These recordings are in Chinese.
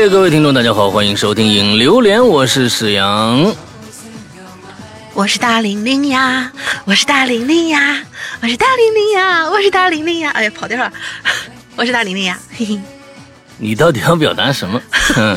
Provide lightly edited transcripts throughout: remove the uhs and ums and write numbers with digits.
各位听众大家好，欢迎收听影榴莲，我是史阳。 我是大玲玲呀，我是大玲玲呀，我是大玲玲呀，我是大玲玲呀，哎呀跑调了，我是大玲玲呀，嘿嘿。 你到底要表达什么？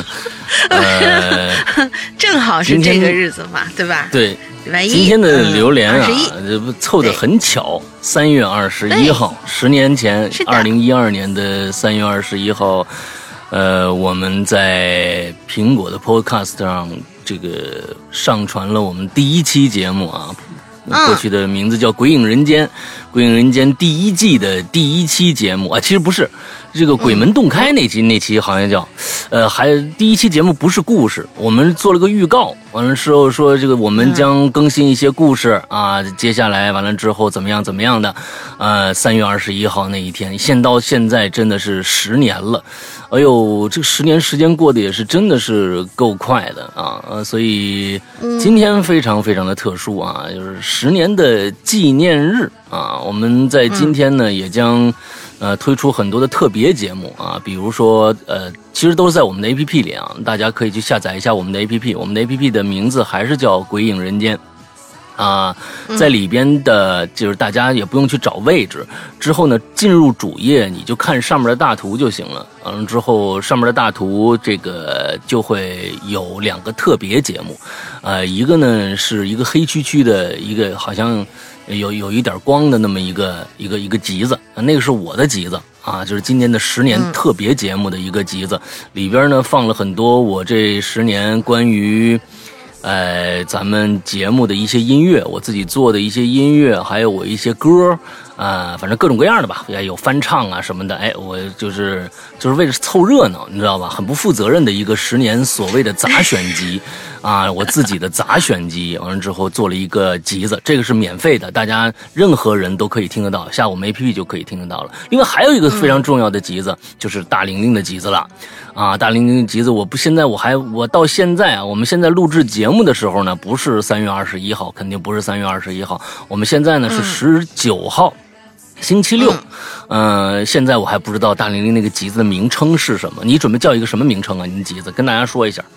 正好是这个日子嘛，对吧？ 对，今天的榴莲啊，凑得很巧，3月21号，10年前，2012年的3月21号，我们在苹果的 Podcast 上这个上传了我们第1期节目啊。过去的名字叫《鬼影人间》，《鬼影人间》第1季的第1期节目啊，其实不是这个鬼门洞开那期好像叫，还第1期节目不是故事，我们做了个预告，完了之后说这个我们将更新一些故事啊，接下来完了之后怎么样的，3月21号那一天，到现在真的是10年了。哎呦，这个10年时间过得也是真的是够快的啊！所以今天非常非常的特殊啊，就是10年的纪念日啊。我们在今天呢也将推出很多的特别节目啊，比如说其实都是在我们的 APP 里啊，大家可以去下载一下我们的 APP， 我们的 APP 的名字还是叫《鬼影人间》。在里边的就是大家也不用去找位置，之后呢进入主页你就看上面的大图就行了。之后上面的大图这个就会有2个特别节目，一个呢是一个黑黢黢的一个好像有一点光的那么一个集子，那个是我的集子啊，就是今年的10年特别节目的一个集子，里边呢放了很多我这10年关于咱们节目的一些音乐，我自己做的一些音乐，还有我一些歌反正各种各样的吧，也有翻唱啊什么的。我就是为了凑热闹，你知道吧？很不负责任的一个10年所谓的杂选集啊，我自己的杂选集，完了之后做了一个集子，这个是免费的，大家任何人都可以听得到，下我们 APP 就可以听得到了。另外还有一个非常重要的集子，就是大玲玲的集子了。大玲玲的集子，我到现在啊，我们现在录制节目的时候呢，不是3月21号，肯定不是3月21号，我们现在呢是19号。星期六，现在我还不知道大玲玲那个集子的名称是什么，你准备叫一个什么名称啊？你的集子跟大家说一下。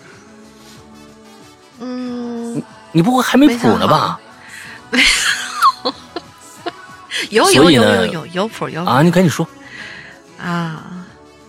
你不会还没谱呢吧？有谱啊！你赶紧说啊，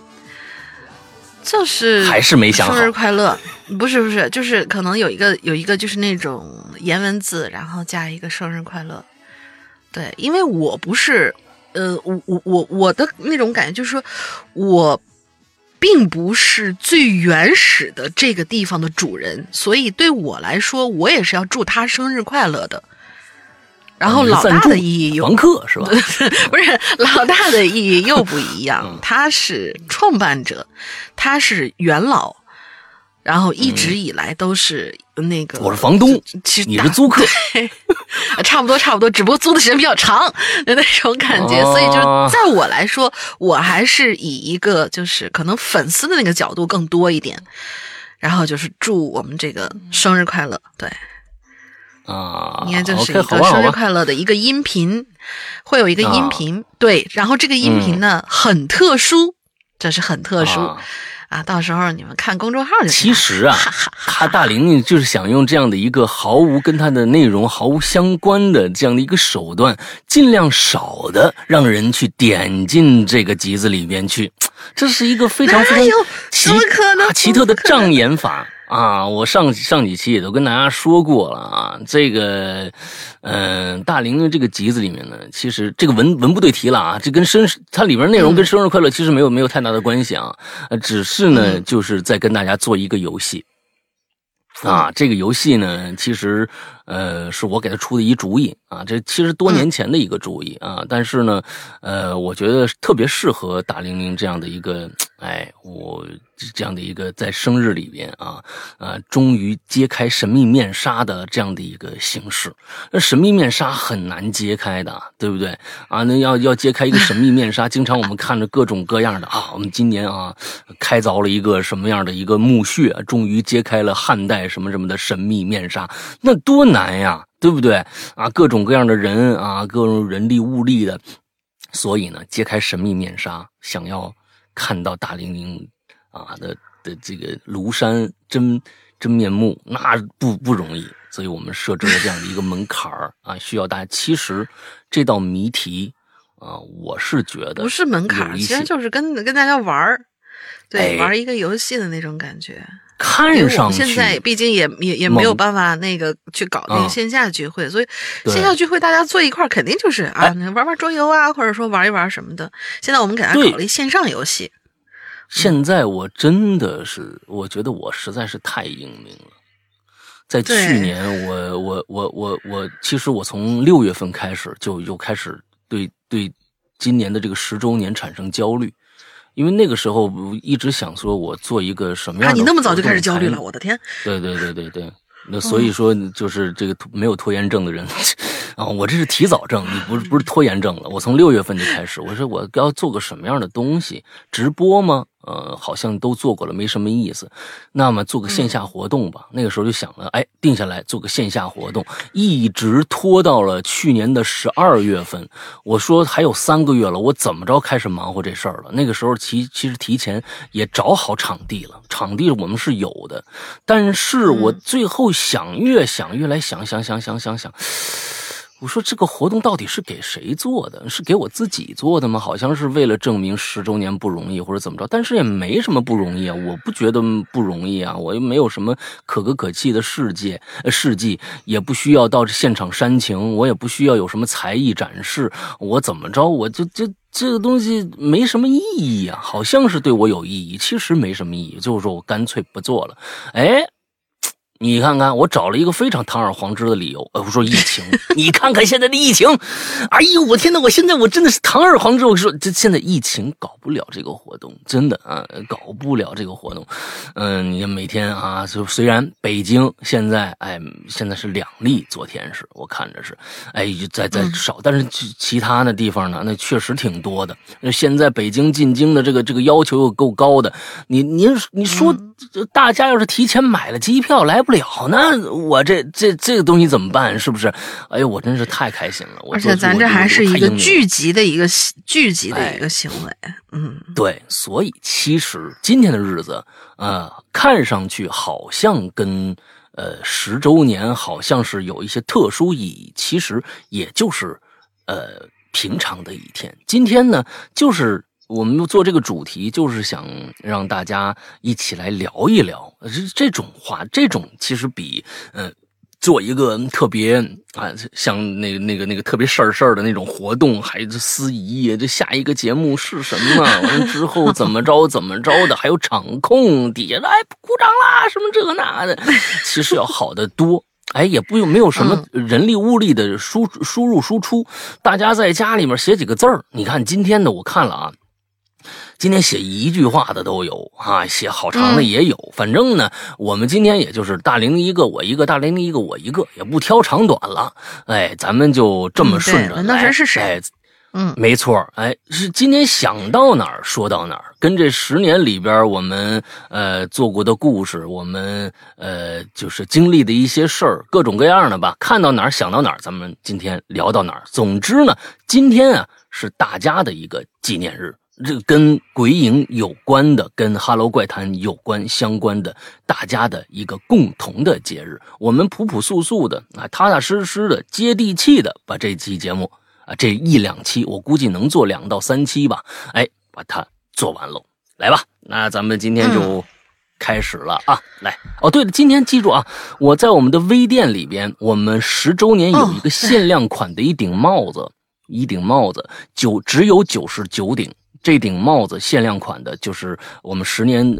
就是还是没想好。 生日快乐，不是，就是可能有一个就是那种颜文字，然后加一个生日快乐。对，因为我不是，我的那种感觉就是说，我并不是最原始的这个地方的主人，所以对我来说，我也是要祝他生日快乐的。然后老大的意义又房客是吧？ 不是，老大的意义又不一样。他是创办者，他是元老。然后一直以来都是那个， 我是房东，其实你是租客， 差不多，只不过租的时间比较长的那种感觉，所以就在我来说，我还是以一个就是可能粉丝的那个角度更多一点，然后就是祝我们这个生日快乐，对，应该就是一个生日快乐的一个音频，会有一个音频，对，然后这个音频呢很特殊，这是很特殊。到时候你们看公众号就行了。其实啊，他大玲玲就是想用这样的一个跟他的内容毫无相关的这样的一个手段，尽量少的让人去点进这个集子里边去。这是一个非常非常奇特的障眼法啊！我上几期也都跟大家说过了啊，这个大玲玲这个集子里面呢，其实这个文不对题了啊，这跟它里边内容跟生日快乐其实没有太大的关系啊，只是呢就是在跟大家做一个游戏。这个游戏呢，其实是我给他出的一主意啊，这其实多年前的一个主意啊，但是呢，我觉得特别适合大玲玲这样的一个，我这样的一个在生日里边终于揭开神秘面纱的这样的一个形式。那神秘面纱很难揭开的，对不对啊？那要揭开一个神秘面纱，经常我们看着各种各样的我们今年开凿了一个什么样的一个墓穴，终于揭开了汉代什么什么的神秘面纱，那多难呀，对不对各种各样的人各种人力物力的，所以呢，揭开神秘面纱，想要看到大玲玲的的这个庐山真面目，那不容易。所以我们设置了这样的一个门槛啊，需要大家。其实这道谜题啊，我是觉得不是门槛，其实就是跟大家玩儿，对，玩一个游戏的那种感觉。 看上去现在毕竟也没有办法那个去搞那个线下聚会，所以线下聚会大家坐一块肯定就是玩桌游啊，或者说玩一玩什么的。现在我们给大家搞了一线上游戏。 现在我真的是，我觉得我实在是太英明了。在去年，我其实我从6月份开始就又开始对今年的这个10周年产生焦虑，因为那个时候一直想说我做一个什么样的。 你那么早就开始焦虑了，我的天！ 对，那所以说就是这个没有拖延症的人啊，我这是提早症，你不是拖延症了。我从6月份就开始，我说我要做个什么样的东西，直播吗？好像都做过了，没什么意思。那么做个线下活动吧。那个时候就想了，定下来做个线下活动，一直拖到了去年的12月份。我说还有3个月了，我怎么着开始忙活这事儿了？那个时候其实提前也找好场地了，场地我们是有的，但是我最后越来想。我说这个活动到底是给谁做的？是给我自己做的吗？好像是为了证明10周年不容易或者怎么着，但是也没什么不容易啊，我不觉得不容易啊，我又没有什么可歌可泣的事迹，也不需要到现场煽情，我也不需要有什么才艺展示，我怎么着我就这个东西没什么意义啊，好像是对我有意义，其实没什么意义，就是说我干脆不做了。你看看，我找了一个非常堂而皇之的理由，我说疫情，你看看现在的疫情，哎呦，我天哪，我真的是堂而皇之，我说这现在疫情搞不了这个活动，真的啊，搞不了这个活动。你每天啊，就虽然北京现在是2例，昨天是我看着是，在少，但是其他的地方呢，那确实挺多的。现在北京进京的这个要求又够高的，你说大家要是提前买了机票来不了，那我这个东西怎么办？是不是？哎呦，我真是太开心了！ 而且咱这还是一个聚集的一个行为， 对，所以其实今天的日子，看上去好像跟10周年好像是有一些特殊意义，其实也就是平常的一天。今天呢，就是我们做这个主题，就是想让大家一起来聊一聊这种其实比做一个特别像那个特别事儿的那种活动还司仪，这下一个节目是什么？完了之后怎么着的，还有场控底下的鼓掌啦，什么这那的，其实要好得多。也没有什么人力物力的输入输出，大家在家里面写几个字儿。你看今天的我看了啊。今天写一句话的都有啊，写好长的也有。反正呢，我们今天也就是大龄一个我一个，大龄一个我一个，也不挑长短了。咱们就这么顺着来。 那人是谁？ 没错，是今天想到哪儿说到哪儿，跟这10年里边我们做过的故事，我们就是经历的一些事儿，各种各样的吧，看到哪儿想到哪儿，咱们今天聊到哪儿。总之呢，今天啊是大家的一个纪念日。这个跟鬼影有关的，跟哈喽怪谈有关相关的，大家的一个共同的节日，我们朴朴素素的踏踏实实的接地气的把这期节目这1-2期，我估计能做2到3期吧，把它做完喽。来吧，那咱们今天就开始了啊！来对了，今天记住啊，我在我们的微店里边，我们10周年有一个限量款的一顶帽子，只有99顶。这顶帽子限量款的，就是我们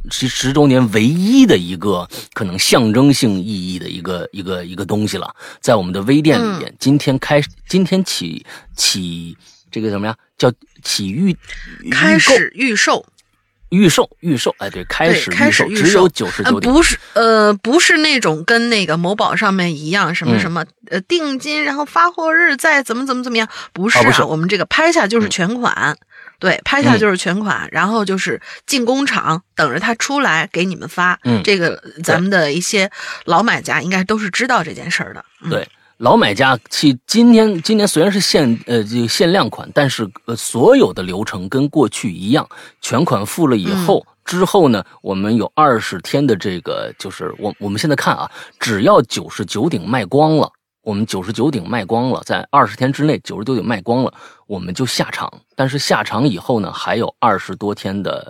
10周年唯一的一个可能象征性意义的一个东西了，在我们的微店里边，今天起这个怎么样？叫开始预售。 对，开始预售，只有99顶， 不是那种跟那个某宝上面一样，什么定金，然后发货日再怎么样，不是啊，我们这个拍下就是全款。对，拍下就是全款，然后就是进工厂等着它出来给你们发。这个咱们的一些老买家应该都是知道这件事儿的。 对，老买家今年虽然是限量款，但是所有的流程跟过去一样，全款付了以后， 之后呢，我们有20天的这个，就是我们现在看啊，只要99顶卖光了，我们99顶卖光了，在20天之内99顶卖光了，我们就下场。但是下场以后呢，还有20多天的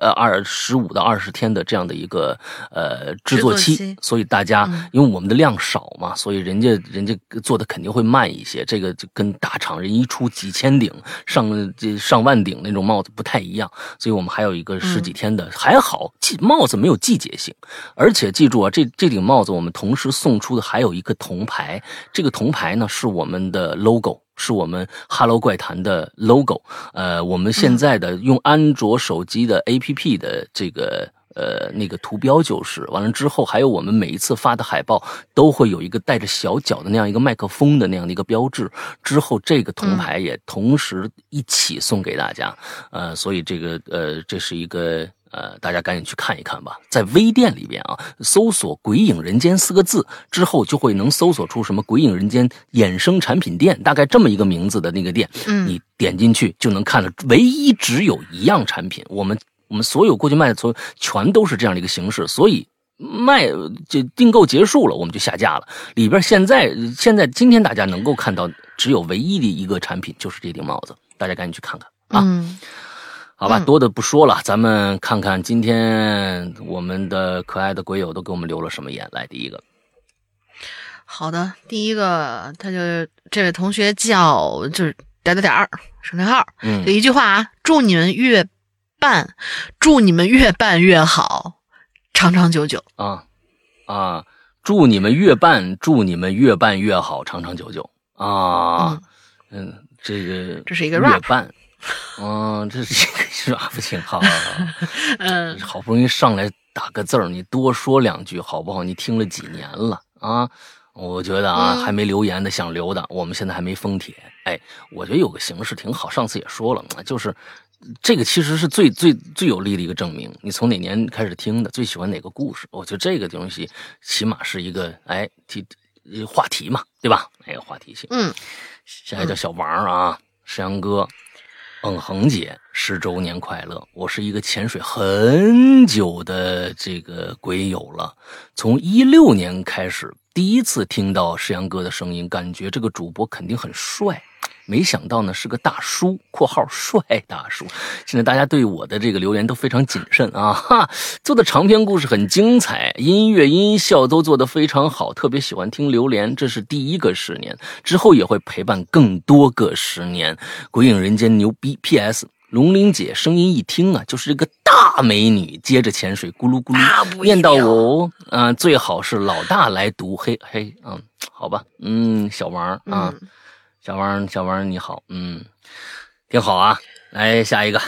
15到20天的这样的一个制作期，所以大家因为我们的量少嘛，所以人家做的肯定会慢一些。这个就跟大厂人一出几千顶、上万顶那种帽子不太一样，所以我们还有一个10几天的，还好帽子没有季节性，而且记住啊，这顶帽子我们同时送出的还有一个铜牌，这个铜牌呢是我们的 logo。是我们哈喽怪谈的 logo， 我们现在的用安卓手机的 APP 的这个那个图标就是完了之后，还有我们每一次发的海报都会有一个带着小角的那样一个麦克风的那样的一个标志，之后这个铜牌也同时一起送给大家，所以这个这是一个。大家赶紧去看一看吧，在微店里边啊，搜索“鬼影人间”4个字之后，就会能搜索出什么“鬼影人间衍生产品店”，大概这么一个名字的那个店，你点进去就能看了。唯一只有一样产品，我们所有过去卖的全都是这样的一个形式，所以就订购结束了，我们就下架了。里边现在今天大家能够看到，只有唯一的一个产品就是这顶帽子，大家赶紧去看看啊。好吧，多的不说了，咱们看看今天我们的可爱的鬼友都给我们留了什么言。来，第一个。 好的，第一个，他就这位同学叫就是省略号，就一句话啊，祝你们越办越好，长长久久啊，祝你们越办越好，长长久久啊， 这是一个 rap。 这是一个是吧？不行，好，好不容易上来打个字儿，你多说2句好不好？你听了几年了啊？我觉得啊，还没留言的想留的，我们现在还没封帖。哎，我觉得有个形式挺好，上次也说了，就是这个其实是最有力的一个证明。你从哪年开始听的，最喜欢哪个故事？我觉得这个东西起码是一个话题嘛，对吧？话题性。下一个叫小王啊，石阳哥。恒姐10周年快乐！我是一个潜水很久的这个鬼友了，从16年开始，第一次听到石阳哥的声音，感觉这个主播肯定很帅，没想到呢是个大叔（括号帅大叔）。现在大家对我的这个留言都非常谨慎啊，做的长篇故事很精彩，音乐音效都做得非常好，特别喜欢听榴莲，这是第1个10年，之后也会陪伴更多个10年。鬼影人间牛逼 PS 龙玲姐声音一听啊，就是这个大美女，接着潜水咕噜咕噜念到我最好是老大来读，嘿嘿，好吧，小王啊。小王你好，挺好啊。来下一个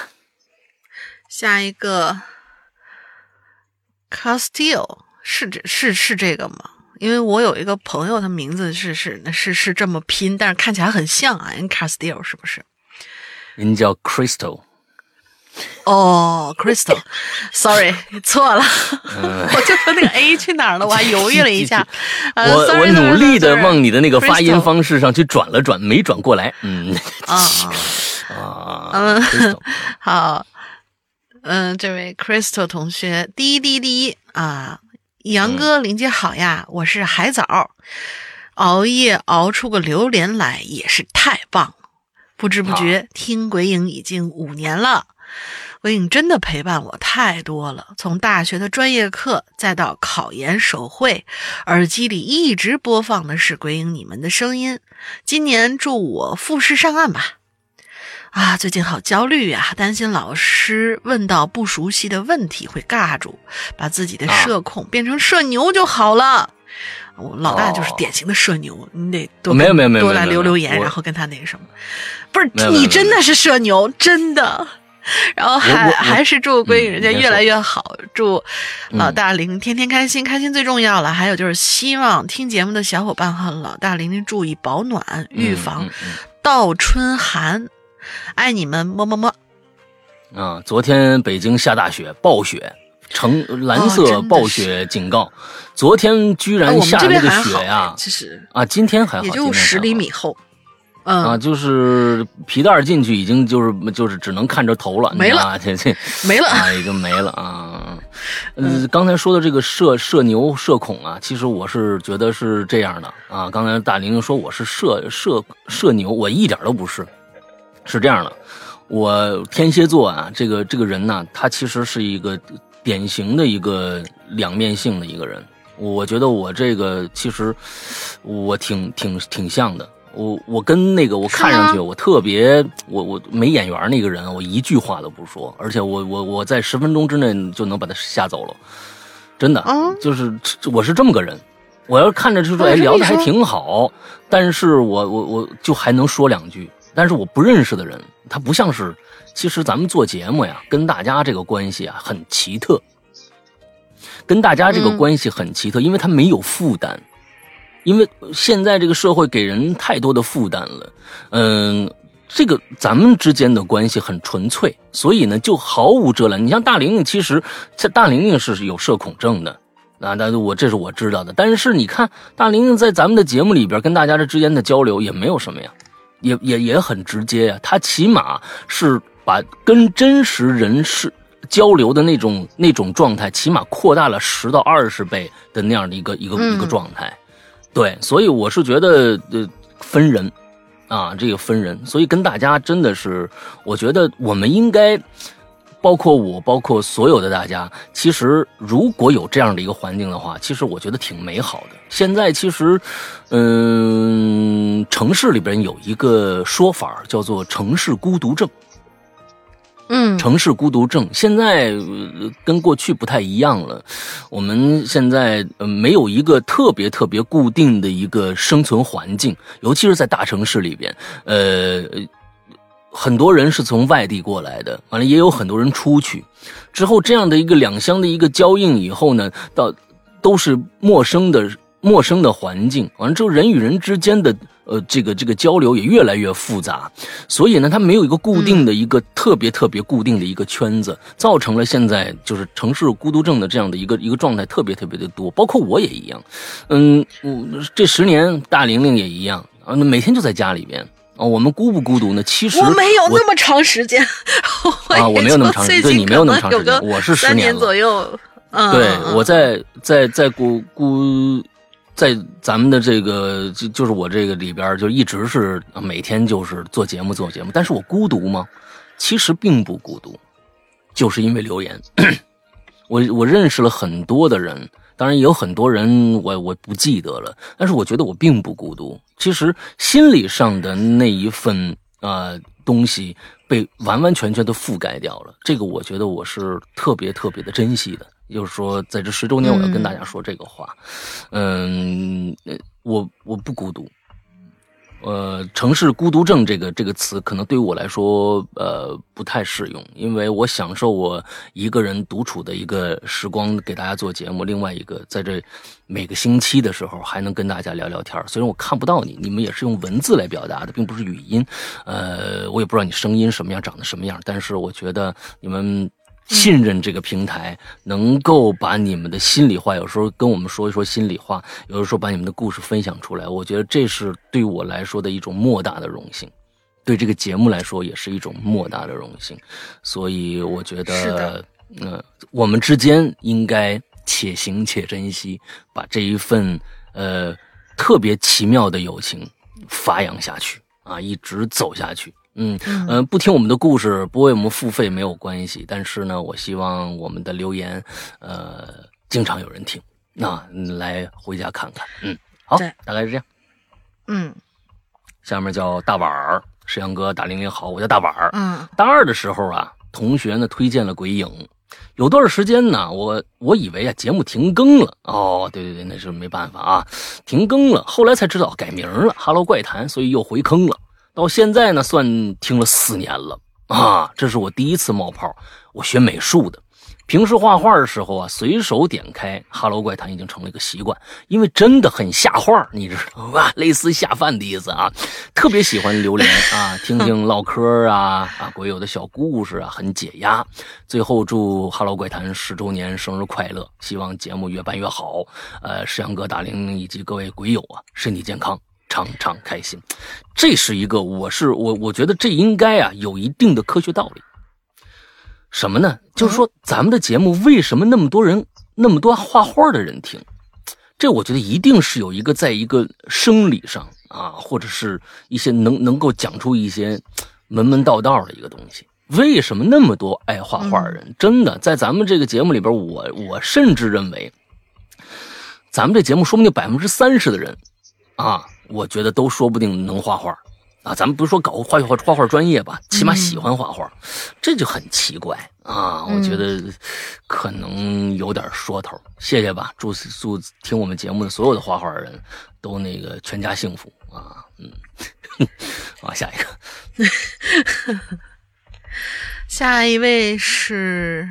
Castillo 是这个吗？因为我有一个朋友，他名字是这么拼，但是看起来很像啊。Castillo 是不是？ 人叫 Crystal。 哦 ，Crystal，sorry， 错了，我就说那个 A 去哪儿了，我还犹豫了一下。 我努力的往你的那个发音方式上去转了转，没转过来。 好，这位 Crystal 同学，第一啊，杨哥林姐好呀，我是海藻，熬夜熬出个榴莲来也是太棒了，不知不觉听鬼影已经5年了。鬼影真的陪伴我太多了，从大学的专业课再到考研手绘，耳机里一直播放的是鬼影你们的声音。今年祝我复试上岸吧。最近好焦虑啊，担心老师问到不熟悉的问题会尬住，把自己的社恐变成社牛就好了。我老大就是典型的社牛，你得多来留言，然后跟他那个什么，不是你真的是社牛，真的。然后还是祝鬼影人家越来越好，祝老大玲天天开心，开心最重要了。还有就是希望听节目的小伙伴和老大玲注意保暖，预防倒春寒。爱你们，么么么。 昨天北京下大雪，暴雪，呈蓝色暴雪警告。昨天居然下那个雪呀！ 其实今天还好， 也就10厘米厚。 就是皮带进去已经就是只能看着头了， 没了， 没了啊， 已经没了啊。 刚才说的这个社牛社恐啊，其实我是觉得是这样的啊。刚才大玲说我是社牛，我一点都不是，是这样的。我天蝎座啊，这个人呢，他其实是一个典型的一个两面性的一个人。我觉得我这个其实我挺像的。我跟那个我看上去我特别我没眼缘那个人，我一句话都不说，而且我在10分钟之内就能把他吓走了，真的，就是我是这么个人。我要看着就说，哎，聊得还挺好，但是我就还能说两句。但是我不认识的人，他不像是，其实咱们做节目呀，跟大家这个关系啊很奇特，跟大家这个关系很奇特，因为他没有负担。因为现在这个社会给人太多的负担了，这个咱们之间的关系很纯粹，所以呢就毫无遮拦。你像大玲玲，其实大玲玲是有社恐症的啊，但是这是我知道的。但是你看大玲玲在咱们的节目里边跟大家之间的交流也没有什么呀，也很直接呀。她起码是把跟真实人是交流的那种状态，起码扩大了10到20倍的那样的一个状态。对，所以我是觉得分人啊，这个分人，所以跟大家真的是，我觉得我们应该，包括我，包括所有的大家，其实如果有这样的一个环境的话，其实我觉得挺美好的。现在其实，城市里边有一个说法叫做城市孤独症。城市孤独症现在跟过去不太一样了。我们现在没有一个特别固定的一个生存环境，尤其是在大城市里边。很多人是从外地过来的，完了也有很多人出去之后，这样的一个两相的一个交映以后呢，都是陌生的环境，完了之后人与人之间的这个交流也越来越复杂，所以呢它没有一个固定的一个特别固定的一个圈子，造成了现在就是城市孤独症的这样的一个状态特别的多，包括我也一样。这10年大玲玲也一样啊，每天就在家里边。我们孤不孤独呢？其实我没有那么长时间我没有那么长时间，对，你没有那么长时间，我是10年了左右。 对，我在在咱们的这个就是我这个里边就一直是每天就是做节目，但是我孤独吗？其实并不孤独，就是因为留言。我认识了很多的人，当然也有很多人我不记得了，但是我觉得我并不孤独。其实心理上的那一份东西被完全的覆盖掉了，这个我觉得我是特别的珍惜的。就是说在这10周年我要跟大家说这个话。我不孤独。城市孤独症这个词可能对于我来说不太适用，因为我享受我一个人独处的一个时光，给大家做节目。另外一个在这每个星期的时候还能跟大家聊聊天，虽然我看不到你们也是用文字来表达的，并不是语音。我也不知道你声音什么样，长得什么样，但是我觉得你们信任这个平台，能够把你们的心里话有时候跟我们说一说心里话，有的时候把你们的故事分享出来，我觉得这是对我来说的一种莫大的荣幸，对这个节目来说也是一种莫大的荣幸。所以我觉得我们之间应该且行且珍惜，把这一份特别奇妙的友情发扬下去啊，一直走下去。不听我们的故事，不为我们付费没有关系，但是呢，我希望我们的留言，经常有人听，那来回家看看。好，大概是这样。下面叫大碗儿，石阳哥大玲玲好，我叫大碗儿。大2的时候啊，同学呢推荐了鬼影，有段时间呢，我以为节目停更了。对，那是没办法啊，停更了，后来才知道改名了，哈喽怪谈，所以又回坑了。到现在呢，算听了4年了啊！这是我第一次冒泡。我学美术的，平时画画的时候啊，随手点开哈喽怪谈已经成了一个习惯，因为真的很下画，你知道吧？类似下饭的意思啊。特别喜欢留言啊，听听唠嗑啊，鬼友的小故事啊，很解压。最后祝哈喽怪谈10周年生日快乐，希望节目越办越好。石阳哥、大玲以及各位鬼友啊，身体健康。常常开心，这是一个我觉得这应该有一定的科学道理。 什么呢？就是说咱们的节目为什么那么多画画的人听？这我觉得一定是有一个在一个生理上啊，或者是一些能够讲出一些门道的一个东西。为什么那么多爱画画的人？真的在咱们这个节目里边，我甚至认为，咱们这节目说不定30%的人啊，我觉得都说不定能画画。啊，咱们不是说搞画画专业吧，起码喜欢画画，这就很奇怪啊！我觉得可能有点说头。谢谢吧，祝听我们节目的所有的画画人都那个全家幸福啊！好，下一个， 下一位是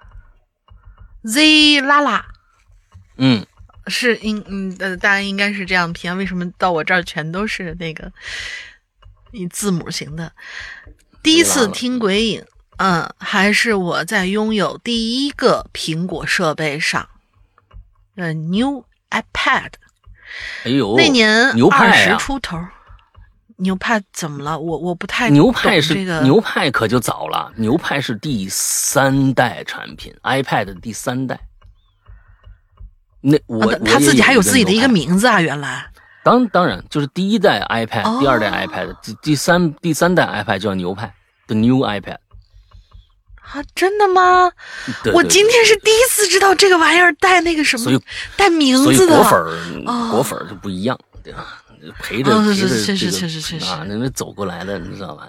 Z 拉拉，是当然应该是这样拼，为什么到我这儿全都是那个？以字母型的，第一次听鬼影，还是我在拥有第一个苹果设备上，New iPad， 哎呦， 那年牛派 20出头，牛派怎么了？我不太牛派是这个牛派可就早了，牛派是第3代产品 ，iPad 的第3代。那他自己还有自己的一个名字啊，原来。 当然，就是第1代 iPad，第2代 iPad，第三代 iPad 叫牛派的 New iPad。 啊，真的吗？ 对， 我今天是第一次知道这个玩意儿带那个什么，带名字的。 所以果粉就不一样，对吧？陪着是啊，那走过来的，你知道吧？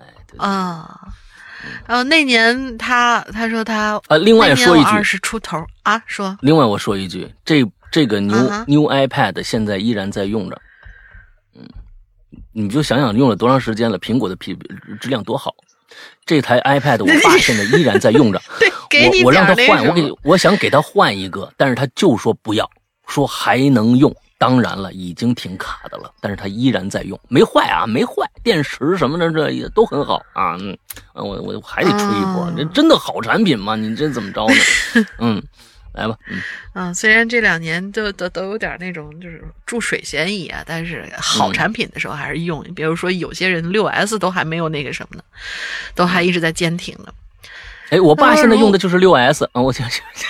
那年他说他另外说一句 ，20出头啊，说。 另外我说一句，这个 New iPad 现在依然在用着。你就想想用了多长时间了，苹果的质量多好。这台 iPad 我爸现在依然在用着。 对， 我让他换，我想给他换一个，但是他就说不要，说还能用。当然了，已经挺卡的了，但是他依然在用，没坏啊，没坏，电池什么的这也都很好啊。我还得吹一波，这真的好产品吗？你这怎么着呢？来吧， 虽然这2年都有点那种就是注水嫌疑啊，但是好产品的时候还是用。比如说有些人 6S 都还没有那个什么呢，都还一直在坚挺呢。 哎，我爸现在用的就是 6S 啊，我想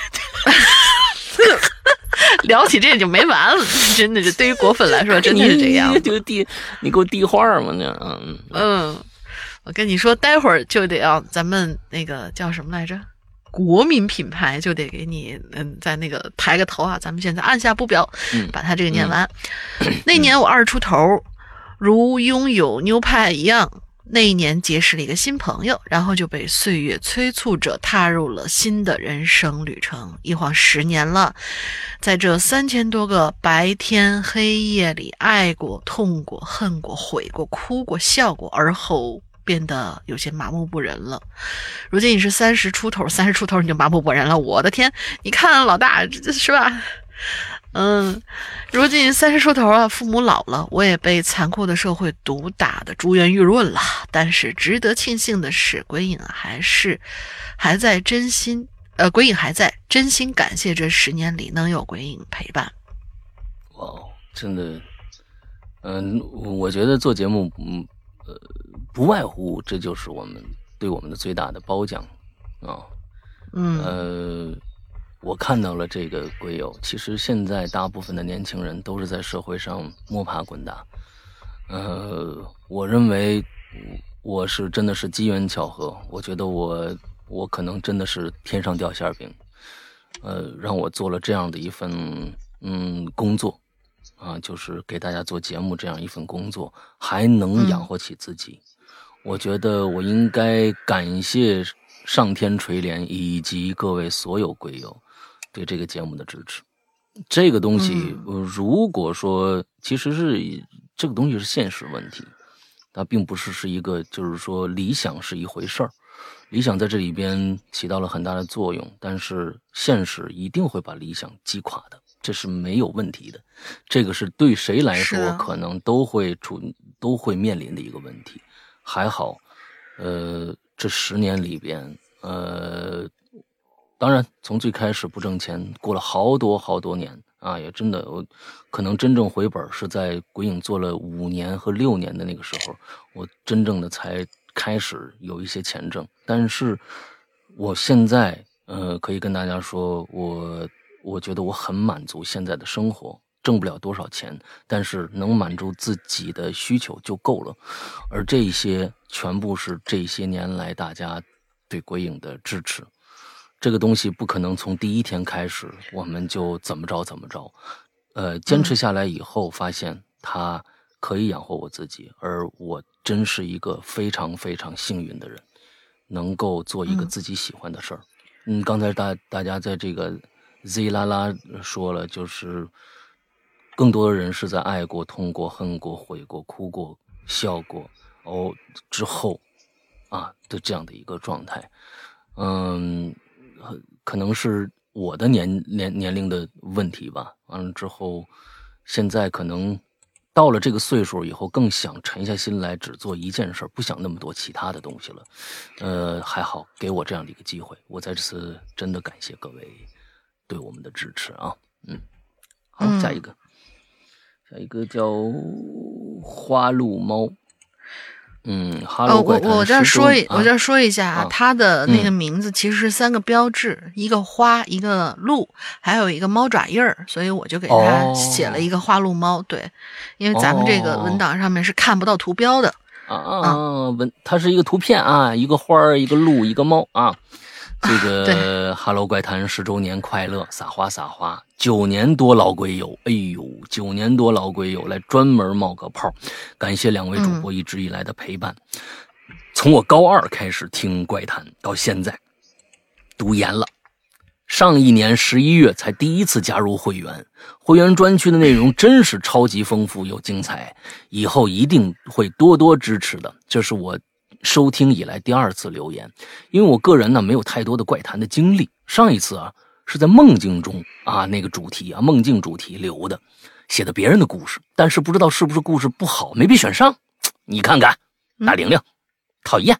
聊起这就没完了，真的是对于果粉来说真的是这样。 你给我递话嘛呢？ 我跟你说，待会儿就得要咱们那个叫什么来着？国民品牌就得给你在那个抬个头啊！咱们现在按下不表，把它这个念完。那年我20出头，如拥有牛派一样，那一年结识了一个新朋友，然后就被岁月催促着踏入了新的人生旅程。一晃10年了，在这3000多个白天黑夜里，爱过、痛过、恨过、悔过、哭过、笑过，而后变得有些麻木不仁了。如今你是30出头你就麻木不仁了，我的天！你看老大是吧？如今30出头啊，父母老了，我也被残酷的社会毒打的珠圆玉润了。但是值得庆幸的是，鬼影还在真心感谢这10年里能有鬼影陪伴。 哇，真的，我觉得做节目，不外乎这就是我们对我们的最大的褒奖啊。我看到了这个鬼友，其实现在大部分的年轻人都是在社会上摸爬滚打。我认为我是真的是机缘巧合，我觉得我可能真的是天上掉馅饼，让我做了这样的一份工作啊，就是给大家做节目这样一份工作，还能养活起自己。我觉得我应该感谢上天垂怜以及各位所有鬼友对这个节目的支持。这个东西，如果说其实是这个东西是现实问题，它并不是一个，就是说理想是一回事儿，理想在这里边起到了很大的作用，但是现实一定会把理想击垮的，这是没有问题的。这个是对谁来说可能都会面临的一个问题。还好，这10年里边，当然从最开始不挣钱，过了好多年啊，也真的，我可能真正回本是在鬼影做了5年和6年的那个时候，我真正的才开始有一些钱挣。但是我现在可以跟大家说，我觉得我很满足现在的生活，挣不了多少钱，但是能满足自己的需求就够了。而这些全部是这些年来大家对鬼影的支持。这个东西不可能从第一天开始我们就怎么着，坚持下来以后发现它可以养活我自己，而我真是一个非常非常幸运的人，能够做一个自己喜欢的事儿。刚才大家在这个 Z 啦啦说了，就是更多的人是在爱过、痛过、恨过、悔过、哭过、笑过之后的这样的一个状态。可能是我的年龄的问题吧。完了之后，现在可能到了这个岁数以后，更想沉下心来只做一件事，不想那么多其他的东西了。还好给我这样的一个机会，我在这次真的感谢各位对我们的支持啊。好，下一个叫花鹿猫。哈喽怪谈我这儿说一下它的那个名字其实是3个标志，一个花，一个鹿，还有一个猫爪印儿，所以我就给它写了一个花鹿猫。对，因为咱们这个文档上面是看不到图标的。 它是一个图片啊，一个花，一个鹿，一个猫啊。这个哈喽怪谈10周年快乐，撒花撒花！9年多老鬼友，哎呦，9年多老鬼友来专门冒个泡，感谢2位主播一直以来的陪伴。从我高2开始听怪谈到现在，读研了。上一年11月才第一次加入会员，会员专区的内容真是超级丰富又精彩，以后一定会多多支持的。这是我收听以来第2次留言，因为我个人呢没有太多的怪谈的经历，上一次是在梦境中那个主题梦境主题留的，写的别人的故事，但是不知道是不是故事不好没被选上。你看看大玲玲，讨厌。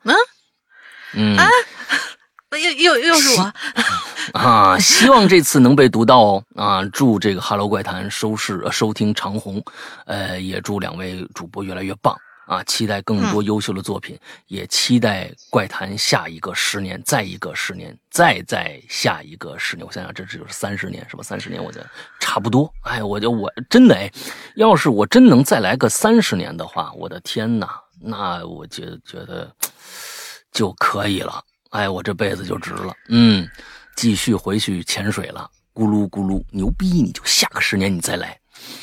又是我希望这次能被读到祝这个哈喽怪谈收听长虹，也祝2位主播越来越棒。期待更多优秀的作品，也期待怪谈下一个10年，再一个10年，再下一个10年。我想想，这就是30年，是吧？30年，我觉得差不多。我真的要是我真能再来个30年的话，我的天哪，那我觉得就可以了。我这辈子就值了。继续回去潜水了，咕噜咕噜，牛逼！你就下个10年你再来。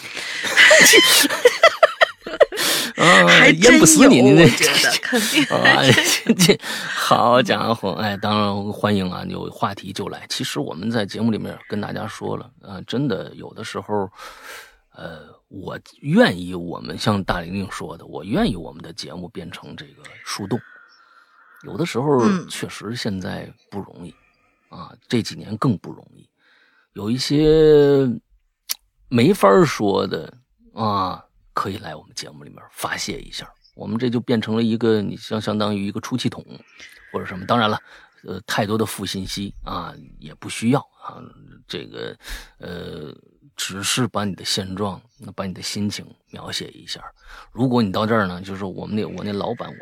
还淹不死你， 我觉得肯定好家伙！当然欢迎有话题就来。其实我们在节目里面跟大家说了，真的有的时候，我愿意我们像大玲玲说的，我愿意我们的节目变成这个树洞。有的时候确实现在不容易这几年更不容易，有一些没法说的可以来我们节目里面发泄一下，我们这就变成了一个你相当于一个出气筒或者什么。当然了，太多的负信息也不需要这个只是把你的现状，把你的心情描写一下。如果你到这儿呢，就是我那老板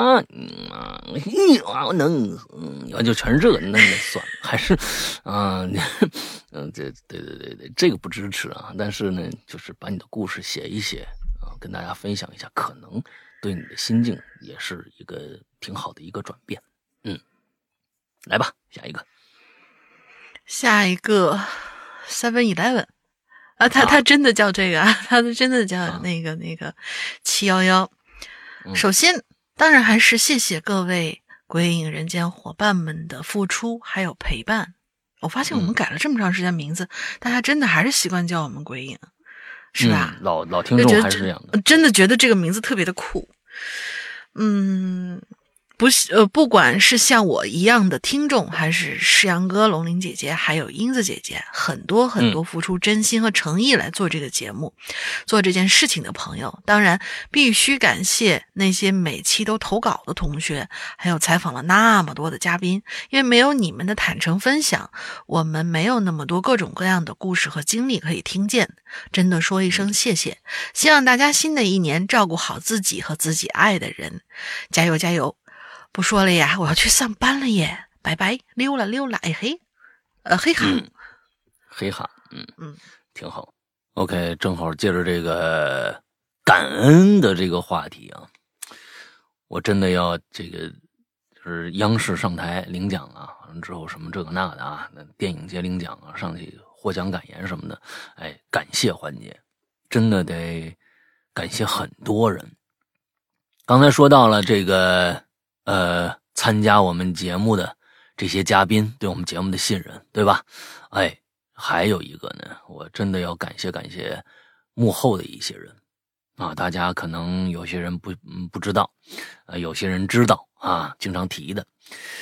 要就全是这个，那算了，还是对，这个不支持但是呢，就是把你的故事写一写跟大家分享一下，可能对你的心境也是一个挺好的一个转变。来吧， 下一个 7-Eleven。他真的叫这个他真的叫那个711。首先当然还是谢谢各位鬼影人间伙伴们的付出还有陪伴。我发现我们改了这么长时间名字，大家真的还是习惯叫我们鬼影，是吧？ 老听众还是这样的， 真的觉得这个名字特别的酷。不管是像我一样的听众，还是诗阳哥、龙玲姐姐，还有英子姐姐，很多付出真心和诚意来做这个节目，做这件事情的朋友。当然必须感谢那些每期都投稿的同学，还有采访了那么多的嘉宾，因为没有你们的坦诚分享，我们没有那么多各种各样的故事和经历可以听见。真的说一声谢谢，希望大家新的一年照顾好自己和自己爱的人，加油加油！不说了呀，我要去上班了耶， 拜拜，溜了溜了，哎嘿，嘿哈， 嘿哈，挺好。OK， 正好借着这个感恩的这个话题啊，我真的要这个就是央视上台领奖啊，完了之后什么这个那的啊，那电影节领奖啊，上去获奖感言什么的，哎，感谢环节真的得感谢很多人。刚才说到了这个参加我们节目的这些嘉宾对我们节目的信任，对吧？哎。还有一个呢，我真的要感谢幕后的一些人啊，大家可能有些人不知道，有些人知道啊，经常提的。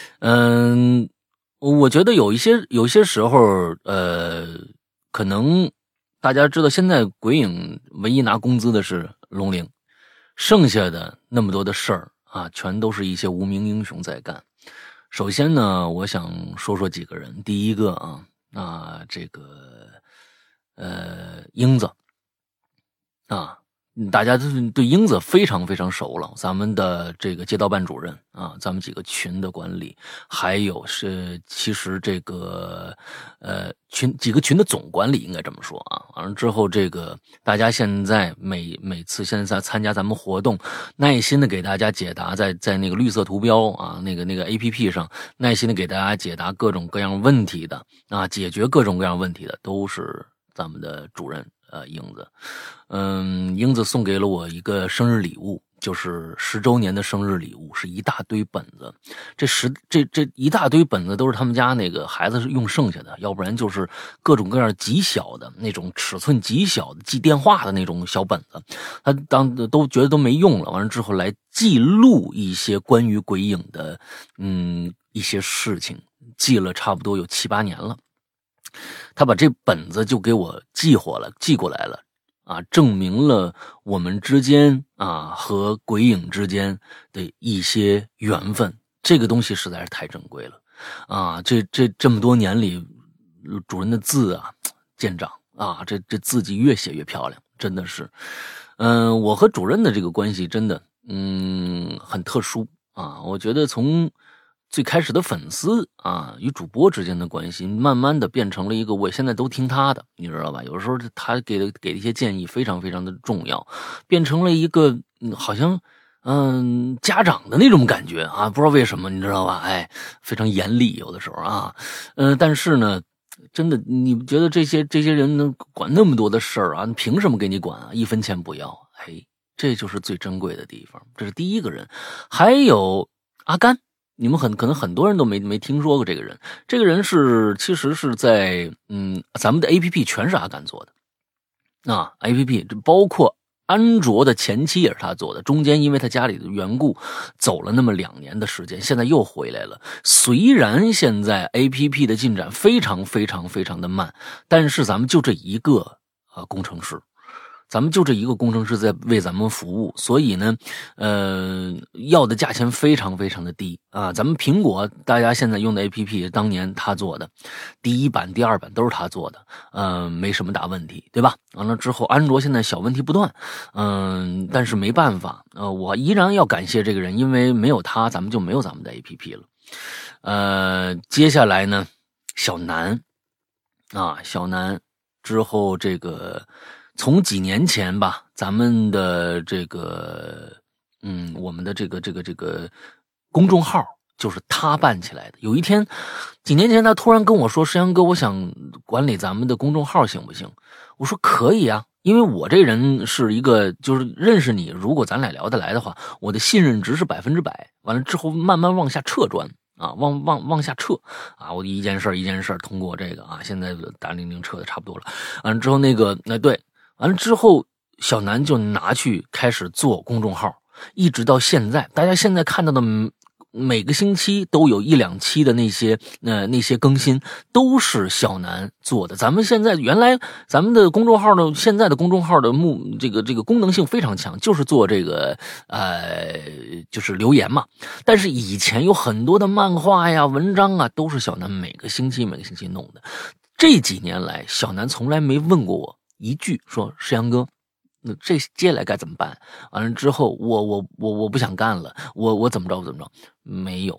我觉得有些时候，可能大家知道，现在鬼影唯一拿工资的是龙陵，剩下的那么多的事儿啊，全都是一些无名英雄在干。首先呢，我想说几个人，第一个啊，这个英子啊，大家对英子非常非常熟了。咱们的这个街道办主任啊，咱们几个群的管理，还有其实这个几个群的总管理应该这么说啊。完了之后，这个大家现在每次现在在参加咱们活动，耐心的给大家解答，在那个绿色图标啊，那个 APP 上耐心的给大家解答各种各样问题的啊，解决各种各样问题的都是咱们的主任英子。英子送给了我一个生日礼物，就是10周年的生日礼物，是一大堆本子。这一大堆本子都是他们家那个孩子是用剩下的，要不然就是各种各样极小的那种尺寸极小的记电话的那种小本子，他都觉得都没用了，完了之后来记录一些关于鬼影的一些事情，记了差不多有7、8年了。他把这本子就给我寄过来了啊，证明了我们之间啊和鬼影之间的一些缘分。这个东西实在是太珍贵了啊！这么多年里，主任的字啊见长啊，这字迹越写越漂亮，真的是。我和主任的这个关系真的很特殊啊，我觉得从最开始的粉丝啊与主播之间的关系，慢慢的变成了一个我现在都听他的，你知道吧？有时候他给的一些建议非常非常的重要，变成了一个好像家长的那种感觉啊，不知道为什么，你知道吧？哎，非常严厉有的时候啊，但是呢，真的你觉得这些人能管那么多的事儿啊，凭什么给你管啊？1分钱不要，哎，这就是最珍贵的地方。这是第一个人，还有阿甘。你们可能很多人都没听说过这个人。这个人其实是在咱们的 APP 全是阿甘做的啊 ，APP 这包括安卓的前期也是他做的，中间因为他家里的缘故走了那么2年的时间，现在又回来了。虽然现在 APP 的进展非常非常非常的慢，但是咱们就这一个工程师。咱们就这一个工程师在为咱们服务，所以呢，要的价钱非常非常的低啊。咱们苹果大家现在用的 APP， 当年他做的，第1版、第2版都是他做的，没什么大问题，对吧？完了之后，安卓现在小问题不断，但是没办法，我依然要感谢这个人，因为没有他，咱们就没有咱们的 APP 了。接下来呢，小南之后这个。从几年前吧，咱们的这个，我们的这个公众号就是他办起来的。有一天，几年前他突然跟我说：“石阳哥，我想管理咱们的公众号，行不行？”我说：“可以啊，因为我这人是一个，就是认识你，如果咱俩聊得来的话，我的信任值是100%。完了之后，慢慢往下撤砖。”啊，往下撤啊！我一件事一件事通过这个啊，现在打00撤的差不多了。完了之后，对。完了之后，小南就拿去开始做公众号，一直到现在，大家现在看到的每个星期都有1、2期的那些更新，都是小南做的。咱们现在原来咱们的公众号的现在的公众号的这个功能性非常强，就是做这个就是留言嘛。但是以前有很多的漫画呀、文章啊，都是小南每个星期弄的。这几年来，小南从来没问过我一句说石阳哥，那这接下来该怎么办？完了之后，我不想干了，我怎么着？没有，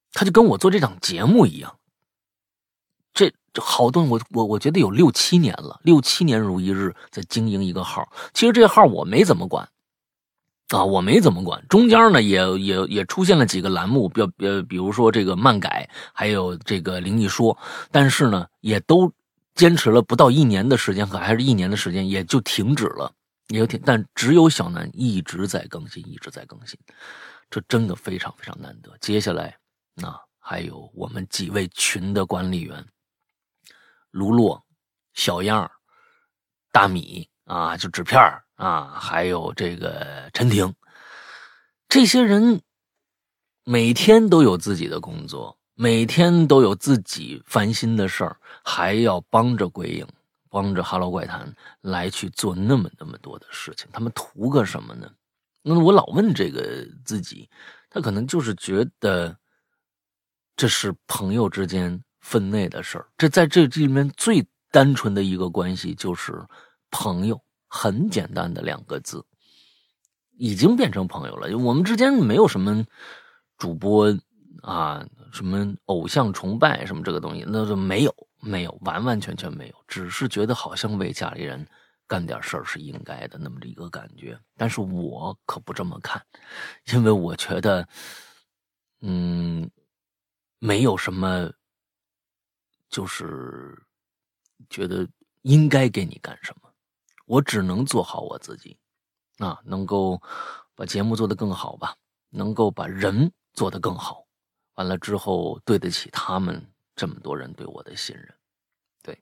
他就跟我做这档节目一样。这好多我觉得有6-7年了，6-7年如一日在经营一个号。其实这号我没怎么管啊，我没怎么管。中间呢也出现了几个栏目，比如说这个漫改，还有这个灵异说，但是呢也都坚持了不到1年的时间，还是1年的时间也就停止了，但只有小南一直在更新，这真的非常非常难得。接下来还有我们几位群的管理员，卢洛、小样、大米啊，就纸片啊，还有这个陈婷，这些人每天都有自己的工作，每天都有自己烦心的事儿，还要帮着鬼影，帮着哈喽怪谈来去做那么多的事情。他们图个什么呢？那我老问这个自己，他可能就是觉得这是朋友之间分内的事儿。这在这里面最单纯的一个关系就是朋友，很简单的2个字，已经变成朋友了。我们之间没有什么主播啊，什么偶像崇拜什么这个东西，那就没有，完完全全没有，只是觉得好像为家里人干点事儿是应该的那么一个感觉。但是我可不这么看，因为我觉得没有什么就是觉得应该给你干什么，我只能做好我自己啊，能够把节目做得更好吧，能够把人做得更好，完了之后对得起他们这么多人对我的信任。对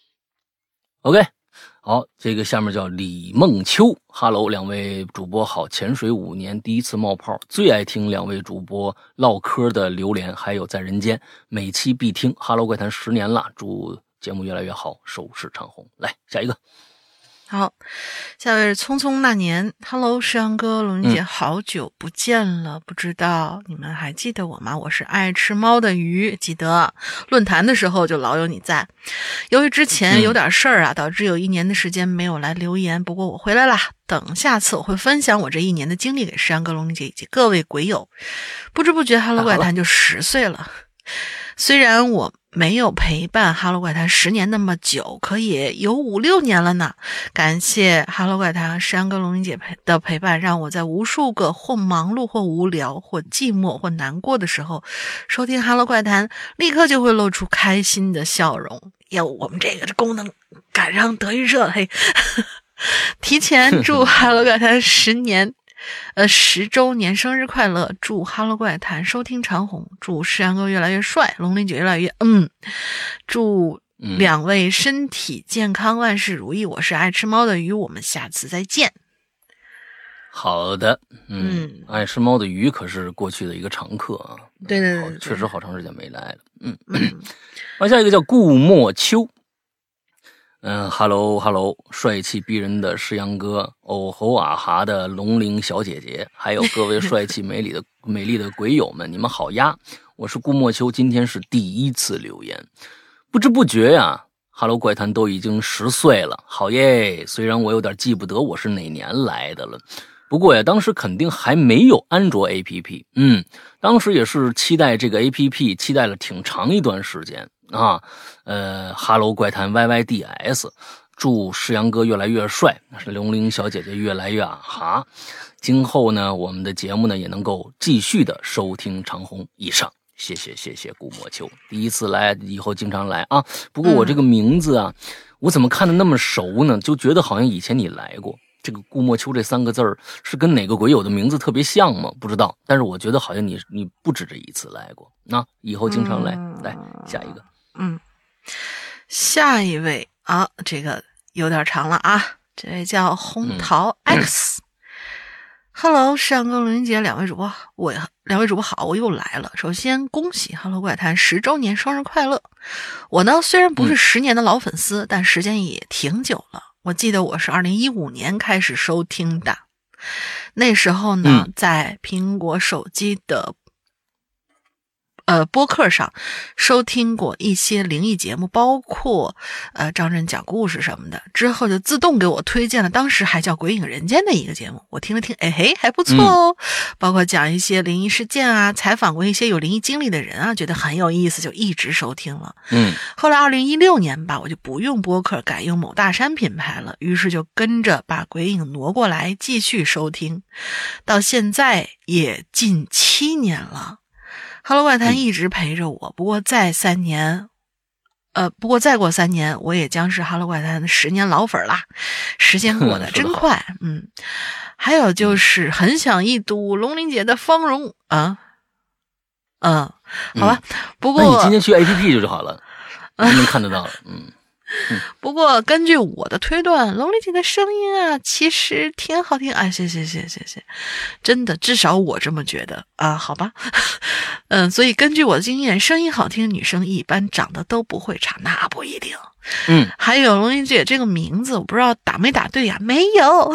OK， 好，这个下面叫李梦秋，哈喽，两位主播好，潜水5年第一次冒泡，最爱听2位主播唠嗑的榴莲，还有在人间，每期必听，哈喽怪谈10年了，祝节目越来越好，收视长虹。来下一个。 好，下位是匆匆那年。Hello， 石阳哥、龙姐，好久不见了，不知道你们还记得我吗？我是爱吃猫的鱼，记得论坛的时候就老有你在。由于之前有点事儿啊，导致有1年的时间没有来留言，不过我回来啦。等下次我会分享我这1年的经历给石阳哥、龙姐以及各位鬼友。不知不觉哈喽怪谈就10岁了。虽然我没有陪伴哈喽怪谈10年那么久，可也有5-6年了呢。感谢哈喽怪谈和石阳哥、龙玲姐的陪伴，让我在无数个或忙碌或无聊或寂寞或难过的时候，收听哈喽怪谈立刻就会露出开心的笑容。哟，我们这个功能赶上德云社了，嘿。提前祝哈喽怪谈10周年生日快乐，祝哈喽怪谈收听长虹，祝石阳哥越来越帅，龙鳞姐越来越祝2位身体健康，万事如意。我是爱吃猫的鱼，我们下次再见。 好的，爱吃猫的鱼可是过去的一个常客啊。 对， 确实好长时间没来了。下一个叫顾墨秋。哈喽，帅气逼人的石阳哥，偶猴啊哈的龙鳞小姐姐，还有各位帅气美丽的鬼友们，你们好呀！我是顾墨秋，今天是第1次留言，不知不觉呀，哈喽怪谈都已经10岁了，好耶！虽然我有点记不得我是哪年来的了，不过呀，当时肯定还没有安卓 APP，当时也是期待这个 APP， 期待了挺长一段时间。哈喽怪谈 YYDS， 祝石阳哥越来越帅，龙鳞小姐姐越来越啊哈。今后呢，我们的节目呢也能够继续的收听长虹。以上，谢谢顾墨秋，第1次来，以后经常来啊。不过我这个名字啊，我怎么看的那么熟呢？就觉得好像以前你来过。这个顾墨秋这3个字是跟哪个鬼友的名字特别像吗？不知道，但是我觉得好像你不止这1次来过，那以后经常来。来下一个。 下一位啊，这个有点长了啊，这位叫红桃 X。Hello， 石阳哥、龙玲姐，2位主播，2位主播好，我又来了。首先恭喜哈喽怪谈10周年生日快乐。我呢虽然不是10年的老粉丝，但时间也挺久了。我记得我是2015年开始收听的，那时候呢，在苹果手机的播客上收听过一些灵异节目，包括张震讲故事什么的，之后就自动给我推荐了当时还叫鬼影人间的一个节目，我听了听，哎嘿，还不错哦。包括讲一些灵异事件啊，采访过一些有灵异经历的人啊，觉得很有意思，就一直收听了。后来2016年吧，我就不用播客，改用某大山品牌了，于是就跟着把鬼影挪过来继续收听，到现在也近7年了。Hello 外滩一直陪着我，不过再过3年，我也将是 Hello 外滩的10年老粉啦。时间过得真快，还有就是很想一睹龙玲姐的芳容啊，好吧，不过那你今天去 APP 就好了，能看得到了， 不过根据我的推断，龙玲姐的声音啊，其实挺好听。哎，谢谢，真的，至少我这么觉得啊，好吧。所以根据我的经验，声音好听的女生一般长得都不会差，那不一定。还有龙玲姐这个名字，我不知道打没打对呀？没有。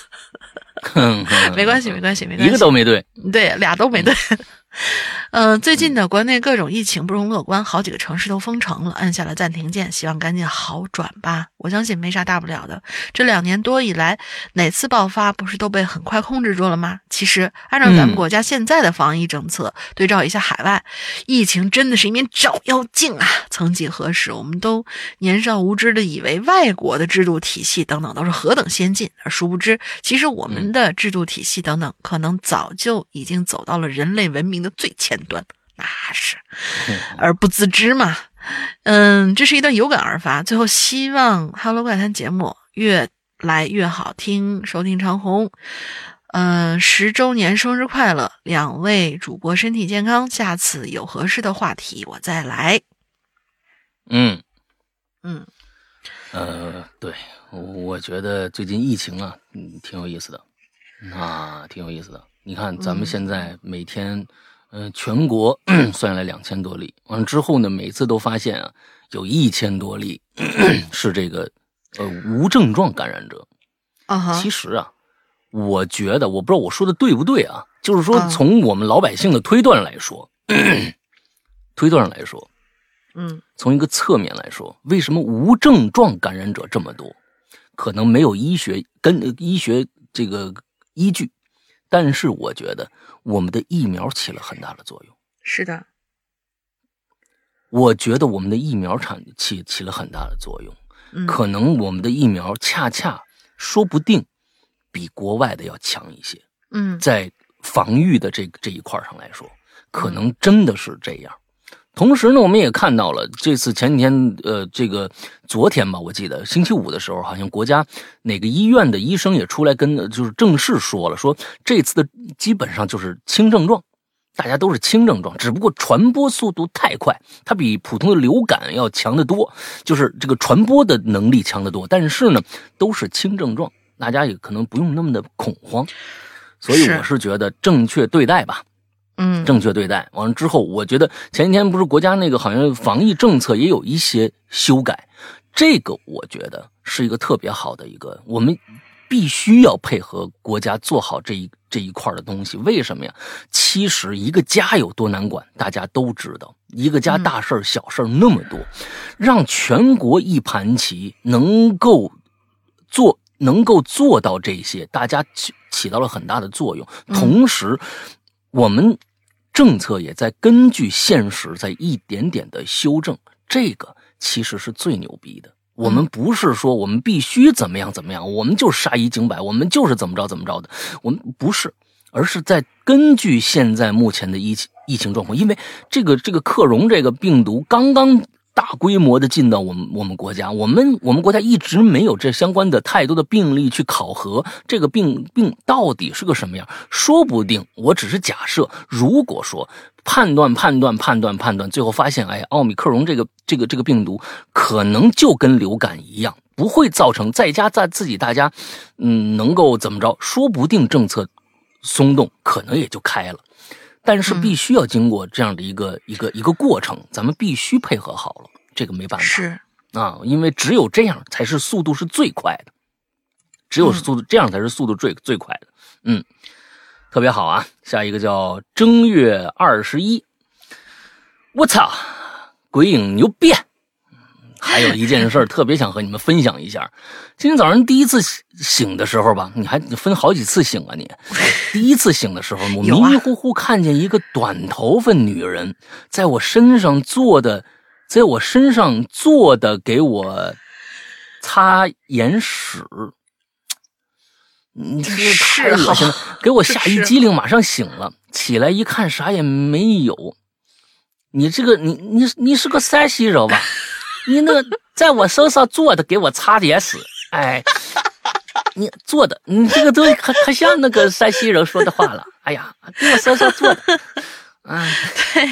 没关系，一个都没对， 对，俩都没对。最近的国内各种疫情不容乐观，好几个城市都封城了，按下了暂停键，希望赶紧好转吧。我相信没啥大不了的，这2年多以来，哪次爆发不是都被很快控制住了吗？其实按照咱们国家现在的防疫政策，对照一下海外，疫情真的是一面照妖镜啊！曾几何时，我们都年少无知的以为外国的制度体系等等都是何等先进，而殊不知，其实我们的制度体系等等可能早就已经走到了人类文明的最前端，那是而不自知嘛。这是一段有感而发，最后希望 Hello 怪谈节目越来越好听，收听长虹。10周年生日快乐，2位主播身体健康，下次有合适的话题我再来。 对，我觉得最近疫情啊，挺有意思的，挺有意思的。你看咱们现在每天全国算下来2000多例，完了之后呢，每次都发现啊，有1000多例是这个无症状感染者。其实啊，我觉得我不知道我说的对不对啊，就是说从我们老百姓的推断来说，从一个侧面来说，为什么无症状感染者这么多？可能没有医学这个依据，但是我觉得我们的疫苗起了很大的作用。 是的， 我觉得我们的疫苗起了很大的作用。可能我们的疫苗恰恰说不定比国外的要强一些。在防御的这一块上来说，可能真的是这样。同时呢，我们也看到了这次前几天，昨天吧，我记得星期五的时候，好像国家哪个医院的医生也出来就是正式说了，说这次的基本上就是轻症状，大家都是轻症状，只不过传播速度太快，它比普通的流感要强得多，就是这个传播的能力强得多，但是呢，都是轻症状，大家也可能不用那么的恐慌，所以我是觉得正确对待吧。正确对待完了之后，我觉得前几天不是国家那个好像防疫政策也有一些修改，这个我觉得是一个特别好的一个，我们必须要配合国家做好这一块的东西。为什么呀？其实一个家有多难管，大家都知道，一个家大事小事那么多，让全国一盘棋能够做到这些，大家起到了很大的作用。同时，我们政策也在根据现实在一点点的修正，这个其实是最牛逼的。我们不是说我们必须怎么样，我们就杀一儆百，我们就是怎么着的，我们不是，而是在根据现在目前的疫情状况，因为这个克隆这个病毒刚刚大规模的进到我们国家，我们国家一直没有这相关的太多的病例去考核这个病到底是个什么样。说不定我只是假设，如果说判断，最后发现，奥密克戎这个病毒可能就跟流感一样，不会造成在自己大家能够怎么着，说不定政策松动可能也就开了。但是必须要经过这样的一个过程，咱们必须配合好了，这个没办法。 是啊，因为只有这样才是速度是最快的，只有这样才是速度最快的。特别好啊。下一个叫正月21， 我操，鬼影牛逼！还有一件事特别想和你们分享一下，今天早上第一次醒的时候吧，你还分好几次醒啊你。第一次醒的时候，我迷迷糊糊看见一个短头发女人在我身上坐的，给我擦眼屎。你这太恶心了，给我吓一激灵，马上醒了，起来一看啥也没有。你这个你是个山西人吧？你那个在我身上坐的给我擦眼屎，哎，你坐的，你这个都可像那个山西人说的话了。哎呀，给我身上坐的，哎， 对，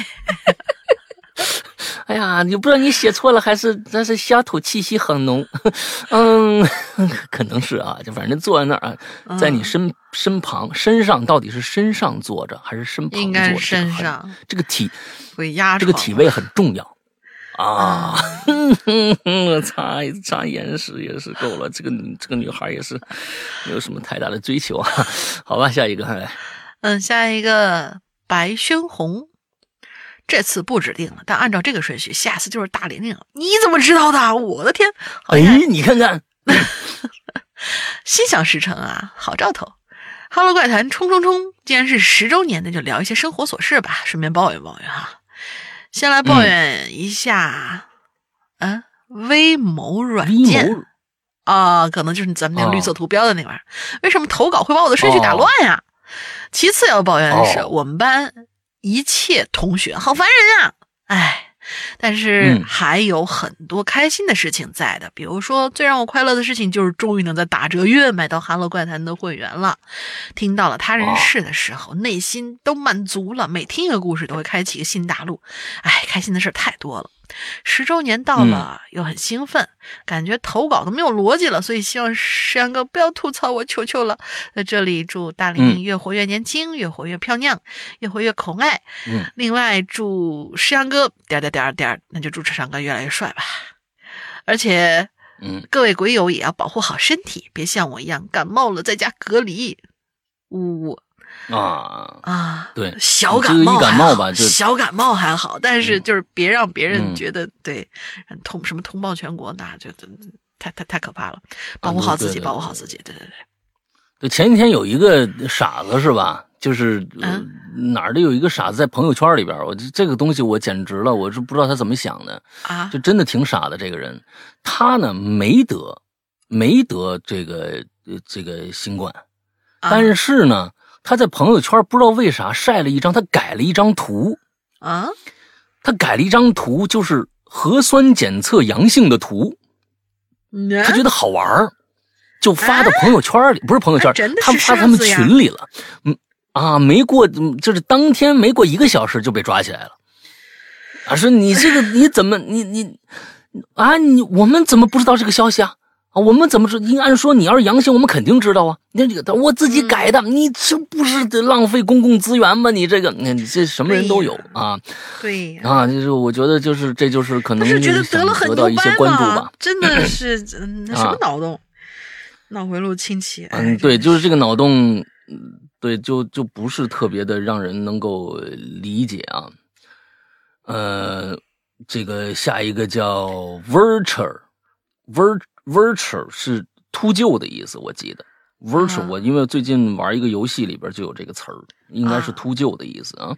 哎呀，你不知道你写错了还是乡土气息很浓，可能是啊，就反正坐在那儿，在你身旁身上到底是身上坐着还是身旁坐着？ 应该是身上， 这个体会压这个体位很重要。啊，擦眼屎也是够了。这个女孩也是没有什么太大的追求啊。好吧，下一个来。 下一个白宣红，这次不指定了，但按照这个顺序，下次就是大玲玲了。你怎么知道的？我的天！ 哎，你看看， 心想事成啊，好兆头。哈喽怪谈冲！既然是10周年，那就聊一些生活琐事吧，顺便抱怨抱怨哈。先来抱怨一下，微某软件啊，可能就是咱们那个绿色图标的那玩意儿。为什么投稿会把我的顺序打乱呀？其次要抱怨的是，我们班一切同学好烦人呀！哎。但是还有很多开心的事情在的，比如说最让我快乐的事情就是终于能在打折月买到哈喽怪谈的会员了。听到了他人事的时候，内心都满足了，每听一个故事都会开启一个新大陆。哎，开心的事太多了。10周年到了，又很兴奋，感觉投稿都没有逻辑了，所以希望石阳哥不要吐槽我，求求了。在这里祝大玲越活越年轻，越活越漂亮，越活越可爱。另外祝石阳哥那就祝石阳哥越来越帅吧。而且各位鬼友也要保护好身体，别像我一样感冒了在家隔离。对，小感冒吧，小感冒还好，但是就是别让别人觉得对什么通报全国，那就太可怕了。保护好自己，保护好自己。 对，前几天有一个傻子是吧？就是哪儿的有一个傻子在朋友圈里边，我这个东西我简直了，我是不知道他怎么想的啊，就真的挺傻的。这个人他呢没得这个新冠，但是呢。他在朋友圈不知道为啥晒了一张，他改了一张图啊，他改了一张图，就是核酸检测阳性的图，他觉得好玩就发到朋友圈里，不是朋友圈，他发他们群里了，没过就是当天没过1个小时就被抓起来了，说你这个你怎么我们怎么不知道这个消息啊？我们怎么说？应按说你要是阳性，我们肯定知道啊。那这个我自己改的，你这不是浪费公共资源吗？你这个，你这什么人都有啊。 对就是我觉得这就是可能是觉得得了很多一些关注吧。 真的是什么脑洞？脑回路清奇。 对，就是这个脑洞，对，就不是特别的让人能够理解啊。这个下一个叫 Virtual 是秃鹫的意思，我记得 Virtual 我因为最近玩一个游戏里边就有这个词儿，应该是秃鹫的意思啊。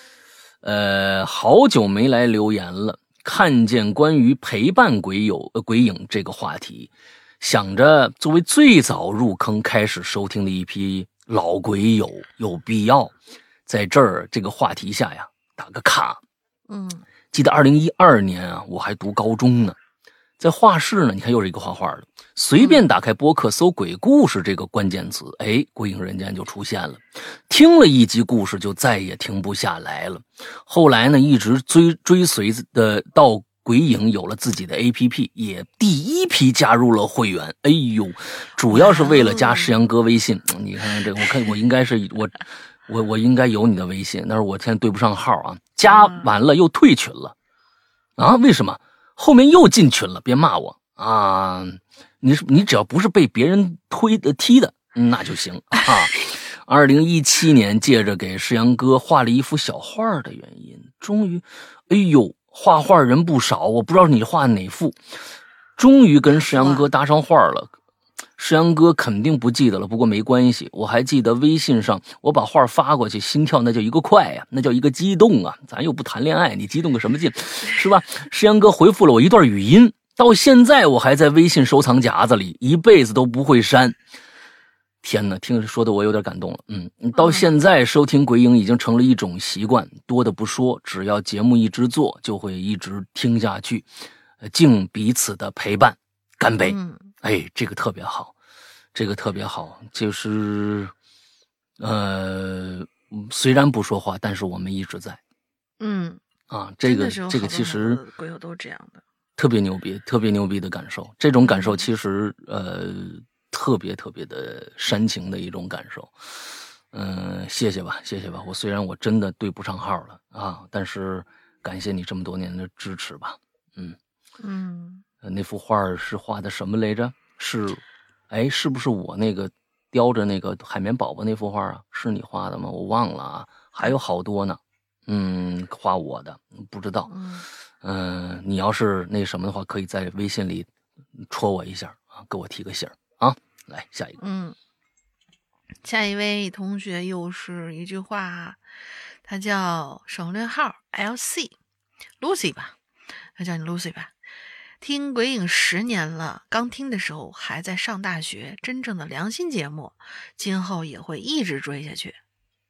好久没来留言了，看见关于陪伴鬼影这个话题，想着作为最早入坑开始收听的一批老鬼友，有必要在这儿这个话题下呀打个卡。记得2012年啊，我还读高中呢。在画室呢，你看又是一个画画的，随便打开播客搜鬼故事这个关键词，鬼影人间就出现了。听了一集故事就再也停不下来了。后来呢，一直追随的到鬼影有了自己的 APP， 也第一批加入了会员。哎呦，主要是为了加石阳哥微信。你看看这个，我应该是我应该有你的微信，但是我现在对不上号啊。加完了又退群了啊？为什么？后面又进群了，别骂我啊！你只要不是被别人踢的，那就行 2017年借着给世阳哥画了一幅小画的原因，终于，哎呦，画画人不少，我不知道你画哪幅，终于跟世阳哥搭上话了。世阳哥肯定不记得了，不过没关系，我还记得微信上我把画发过去，心跳那叫一个快呀，那叫一个激动啊！咱又不谈恋爱，你激动个什么劲，是吧？世阳哥回复了我一段语音，到现在我还在微信收藏夹子里，一辈子都不会删。天哪，听着说的我有点感动了。到现在收听鬼影已经成了一种习惯，多的不说，只要节目一直做，就会一直听下去，敬彼此的陪伴，干杯！哎，这个特别好，这个特别好，就是虽然不说话，但是我们一直在。这个其实鬼友都这样的， 特别牛逼，特别牛逼的感受。这种感受其实特别特别的煽情的一种感受。谢谢吧，谢谢吧。虽然我真的对不上号了啊，但是感谢你这么多年的支持吧。那幅画是画的什么来着？是不是我那个雕着那个海绵宝宝那幅画啊？是你画的吗？我忘了啊，还有好多呢。画我的不知道。你要是那什么的话，可以在微信里戳我一下啊，给我提个醒啊。来下一个。 下一位同学又是一句话，他叫省略号 LC Lucy 吧，他叫你 Lucy 吧。听鬼影10年了，刚听的时候还在上大学，真正的良心节目，今后也会一直追下去。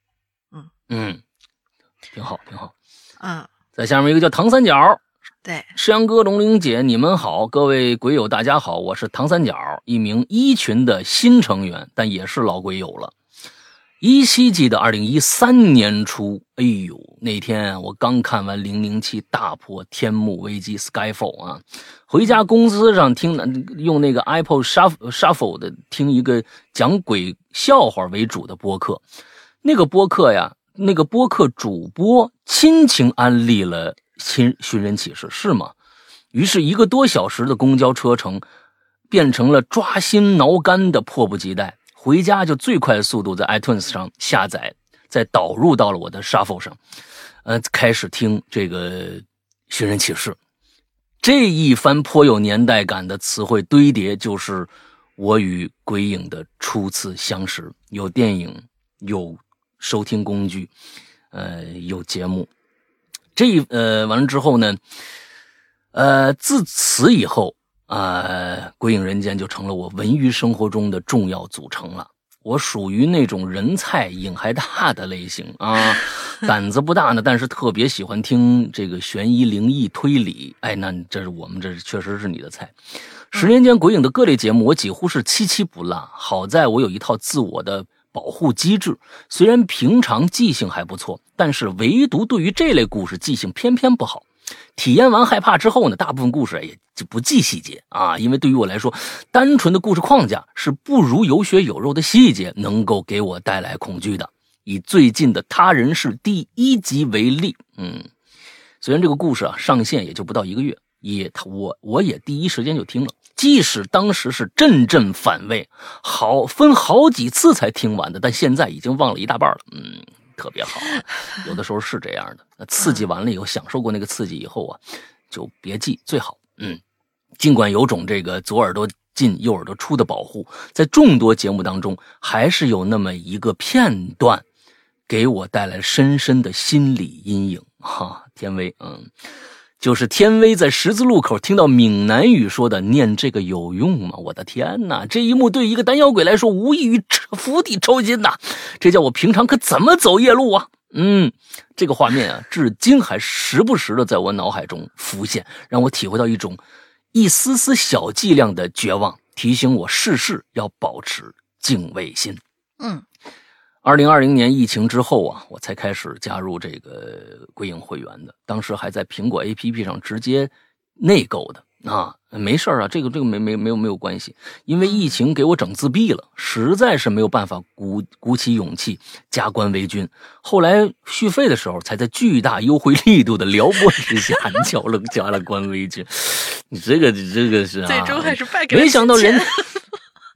挺好挺好。在下面一个叫唐三角。 对， 世阳哥、龙玲姐，你们好，各位鬼友大家好，我是唐三角，一名一群的新成员，但也是老鬼友了。依稀记得2013年初，哎呦，那天我刚看完007大破天幕危机 Skyfall 啊，回家公司上用那个 Apple Shuffle 的听一个讲鬼笑话为主的播客，那个播客主播亲情安利了寻人启事，是吗？于是1个多小时的公交车程变成了抓心挠肝的迫不及待，回家就最快速度在 iTunes 上下载，再导入到了我的 Shuffle 上，开始听这个寻人启事。这一番颇有年代感的词汇堆叠，就是我与鬼影的初次相识，有电影，有收听工具，有节目。完了之后呢，自此以后鬼影人间就成了我文娱生活中的重要组成了。我属于那种人菜瘾还大的类型啊，胆子不大呢，但是特别喜欢听这个悬疑、灵异、推理。哎，那这确实是你的菜。10年间鬼影的各类节目，我几乎是期期不落。好在我有一套自我的保护机制，虽然平常记性还不错，但是唯独对于这类故事记性偏偏不好。体验完害怕之后呢，大部分故事也就不记细节啊，因为对于我来说，单纯的故事框架是不如有血有肉的细节能够给我带来恐惧的。以最近的他人是第1集为例，虽然这个故事上线也就不到1个月，我也第一时间就听了，即使当时是阵阵反胃，分好几次才听完的，但现在已经忘了一大半了。特别好，有的时候是这样的。刺激完了以后，享受过那个刺激以后就别记最好。尽管有种这个左耳朵进右耳朵出的保护，在众多节目当中，还是有那么一个片段，给我带来深深的心理阴影。天威，就是天威在十字路口听到闽南语说的"念这个有用吗"，我的天哪！这一幕对一个胆小鬼来说无异于釜底抽薪呐！这叫我平常可怎么走夜路啊？这个画面至今还时不时的在我脑海中浮现，让我体会到一丝丝小剂量的绝望，提醒我事事要保持敬畏心。2020年疫情之后我才开始加入这个鬼影会员的，当时还在苹果 APP 上直接内购的没事这个没有关系，因为疫情给我整自闭了，实在是没有办法鼓起勇气加官为军。后来续费的时候，才在巨大优惠力度的撩拨之下，加了官为军。你这个是最终还是败给了没想到人。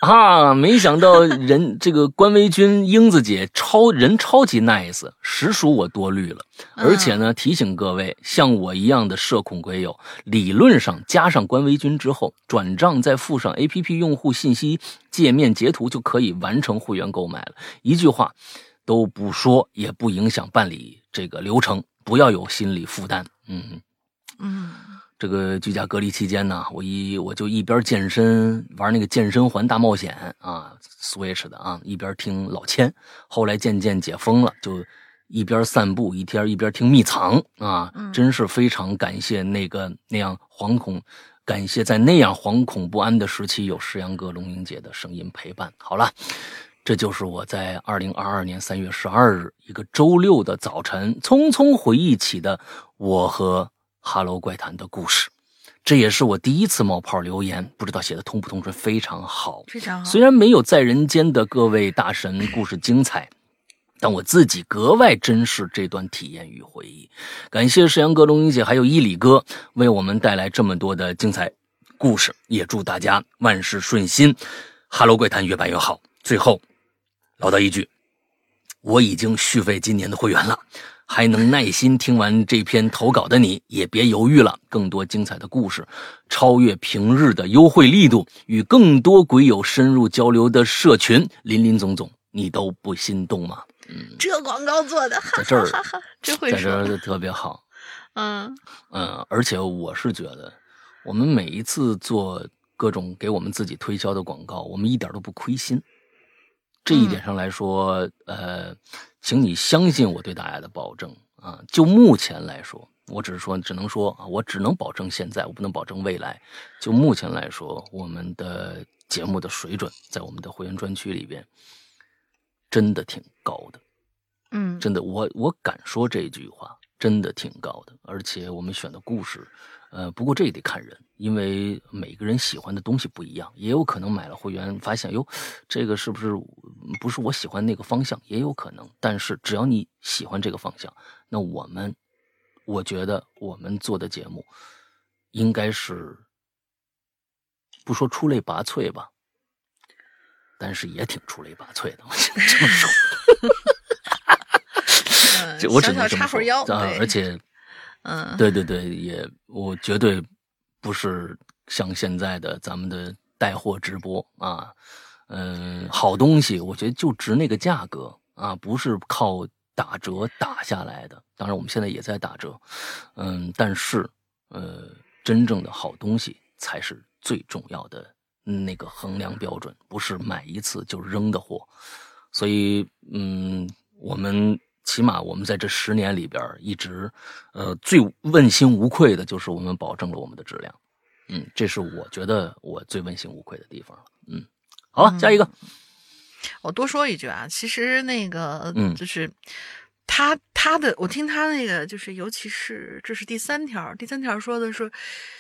啊，没想到这个官微君英子姐超级 nice， 实属我多虑了。而且呢，提醒各位，像我一样的社恐鬼友，理论上加上官微君之后，转账再附上 APP 用户信息界面截图就可以完成会员购买了。一句话都不说，也不影响办理这个流程，不要有心理负担。这个居家隔离期间呢，我就一边健身玩那个健身环大冒险啊 ，Switch 的啊，一边听老千。后来渐渐解封了，就一边散步一边听密藏啊，真是非常感谢那样惶恐，感谢在那样惶恐不安的时期有石阳哥、龙英姐的声音陪伴。好了，这就是我在2022年3月12日一个周六的早晨匆匆回忆起的我和哈喽怪谈的故事。这也是我第一次冒泡留言，不知道写的通不通顺，非常好， 非常好。 虽然没有在人间的各位大神故事精彩，但我自己格外珍视这段体验与回忆。感谢石阳哥、龙英姐还有伊里哥为我们带来这么多的精彩故事，也祝大家万事顺心，哈喽怪谈越办越好。最后唠叨一句，我已经续费今年的会员了，还能耐心听完这篇投稿的你，也别犹豫了，更多精彩的故事，超越平日的优惠力度，与更多鬼友深入交流的社群，林林总总，你都不心动吗？ 这广告做的， 在这儿， 真会说， 在这儿特别好。而且我是觉得，我们每一次做各种给我们自己推销的广告，我们一点都不亏心。这一点上来说，请你相信我对大家的保证啊。就目前来说，我只能说啊，我只能保证现在，我不能保证未来。就目前来说，我们的节目的水准在我们的会员专区里边真的挺高的。真的，我敢说这句话，真的挺高的。而且我们选的故事，不过这也得看人，因为每个人喜欢的东西不一样，也有可能买了会员发现，哟，这个是不是我喜欢那个方向，也有可能。但是只要你喜欢这个方向，那我觉得我们做的节目应该是不说出类拔萃吧，但是也挺出类拔萃的，我这么说。我只能这么说啊，而且，对，我绝对不是像现在的咱们的带货直播啊，好东西我觉得就值那个价格啊，不是靠打折打下来的。当然我们现在也在打折，但是真正的好东西才是最重要的那个衡量标准，不是买一次就扔的货。所以起码我们在这10年里边一直最问心无愧的就是我们保证了我们的质量。这是我觉得我最问心无愧的地方了。好了，下一个。 我多说一句啊，其实那个就是他的，我听他那个就是尤其是这是第三条说的是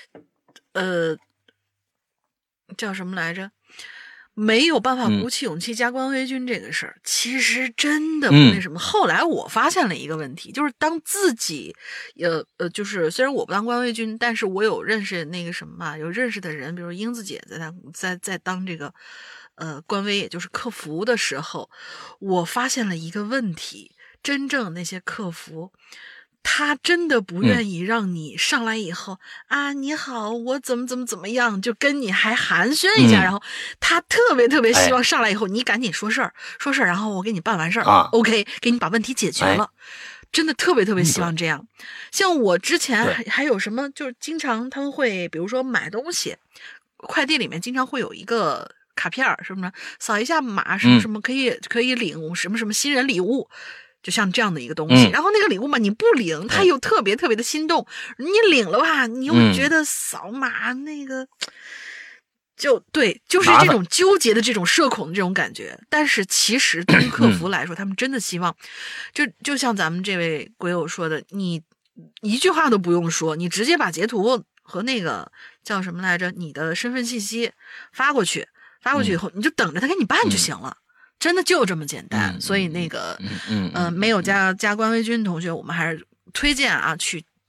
叫什么来着，没有办法鼓起勇气加官微君这个事儿，其实真的不那什么。后来我发现了一个问题，就是当自己就是虽然我不当官微君，但是我有认识那个什么嘛，有认识的人，比如英子姐在当这个官微，也就是客服的时候，我发现了一个问题，真正那些客服他真的不愿意让你上来以后啊，你好，我怎么样，就跟你还寒暄一下，然后他特别希望上来以后你赶紧说事儿，然后我给你办完事儿，OK， 给你把问题解决了。真的特别希望这样。像我之前还有什么，就是经常他们会比如说买东西，快递里面经常会有一个卡片，什么扫一下码什么可以领什么新人礼物，就像这样的一个东西。然后那个礼物嘛，你不领他又特别的心动，你领了吧你又觉得扫码那个就对，就是这种纠结的这种社恐的这种感觉。但是其实对于客服来说他们真的希望就像咱们这位鬼友说的，你一句话都不用说，你直接把截图和那个叫什么来着，你的身份信息发过去以后，你就等着他给你办就行了。真的就这么简单。所以那个没有加官微君的同学，我们还是推荐啊去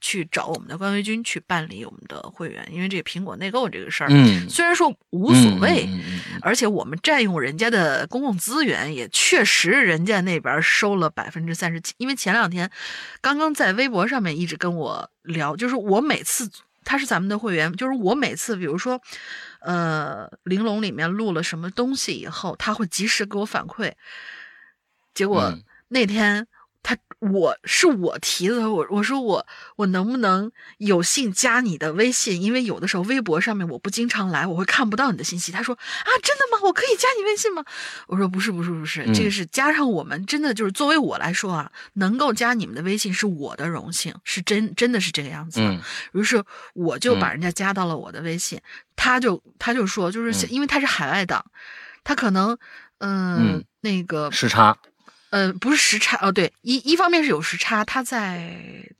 去找我们的官微君去办理我们的会员，因为这个苹果内购这个事儿，虽然说无所谓，而且我们占用人家的公共资源，也确实人家那边收了37%。因为前2天刚刚在微博上面一直跟我聊，就是我每次他是咱们的会员，就是我每次比如说玲珑里面录了什么东西以后，他会及时给我反馈。结果那天我提的，我说我能不能有幸加你的微信，因为有的时候微博上面我不经常来，我会看不到你的信息。他说啊，真的吗？我可以加你微信吗？我说不是，这个是加上我们真的就是作为我来说啊，能够加你们的微信是我的荣幸，是真的是这个样子的。于是我就把人家加到了我的微信，他就说，就是因为他是海外党，他可能那个时差。 不是时差对，一方面是有时差，他在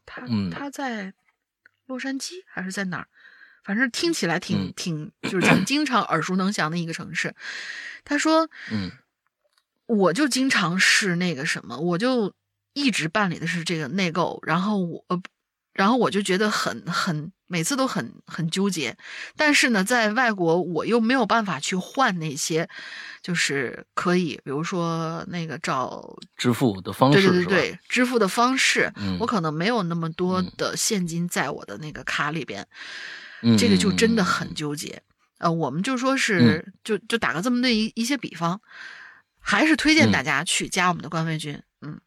洛杉矶还是在哪儿，反正听起来挺就是咱们经常耳熟能详的一个城市。他说，我就经常是那个什么，我就一直办理的是这个内购，然后我就觉得每次都很纠结，但是呢，在外国我又没有办法去换那些，就是可以，比如说那个找支付的方式， 对，支付的方式，我可能没有那么多的现金在我的那个卡里边，这个就真的很纠结。我们就说是，就打个这么的一些比方，还是推荐大家去加我们的官微君，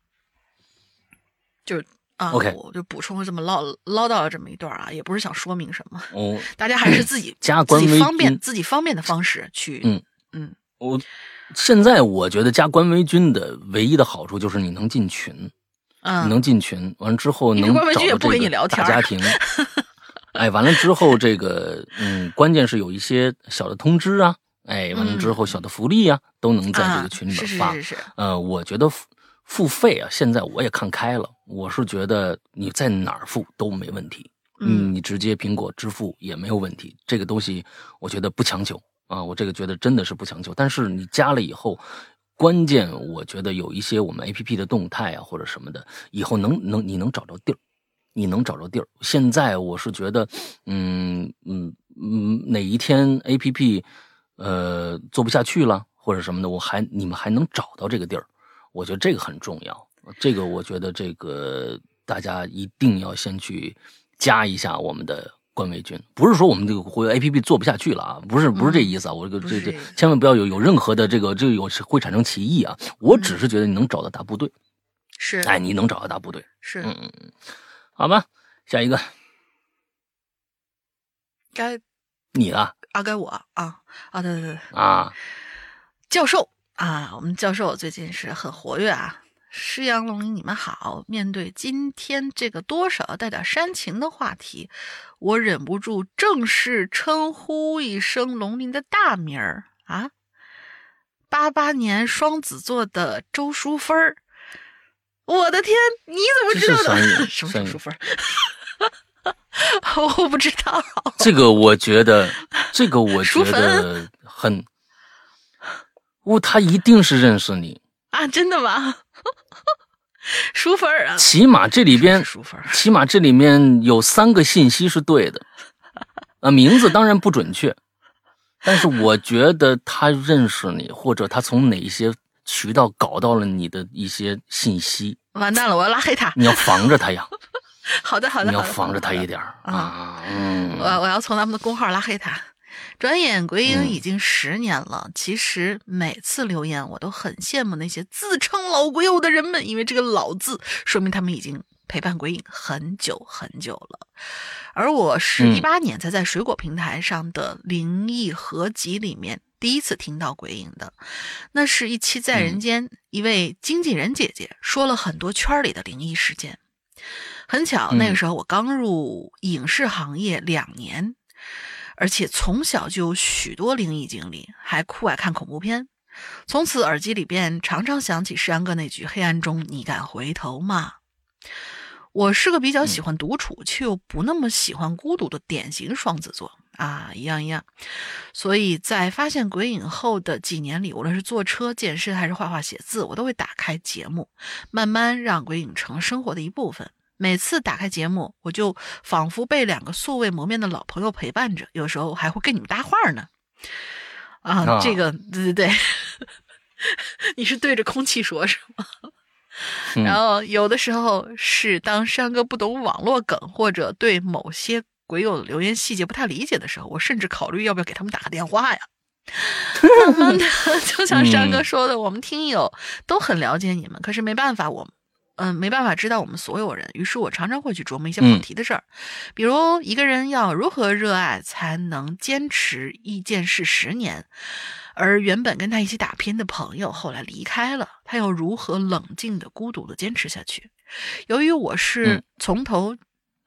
就是。 OK， 我就补充了这么唠叨了这么一段啊，也不是想说明什么，大家还是自己加官微君自己方便的方式去， 现在我觉得加官微君的唯一的好处就是你能进群，你能进群，完了之后能找到这个大家庭，完了之后这个关键是有一些小的通知啊，完了之后小的福利啊，都能在这个群里面发。 是。 我觉得付费啊，现在我也看开了，我是觉得你在哪儿付都没问题，你直接苹果支付也没有问题，这个东西我觉得不强求啊，我这个觉得真的是不强求。但是你加了以后，关键我觉得有一些我们 APP 的动态啊或者什么的，以后你能找着地儿，现在我是觉得，哪一天 APP 做不下去了或者什么的，你们还能找到这个地儿。我觉得这个很重要，这个我觉得这个大家一定要先去加一下我们的官微君，不是说我们这个APP 做不下去了啊，不是这意思啊，我这千万不要有任何的这个会产生歧义啊，我只是觉得你能找到大部队， 是， 你能找到大部队， 是， 好吧，下一个， 该你了啊，该我啊，对啊， 教授。我们教授最近是很活跃啊。施阳龙吟，你们好。面对今天这个多少带点煽情的话题，我忍不住正式称呼一声龙鳞的大名儿啊！88年双子座的周淑芬儿，我的天，你怎么知道的？什么周淑芬儿？我不知道。 这个我觉得很。他一定是认识你啊！真的吗？淑芬啊， 起码这里面有3个信息是对的，名字当然不准确，但是我觉得他认识你，或者他从哪一些渠道搞到了你的一些信息。 完蛋了，我要拉黑他。 你要防着他呀。 好的， 你要防着他一点啊。 我要从咱们的公号拉黑他。转眼鬼影已经10年了，其实每次留言我都很羡慕那些自称老鬼友的人们，因为这个老字说明他们已经陪伴鬼影很久很久了。而我是18年才在水果平台上的灵异合集里面第一次听到鬼影的，那是一期在人间，一位经纪人姐姐说了很多圈里的灵异事件。很巧，那个时候我刚入影视行业2年，而且从小就有许多灵异经历，还酷爱看恐怖片。从此耳机里边常常响起诗阳哥那句黑暗中你敢回头吗？我是个比较喜欢独处却又不那么喜欢孤独的典型双子座啊，一样。所以在发现鬼影后的几年里，无论是坐车、健身还是画画写字，我都会打开节目，慢慢让鬼影成了生活的一部分。 每次打开节目，我就仿佛被2个素未谋面的老朋友陪伴着，有时候还会跟你们搭话呢。这个对你是对着空气说是吗？然后有的时候是当山哥不懂网络梗，或者对某些鬼友留言细节不太理解的时候，我甚至考虑要不要给他们打个电话呀。慢慢的，就像山哥说的，我们听友都很了解你们，可是没办法，没办法知道我们所有人，于是我常常会去琢磨一些跑题的事儿，比如一个人要如何热爱才能坚持一件事10年，而原本跟他一起打拼的朋友后来离开了，他要如何冷静的孤独的坚持下去。由于我是从头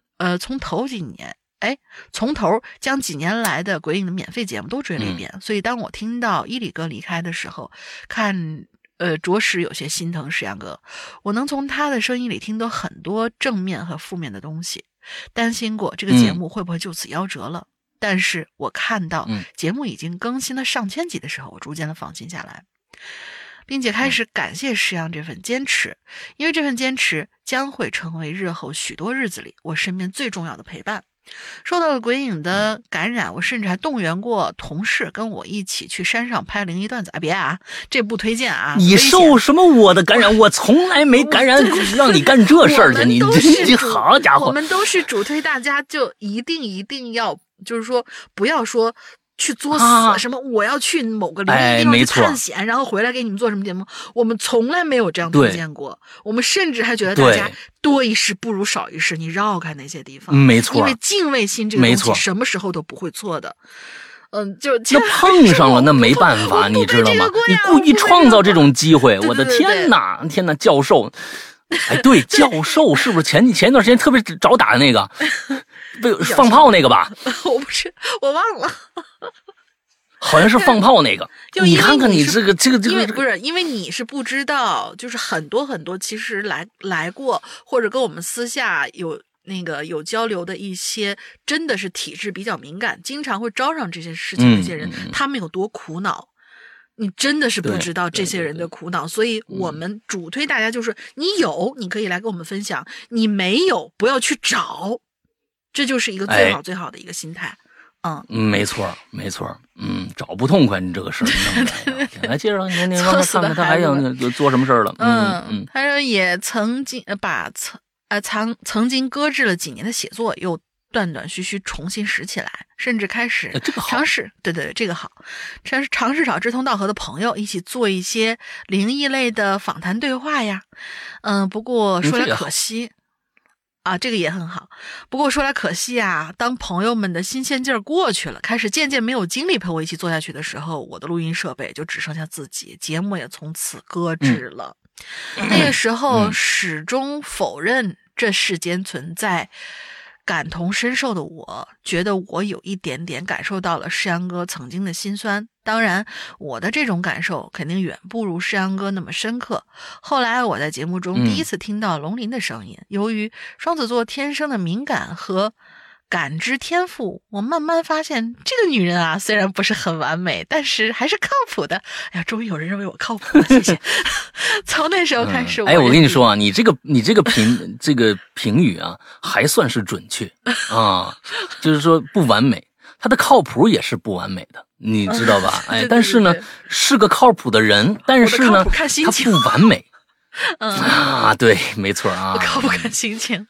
将几年来的鬼影的免费节目都追了一遍，所以当我听到伊里哥离开的时候，着实有些心疼石阳哥。我能从他的声音里听到很多正面和负面的东西，担心过这个节目会不会就此夭折了。但是我看到节目已经更新了上千集的时候，我逐渐的放心下来，并且开始感谢石阳这份坚持，因为这份坚持将会成为日后许多日子里我身边最重要的陪伴。受到了鬼影的感染，我甚至还动员过同事跟我一起去山上拍灵异段子。别这不推荐啊！ 你受什么我的感染？我从来没感染让你干这事儿去。你好家伙！ 我们都是主推大家就一定要，就是说不要说去作死什么我要去某个灵异地方去探险，然后回来给你们做什么节目，我们从来没有这样推荐过。我们甚至还觉得大家多一事不如少一事，你绕开那些地方， 没错， 因为敬畏心这个东西什么时候都不会错的。就那碰上了那没办法，你知道吗？你故意创造这种机会，我的天哪！教授，对，教授是不是前一段时间特别找打的那个？被放炮那个吧？ 我忘了， 好像是放炮那个。你看看你这个， 不是因为你是不知道，就是很多其实来过或者跟我们私下有交流的一些，真的是体质比较敏感，经常会招上这些事情的这些人，他们有多苦恼。你真的是不知道这些人的苦恼，所以我们主推大家就是你有，你可以来跟我们分享；你没有，不要去找。这就是一个最好的一个心态。 没错，找不痛快你这个事儿。来接着，你看看他还想做什么事儿了？ 他说也曾经曾经搁置了几年的写作，又断断续续重新拾起来，甚至开始尝试，对，这个好，尝试找志同道合的朋友一起做一些灵异类的访谈对话呀。不过说来可惜。这个也很好，不过说来可惜啊，当朋友们的新鲜劲儿过去了，开始渐渐没有精力陪我一起做下去的时候，我的录音设备就只剩下自己，节目也从此搁置了。那个时候始终否认这世间存在，感同身受的我觉得我有一点点感受到了世阳哥曾经的辛酸，当然我的这种感受肯定远不如世阳哥那么深刻。后来我在节目中第一次听到龙鳞的声音，由于双子座天生的敏感和感知天赋，我慢慢发现这个女人啊，虽然不是很完美，但是还是靠谱的。哎呀，终于有人认为我靠谱了，谢谢。从那时候开始， 我跟你说啊，你这个评语啊，还算是准确啊，就是说不完美，他的靠谱也是不完美的，你知道吧？ 对， 但是呢，是个靠谱的人，但是呢，他不完美。对，没错啊， 我靠谱看心情。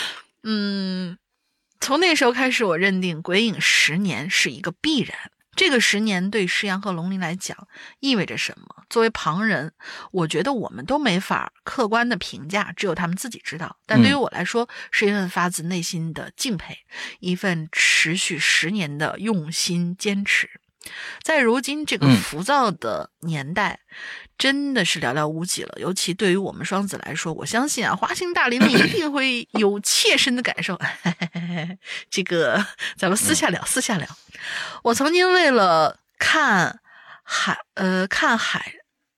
从那时候开始，我认定鬼影10年是一个必然。这个10年对石阳和龙鳞来讲意味着什么？作为旁人，我觉得我们都没法客观的评价，只有他们自己知道。但对于我来说，是一份发自内心的敬佩，一份持续10年的用心坚持。在如今这个浮躁的年代，真的是寥寥无几了。尤其对于我们双子来说，我相信啊，华星大林一定会有切身的感受。这个咱们私下聊。我曾经为了看海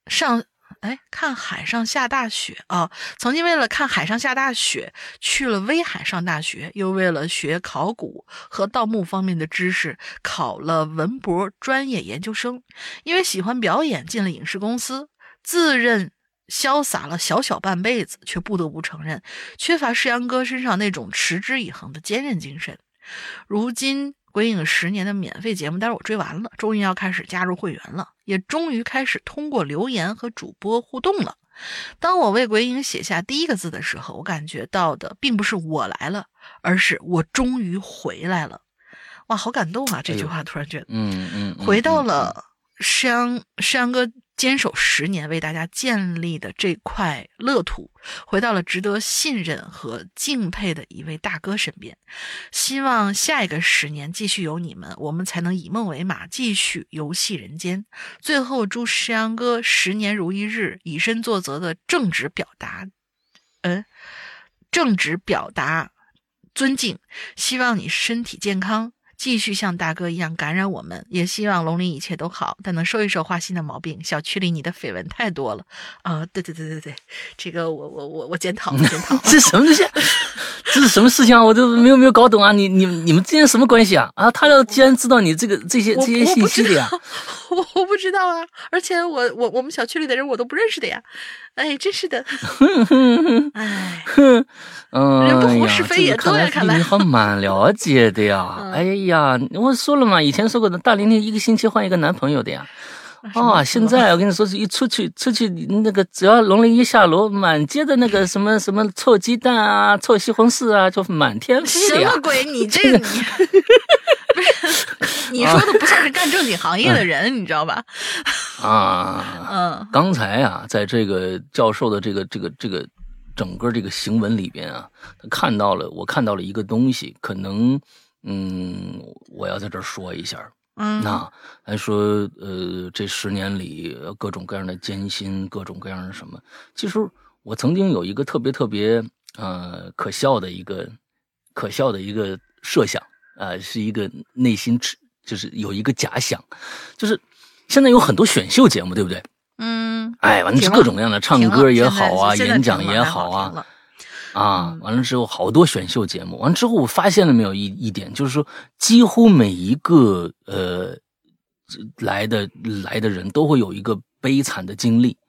上下大雪啊！曾经为了看海上下大雪，去了威海上大学，又为了学考古和盗墓方面的知识，考了文博专业研究生。因为喜欢表演，进了影视公司，自认潇洒了小半辈子，却不得不承认，缺乏世阳哥身上那种持之以恒的坚韧精神。如今鬼影10年的免费节目，待会儿我追完了，终于要开始加入会员了，也终于开始通过留言和主播互动了。当我为鬼影写下第一个字的时候，我感觉到的并不是我来了，而是我终于回来了。哇，好感动啊！这句话突然觉得，回到了世阳哥坚守10年为大家建立的这块乐土，回到了值得信任和敬佩的一位大哥身边。希望下一个10年继续有你们，我们才能以梦为马，继续游戏人间。最后祝世阳哥10年如一日，以身作则的正直表达尊敬。希望你身体健康，继续像大哥一样感染我们，也希望龙鳞一切都好，但能收一收花心的毛病。小区里你的绯闻太多了啊！对，这个我检讨。 这什么东西？这是什么事情啊？我都没有搞懂啊！你们之间什么关系啊？啊，他既然知道你这些信息的呀， 我不知道啊！而且我们小区里的人我都不认识的呀！哎，真是的，哎，人不红是非也多呀！看来你还蛮了解的呀！哎呀，我说了嘛，以前说过的，大玲玲1个星期换一个男朋友的呀。啊！现在我跟你说，一出去那个，只要龙鳞一下楼，满街的那个什么臭鸡蛋啊、臭西红柿啊，就满天飞的呀。 什么鬼？你这个你不是你说的不像是干正经行业的人，你知道吧？ 刚才啊，在这个教授的这个整个这个行文里边啊，我看到了一个东西，可能我要在这儿说一下。那来说，这10年里各种各样的艰辛，各种各样的什么。其实我曾经有一个特别可笑的一个设想是一个内心就是有一个假想，就是现在有很多选秀节目，对不对？完了各种各样的唱歌也好啊，演讲也好啊。完了之后好多选秀节目，完了之后我发现了没有一点，就是说几乎每一个来的人都会有一个悲惨的经历，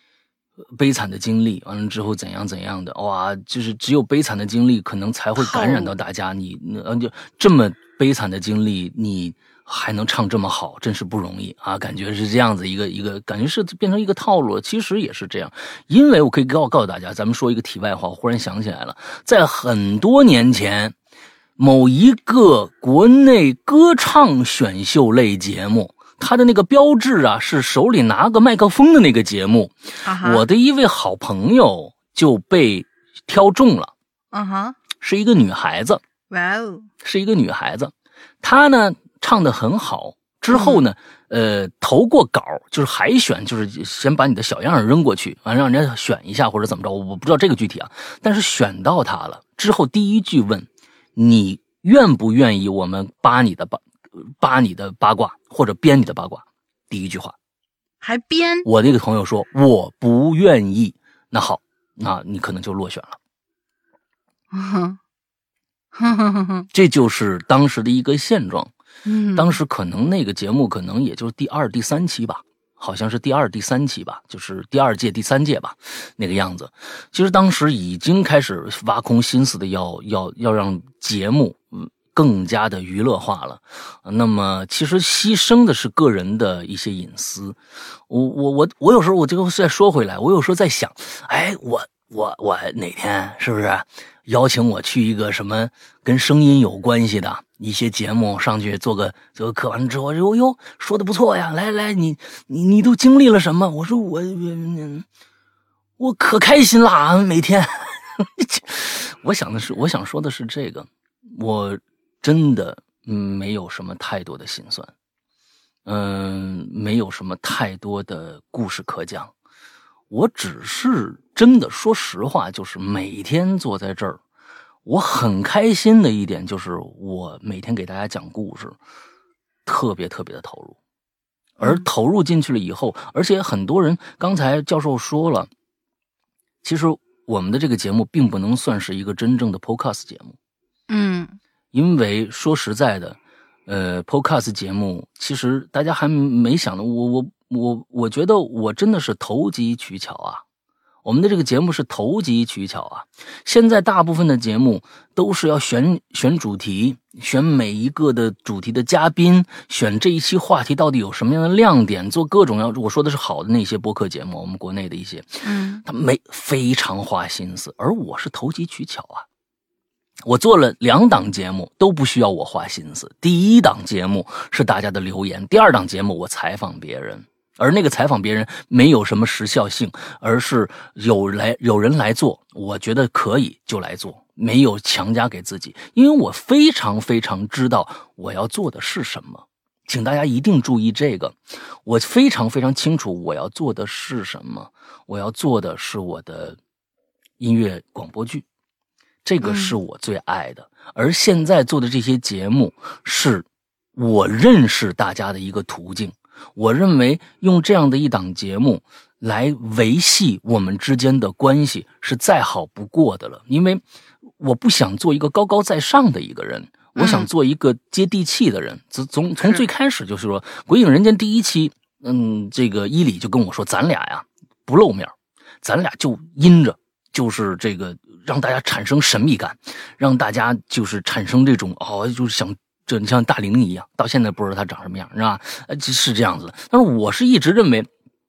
完了之后怎样的，哇，就是只有悲惨的经历可能才会感染到大家。你就这么悲惨的经历，你还能唱这么好，真是不容易啊！感觉是这样子一个感觉是变成一个套路了。其实也是这样，因为我可以告诉大家，咱们说一个题外话，我忽然想起来了，在很多年前，某一个国内歌唱选秀类节目，它的那个标志啊，是手里拿个麦克风的那个节目。我的一位好朋友就被挑中了。是一个女孩子。 哇哦， 是一个女孩子，她呢唱得很好，之后呢，投过稿，就是海选，就是先把你的小样扔过去，完让人家选一下或者怎么着，我不知道这个具体啊。但是选到她了之后，第一句问你愿不愿意我们扒你的八卦或者编你的八卦，第一句话还编。 我那个朋友说我不愿意，那好，那你可能就落选了。这就是当时的一个现状。当时可能那个节目可能也就是第2、第3期吧，好像是第2、第3期吧，就是第2届、第3届吧，那个样子。其实当时已经开始挖空心思的要让节目更加的娱乐化了。那么其实牺牲的是个人的一些隐私。我有时候我就再说回来，我有时候在想，哎，我哪天是不是邀请我去一个什么跟声音有关系的一些节目，上去做个课，完了之后，哟，说的不错呀，来，你都经历了什么？我说我可开心啦，每天。我想说的是这个，我真的没有什么太多的心酸，没有什么太多的故事可讲。我只是真的说实话，就是每天坐在这儿，我很开心的一点就是我每天给大家讲故事，特别的投入。而投入进去了以后，而且很多人刚才教授说了，其实我们的这个节目并不能算是一个真正的 podcast 节目。因为说实在的podcast 节目其实大家还没想到，我觉得我真的是投机取巧啊。 我们的这个节目是投机取巧啊。现在大部分的节目都是要选主题，选每一个的主题的嘉宾，选这一期话题到底有什么样的亮点，做各种我说的是好的那些播客节目，我们国内的一些，他非常花心思，而我是投机取巧啊。我做了2档节目都不需要我花心思，第1档节目是大家的留言，第2档节目我采访别人。而那个采访别人没有什么时效性，而是有人来做，我觉得可以就来做，没有强加给自己，因为我非常非常知道我要做的是什么。请大家一定注意这个，我非常非常清楚我要做的是什么。我要做的是我的音乐广播剧，这个是我最爱的。而现在做的这些节目是我认识大家的一个途径。我认为用这样的一档节目来维系我们之间的关系是再好不过的了，因为我不想做一个高高在上的一个人，我想做一个接地气的人。从最开始就是说《鬼影人间》第1期，这个伊里就跟我说，咱俩呀不露面，咱俩就阴着，就是这个让大家产生神秘感，让大家就是产生这种就是想。这你像大玲一样，到现在不知道他长什么样，是吧？是这样子的。但是我是一直认为，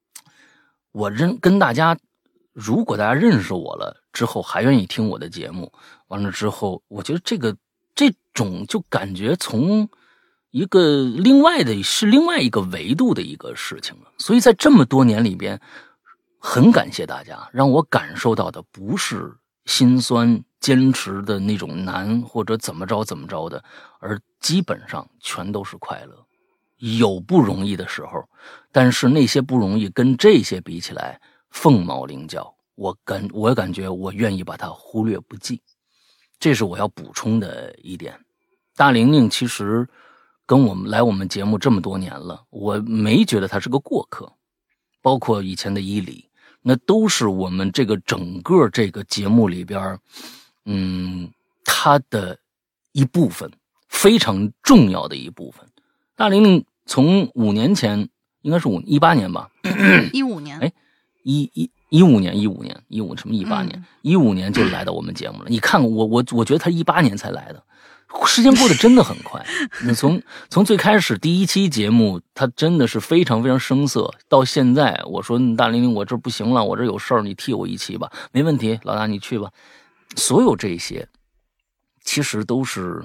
跟大家，如果大家认识我了之后，还愿意听我的节目，完了之后，我觉得这种就感觉从一个另外一个维度的一个事情了。所以在这么多年里边，很感谢大家，让我感受到的不是心酸坚持的那种难或者怎么着的，而基本上全都是快乐。有不容易的时候，但是那些不容易跟这些比起来凤毛麟角，我感觉我愿意把它忽略不计。这是我要补充的一点。大玲玲其实跟我们节目这么多年了，我没觉得她是个过客，包括以前的伊里，那都是我们这个整个这个节目里边他的一部分，非常重要的一部分。大玲玲从5年前，应该是18年吧 ，15年， 哎，15年什么18年，15年就来到我们节目了。你看我觉得他18年才来的，时间过得真的很快。那从最开始第1期节目，他真的是非常非常生涩，到现在我说大玲玲，我这不行了，我这有事儿，你替我1期吧，没问题，老大你去吧。所有这些其实都是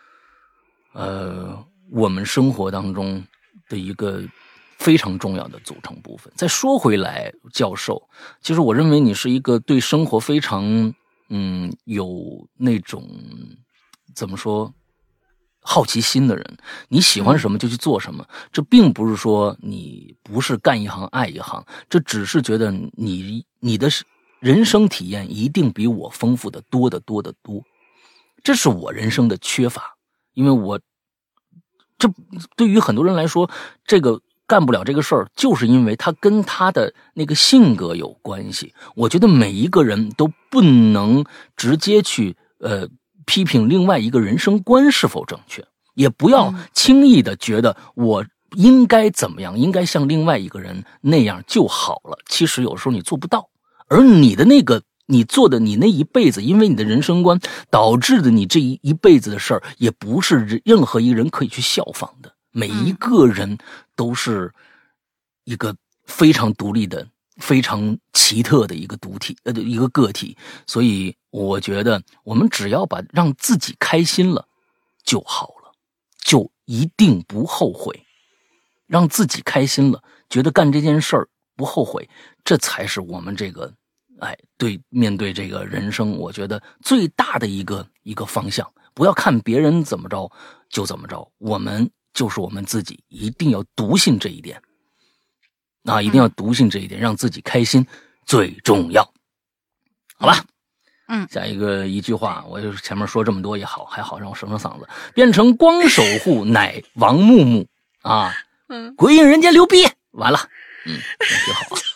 我们生活当中的一个非常重要的组成部分。再说回来，教授，其实我认为你是一个对生活非常有那种怎么说好奇心的人，你喜欢什么就去做什么，这并不是说你不是干一行爱一行，这只是觉得你的人生体验一定比我丰富的多得多得多，这是我人生的缺乏。因为这对于很多人来说，这个干不了这个事儿，就是因为他跟他的那个性格有关系。我觉得每一个人都不能直接去批评另外一个人生观是否正确，也不要轻易的觉得我应该怎么样，应该像另外一个人那样就好了。其实有时候你做不到，而你的那个你做的你那一辈子，因为你的人生观导致的你这一辈子的事儿，也不是任何一个人可以去效仿的。每一个人都是一个非常独立的、非常奇特的一个一个个体。所以我觉得我们只要让自己开心了就好了，就一定不后悔。让自己开心了，觉得干这件事儿不后悔，这才是我们这个面对这个人生，我觉得最大的一个方向。不要看别人怎么着就怎么着，我们就是我们自己，一定要笃信这一点一定要笃信这一点，让自己开心最重要，好吧？下一句话，我就是前面说这么多也好，还好让我省省嗓子。变成光守护乃王木木啊，鬼影人间牛逼，完了，挺好啊。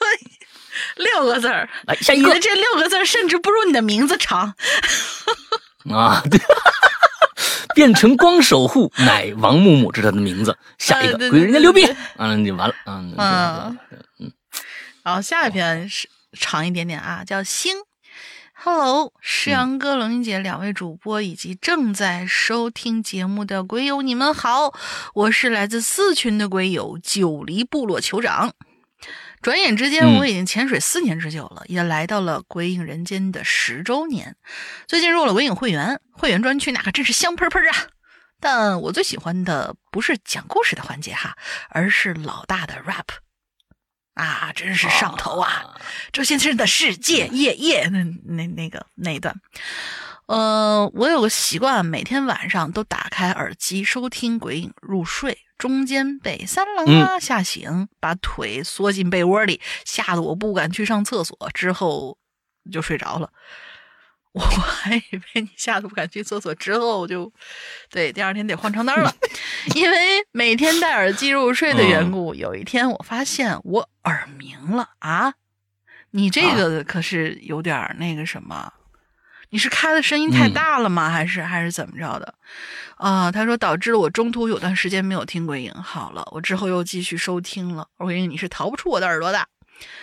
6个字儿， 来下一个。 你的这6个字儿甚至不如你的名字长对，变成光守护乃王木木，这是他的名字。下一个，鬼人家牛逼，你完了， 然后下一篇长一点点啊，叫星。Hello， 诗阳哥、龙玲姐两位主播以及正在收听节目的鬼友，你们好，我是来自4群的鬼友九黎部落酋长。转眼之间，我已经潜水4年之久了，也来到了鬼影人间的10周年。最近入了鬼影会员专区，那可真是香喷喷啊！但我最喜欢的不是讲故事的环节哈，而是老大的 rap。啊，真是上头啊！周先生的世界，那一段，我有个习惯，每天晚上都打开耳机收听鬼影入睡，中间被三郎吓醒，把腿缩进被窝里，吓得我不敢去上厕所，之后就睡着了。我还以为你吓得不敢去厕所之后就，对，第二天得换床单了，因为每天戴耳机入睡的缘故，有一天我发现我耳鸣了啊！你这个可是有点那个什么，你是开的声音太大了吗？还是怎么着的？他说导致了我中途有段时间没有听鬼影，好了，我之后又继续收听了。我以为你是逃不出我的耳朵的。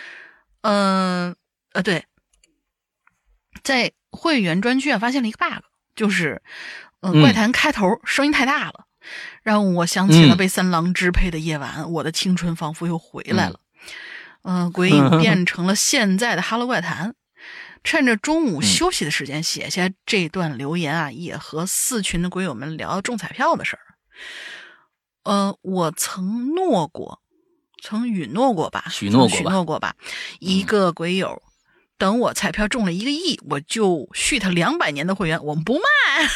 对，在会员专区发现了一个 bug， 就是怪谈开头声音太大了，让我想起了被三郎支配的夜晚，我的青春仿佛又回来了。鬼影变成了现在的哈喽怪谈。趁着中午休息的时间写下这段留言啊，也和4群的鬼友们聊中彩票的事儿。我曾允诺过吧，一个鬼友，等我彩票中了1个亿，我就续他200年的会员，我们不卖。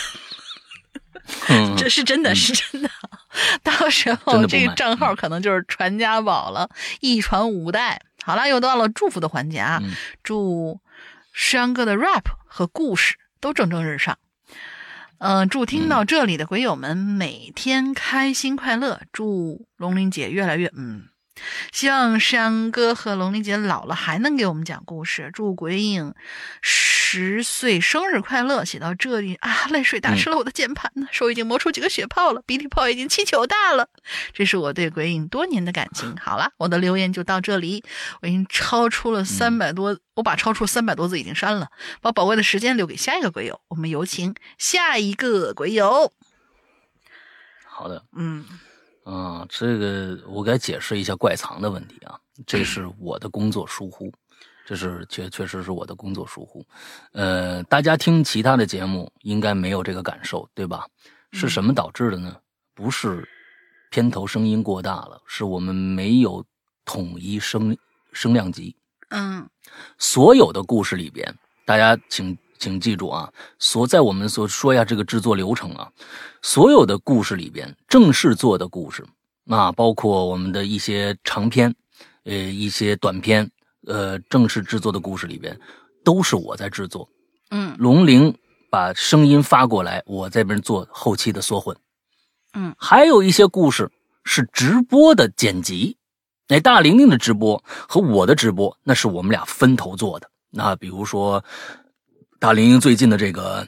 这是真的，是真的。到时候这个账号可能就是传家宝了，一传5代。好了，又到了祝福的环节啊！祝诗阳哥的 rap 和故事都蒸蒸日上。祝听到这里的鬼友们每天开心快乐。祝龙玲姐越来越希望诗阳哥和龙玲姐老了还能给我们讲故事。祝鬼影10岁生日快乐。写到这里啊，泪水打湿了我的键盘呢，手已经磨出几个血泡了，鼻涕泡已经气球大了。这是我对鬼影多年的感情。好了，我的留言就到这里，我已经超出了300多，我把超出300多字已经删了，把宝贵的时间留给下一个鬼友。我们有请下一个鬼友。 好的，这个我该解释一下怪藏的问题啊，这是我的工作疏忽，这是确实是我的工作疏忽。大家听其他的节目应该没有这个感受，对吧？是什么导致的呢？不是片头声音过大了，是我们没有统一声量级。所有的故事里边，大家请记住啊，在我们所说一下这个制作流程啊，所有的故事里边，正式做的故事，包括我们的一些长篇，一些短篇，正式制作的故事里边，都是我在制作。龙玲把声音发过来，我这边做后期的缩混。还有一些故事是直播的剪辑，大玲玲的直播和我的直播，那是我们俩分头做的。那比如说大玲玲最近的这个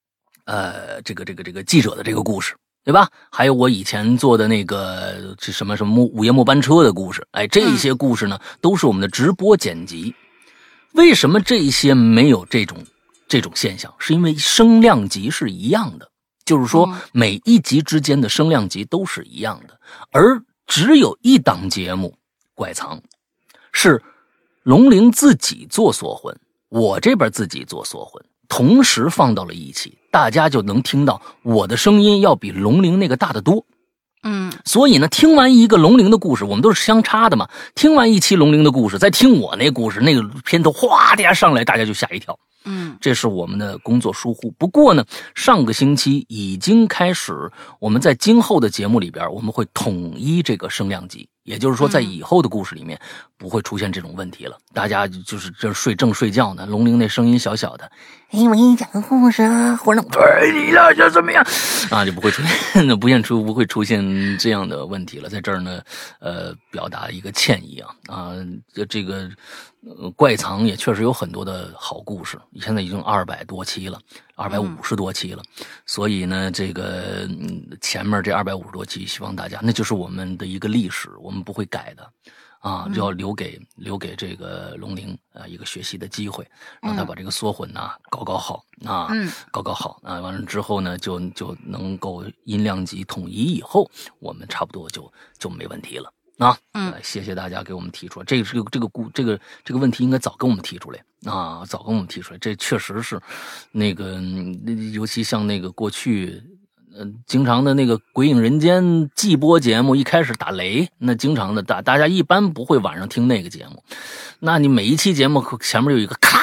记者的这个故事，对吧？还有我以前做的那个什么午夜末班车的故事，这些故事呢都是我们的直播剪辑。为什么这些没有这种现象？是因为声量级是一样的，就是说每一集之间的声量级都是一样的，而只有一档节目怪藏是龙玲自己做缩混，我这边自己做缩混，同时放到了一起，大家就能听到我的声音要比龙玲那个大得多。所以呢，听完一个龙玲的故事，我们都是相差的嘛。听完一期龙玲的故事，再听我那故事，那个片头哗的上来，大家就吓一跳。这是我们的工作疏忽。不过呢，上个星期已经开始，我们在今后的节目里边，我们会统一这个声量级，也就是说，在以后的故事里面不会出现这种问题了。大家就是这睡觉呢，龙玲那声音小小的，我给你讲个故事啊，或者你了就怎么样啊，就不会出现这样的问题了。在这儿呢，表达一个歉意啊，这个怪藏也确实有很多的好故事，现在已经200多期了，250多期了，所以呢，这个前面这250多期，希望大家，那就是我们的一个历史，我们不会改的啊，就要留给这个龙鳞一个学习的机会，让他把这个缩混呐搞好啊，搞好啊，完了之后呢，就能够音量级统一以后，我们差不多就没问题了啊。谢谢大家给我们提出来，这个问题应该早跟我们提出来啊，早跟我们提出来，这确实是那个，尤其像那个过去。经常的那个《鬼影人间》季播节目一开始打雷，那经常的大家一般不会晚上听那个节目，那你每一期节目前面有一个咔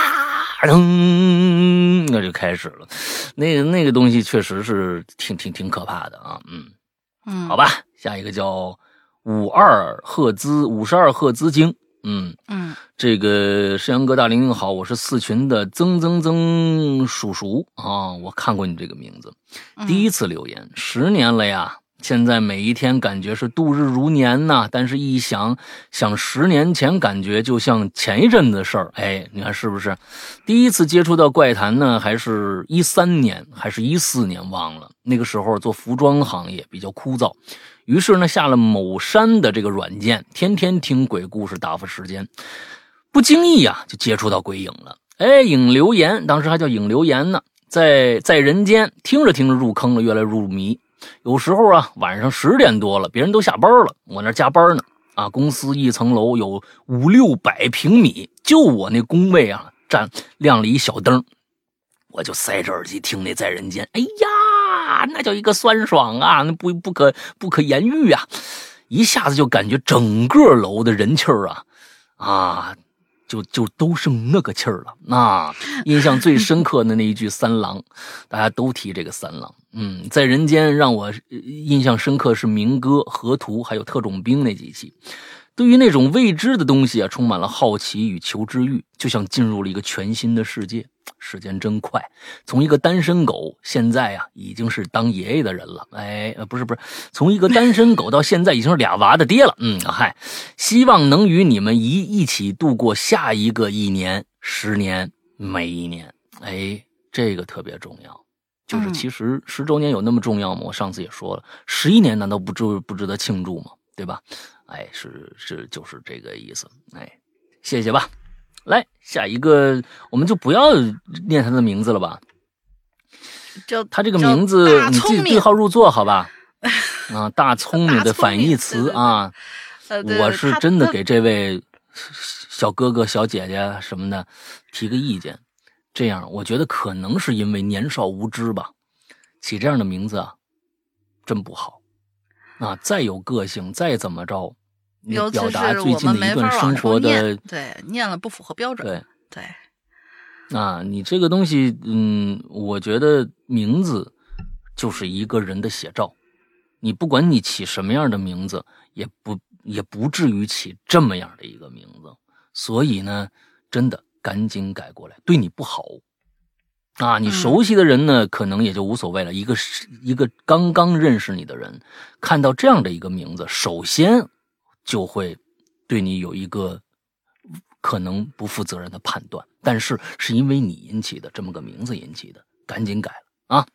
噔，那就开始了，那个东西确实是挺可怕的啊，好吧，下一个叫52赫兹经。这个石阳哥大玲好，我是四群的曾叔叔啊，我看过你这个名字，第一次留言，10年了呀，现在每一天感觉是度日如年呐，但是一想10年前感觉就像前一阵子的事儿，哎，你看是不是？第一次接触到怪谈呢，还是13年还是14年忘了，那个时候做服装行业比较枯燥。于是呢，下了某山的这个软件，天天听鬼故事打发时间，不经意啊就接触到鬼影了。哎，影留言当时还叫影留言呢，在人间听着入坑了，越来入迷。有时候啊晚上10点多了，别人都下班了，我那加班呢啊，公司一层楼有500-600平米，就我那工位啊亮了一小灯，我就塞着耳机听那在人间，哎呀，那叫一个酸爽啊，那不可言喻啊，一下子就感觉整个楼的人气儿啊就都剩那个气儿了啊！印象最深刻的那一句三郎，大家都提这个三郎。在人间让我印象深刻是明哥、河图还有特种兵那几期。对于那种未知的东西啊，充满了好奇与求知欲，就像进入了一个全新的世界。时间真快，从一个单身狗现在啊已经是当爷爷的人了。哎，不是，从一个单身狗到现在已经是俩娃的爹了。希望能与你们一起度过下一个1年、10年、每一年。哎，这个特别重要。就是其实10周年有那么重要吗？我上次也说了，11年难道不值得庆祝吗？对吧？哎，就是这个意思。哎，谢谢吧。来，下一个我们就不要念他的名字了吧？他这个名字你自己对号入座好吧？啊，大聪明的反义词啊！我是真的给这位小哥哥、小姐姐什么的提个意见。这样，我觉得可能是因为年少无知吧，起这样的名字啊，真不好。啊，再有个性，再怎么着。你表达最近的一段生活的， 对，念了不符合标准。对， 啊，你这个东西，我觉得名字就是一个人的写照。你不管你起什么样的名字，也不至于起这么样的一个名字。所以呢，真的赶紧改过来，对你不好。啊，你熟悉的人呢，可能也就无所谓了。一个刚刚认识你的人，看到这样的一个名字，首先就会对你有一个可能不负责任的判断，但是是因为你引起的，这么个名字引起的，赶紧改了啊！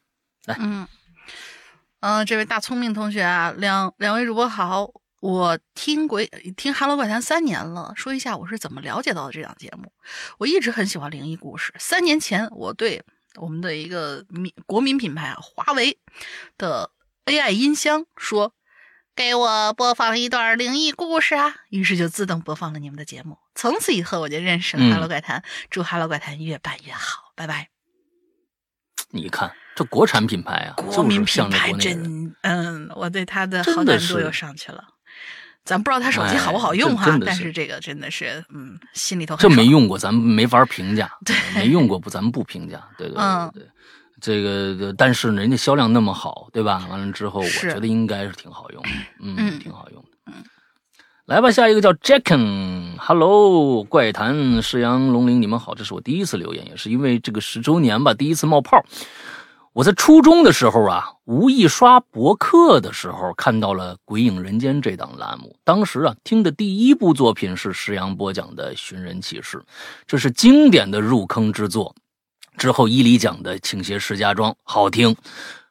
来，这位大聪明同学啊，两位主播好，我听哈喽怪谈3年了，说一下我是怎么了解到的这档节目。我一直很喜欢灵异故事，3年前我对我们的一个国民品牌华为的 AI 音箱说，给我播放一段灵异故事啊！于是就自动播放了你们的节目。从此以后，我就认识了哈喽怪谈。祝哈喽怪谈越办越好，拜拜。 你看，这国产品牌啊， 国民品牌真，我对他的好感度又上去了。咱不知道他手机好不好用哈，但是这个真的是，心里头很爽。 这没用过，咱们没法评价。对，没用过咱们不评价。对。这个，但是人家销量那么好，对吧？完了之后，我觉得应该是挺好用的，挺好用的。来吧，下一个叫 Jacken，Hello， 怪谈世阳龙鳞，你们好，这是我第一次留言，也是因为这个10周年吧，第一次冒泡。我在初中的时候啊，无意刷博客的时候看到了《鬼影人间》这档栏目，当时啊听的第一部作品是石阳播讲的《寻人启事》，这是经典的入坑之作。之后伊犁讲的倾斜石家庄好听，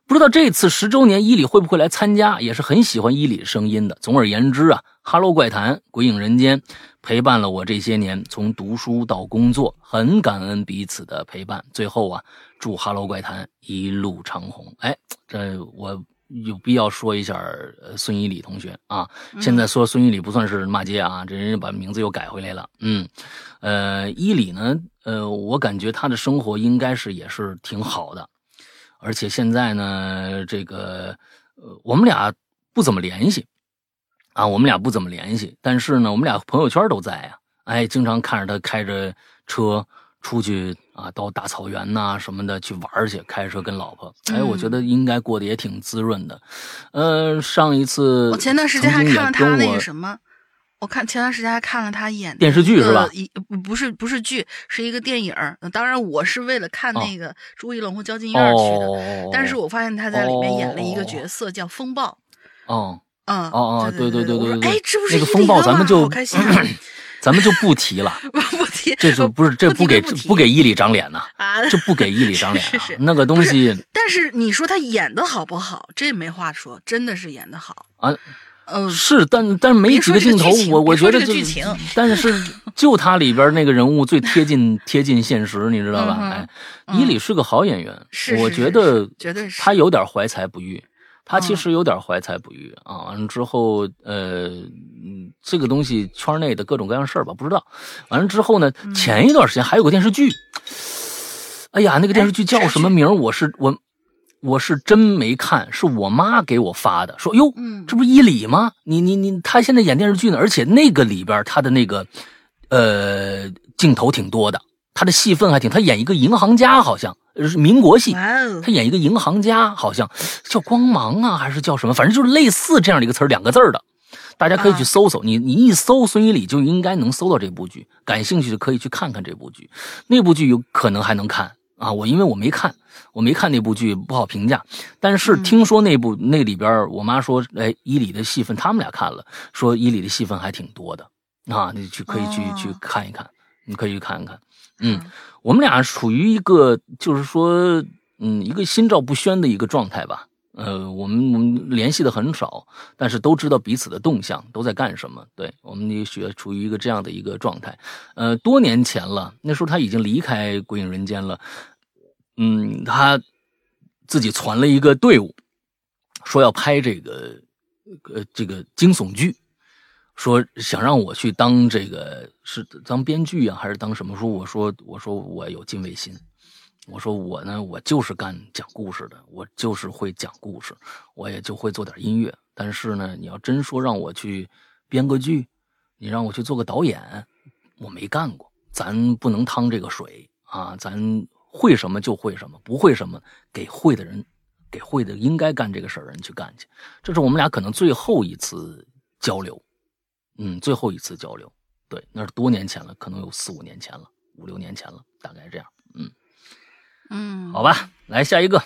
不知道这次10周年伊里会不会来参加，也是很喜欢伊里的声音的。总而言之啊，哈喽怪谈、鬼影人间陪伴了我这些年，从读书到工作，很感恩彼此的陪伴。最后啊，祝哈喽怪谈一路长虹。哎，这我有必要说一下孙伊里同学啊。现在说孙伊里不算是骂街啊，这人把名字又改回来了。伊里呢，我感觉他的生活应该是也是挺好的。而且现在呢，这个我们俩不怎么联系啊，但是呢，我们俩朋友圈都在啊，哎，经常看着他开着车出去啊，到大草原呐什么的去玩去，开车跟老婆，哎，我觉得应该过得也挺滋润的。上一次我前段时间还看了他那个什么。我前段时间还看了他演电视剧是吧？ 不是剧，是一个电影。当然我是为了看那个朱一龙和焦金燕去的，但是我发现他在里面演了一个角色叫风暴。对，我说哎，这不是那个风暴，咱们就好开心咱们就不提了， 不提， 这就不是这不给伊里长脸呐啊，这不给伊里长脸啊， 是那个东西。 但是你说他演的好不好？这没话说，真的是演的好啊。是，但没几个镜头，我觉得这剧情， 但是就他里边那个人物最贴近现实，你知道吧？哎，伊里是个好演员，我觉得绝对是他有点怀才不遇，他其实有点怀才不遇啊。完了之后，这个东西圈内的各种各样事儿吧，不知道。完了之后呢，前一段时间还有个电视剧，哎呀，那个电视剧叫什么名？我是真没看，是我妈给我发的，说哟，这不是伊里吗？他现在演电视剧呢，而且那个里边他的那个镜头挺多的，他的戏份还挺，他演一个银行家，好像是民国戏，他演一个银行家，好像叫光芒啊，还是叫什么，反正就是类似这样的一个词儿，2个字的，大家可以去搜搜，你一搜孙伊里就应该能搜到这部剧，感兴趣的可以去看看这部剧，那部剧有可能还能看啊，因为我没看那部剧，不好评价。但是听说那里边，我妈说，哎，伊里的戏份他们俩看了，说伊里的戏份还挺多的啊，你可以去看一看，你可以去看一看。我们俩处于一个就是说，一个心照不宣的一个状态吧。我们联系的很少，但是都知道彼此的动向，都在干什么。对，我们也处于一个这样的一个状态。多年前了，那时候他已经离开鬼影人间了。他自己传了一个队伍，说要拍这个惊悚剧，说想让我去当这个是当编剧啊，还是当什么？我说我有敬畏心，我说我就是干讲故事的，我就是会讲故事，我也就会做点音乐。但是呢，你要真说让我去编个剧，你让我去做个导演，我没干过，咱不能趟这个水啊，咱。会什么就会什么，不会什么给会的应该干这个事儿人去干去。这是我们俩可能最后一次交流，最后一次交流，对，那是多年前了，可能有4、5年前了，5、6年前了，大概这样。好吧，来下一个，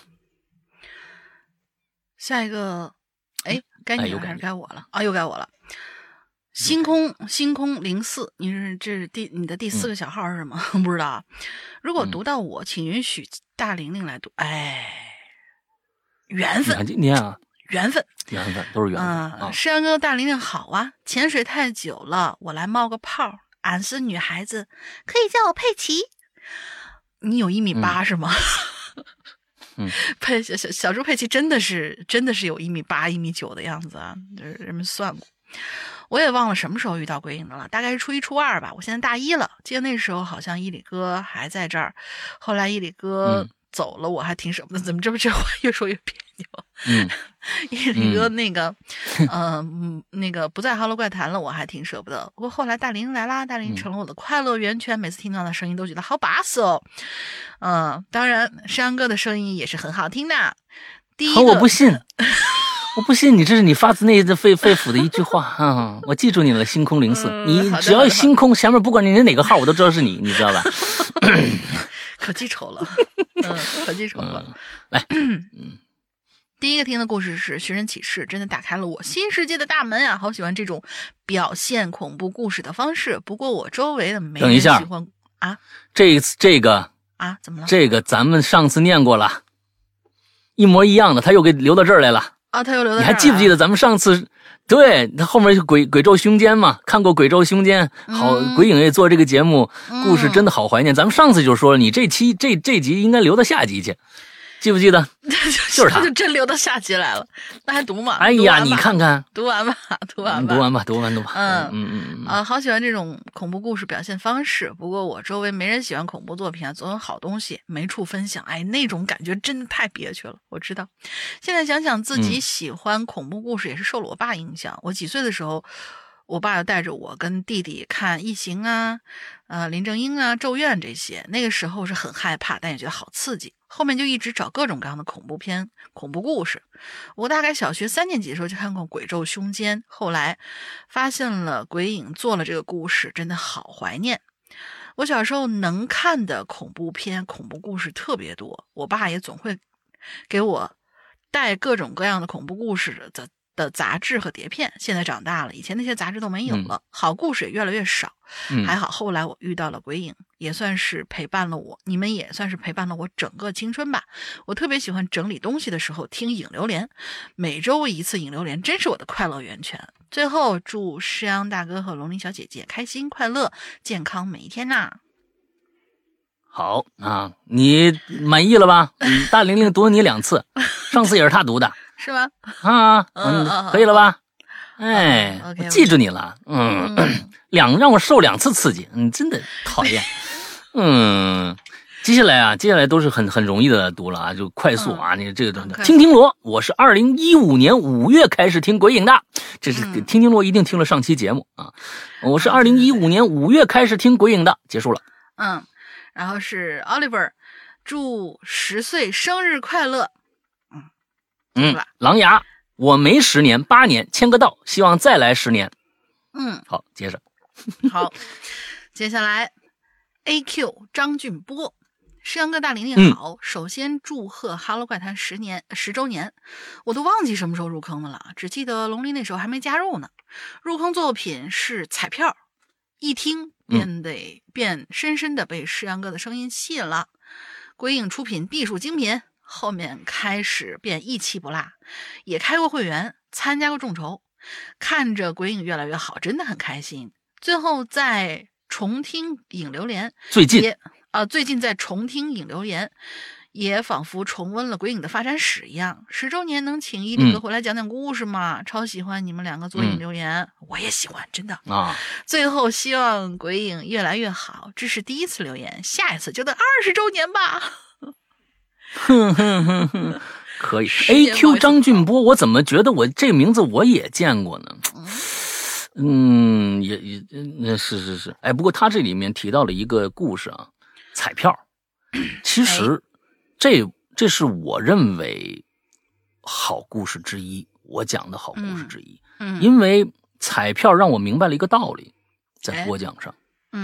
哎，该你了还是该我了啊？又该我了。星空04，这是你的第4个小号是什么？不知道啊。如果读到我，请允许大玲玲来读。哎，缘分， 念啊， 缘分都是缘分。 诗阳哥，大玲玲好啊！潜水太久了，我来冒个泡。俺是女孩子，可以叫我佩奇。你有1.8米是吗？小猪佩奇真的是有1.8米、1.9米的样子啊！人们算过。我也忘了什么时候遇到鬼影的了，大概是初1、初2吧。我现在大1了，记得那时候好像伊里哥还在这儿，后来伊里哥走了，我还挺舍不得。怎么这话越说越别扭？伊里哥那个，那个不在哈喽怪谈了，我还挺舍不得。不过后来大林来啦，大林成了我的快乐源泉，每次听到他声音都觉得好巴适哦。当然山哥的声音也是很好听的。第一个， 我不信。我不信你，这是你发自内心肺腑的一句话啊！我记住你了，星空04，你只要星空前面，不管你是哪个号，我都知道是你知道吧？ 可记仇了，可记仇了。 来， 第一个听的故事是《寻人启事》，真的打开了我新世界的大门啊！好喜欢这种表现恐怖故事的方式。不过我周围的没人喜欢啊。 这个啊，怎么了？ 这个咱们上次念过了。 一模一样的，他又给留到这儿来了啊！他又留到这儿了。 你还记不记得咱们上次？对，他后面就鬼咒凶间嘛，看过鬼咒凶间，好，鬼影也做这个节目，故事真的好怀念。咱们上次就说了，你这集应该留到下集去。记不记得？就是他， 就真留到下集来了。那还读吗？ 哎呀，你看看， 读完吧。好喜欢这种恐怖故事表现方式。不过我周围没人喜欢恐怖作品啊，总有好东西没处分享。哎，那种感觉真的太憋屈了。我知道，现在想想自己喜欢恐怖故事，也是受了我爸影响。我几岁的时候，我爸就带着我跟弟弟看《异形》啊、林正英啊、咒怨这些。那个时候是很害怕，但也觉得好刺激。后面就一直找各种各样的恐怖片、恐怖故事。我大概小学3年级的时候就看过《鬼咒凶间》，后来发现了鬼影做了这个故事，真的好怀念。我小时候能看的恐怖片、恐怖故事特别多，我爸也总会给我带各种各样的恐怖故事的杂志和碟片。现在长大了，以前那些杂志都没有了，好故事也越来越少。还好后来我遇到了鬼影，也算是陪伴了我，你们也算是陪伴了我整个青春吧。我特别喜欢整理东西的时候听影流连，每周一次影流连真是我的快乐源泉。最后祝诗阳大哥和龙鳞小姐姐开心快乐健康每一天呐。 好啊，你满意了吧？大玲玲读了你2次，上次也是他读的是吗？ 可以了吧？哎，我记住你了。让我受2次刺激，真的讨厌。接下来都是很容易的读了啊，就快速啊。你这个听听罗，我是2015年5月开始听鬼影的，这是听听罗一定听了上期节目啊。我是2015年5月开始听鬼影的，结束了。 然后是 Oliver， 祝10岁生日快乐。 狼牙，我没10年8年，签个到，希望再来10年。好，接着。 好，接下来 AQ 张俊波，诗阳哥大玲玲好。首先祝贺哈喽怪谈10周年，我都忘记什么时候入坑的了，只记得龙鳞那时候还没加入呢。入坑作品是彩票，一听便深深的被诗阳哥的声音吸引了。鬼影出品必属精品，后面开始便一期不落，也开过会员，参加过众筹，看着鬼影越来越好，真的很开心。最后在重听影流连，最近在重听影流连，也仿佛重温了鬼影的发展史一样。10周年能请伊利哥回来讲讲故事吗？超喜欢你们2个做影留言，我也喜欢，真的啊。最后希望鬼影越来越好，这是第1次留言，下一次就等20周年吧。 可以。AQ 张俊波，我怎么觉得我这名字我也见过呢？是。哎，不过他这里面提到了一个故事啊，彩票。其实这是我认为好故事之一，我讲的好故事之一。因为彩票让我明白了一个道理，在播讲上。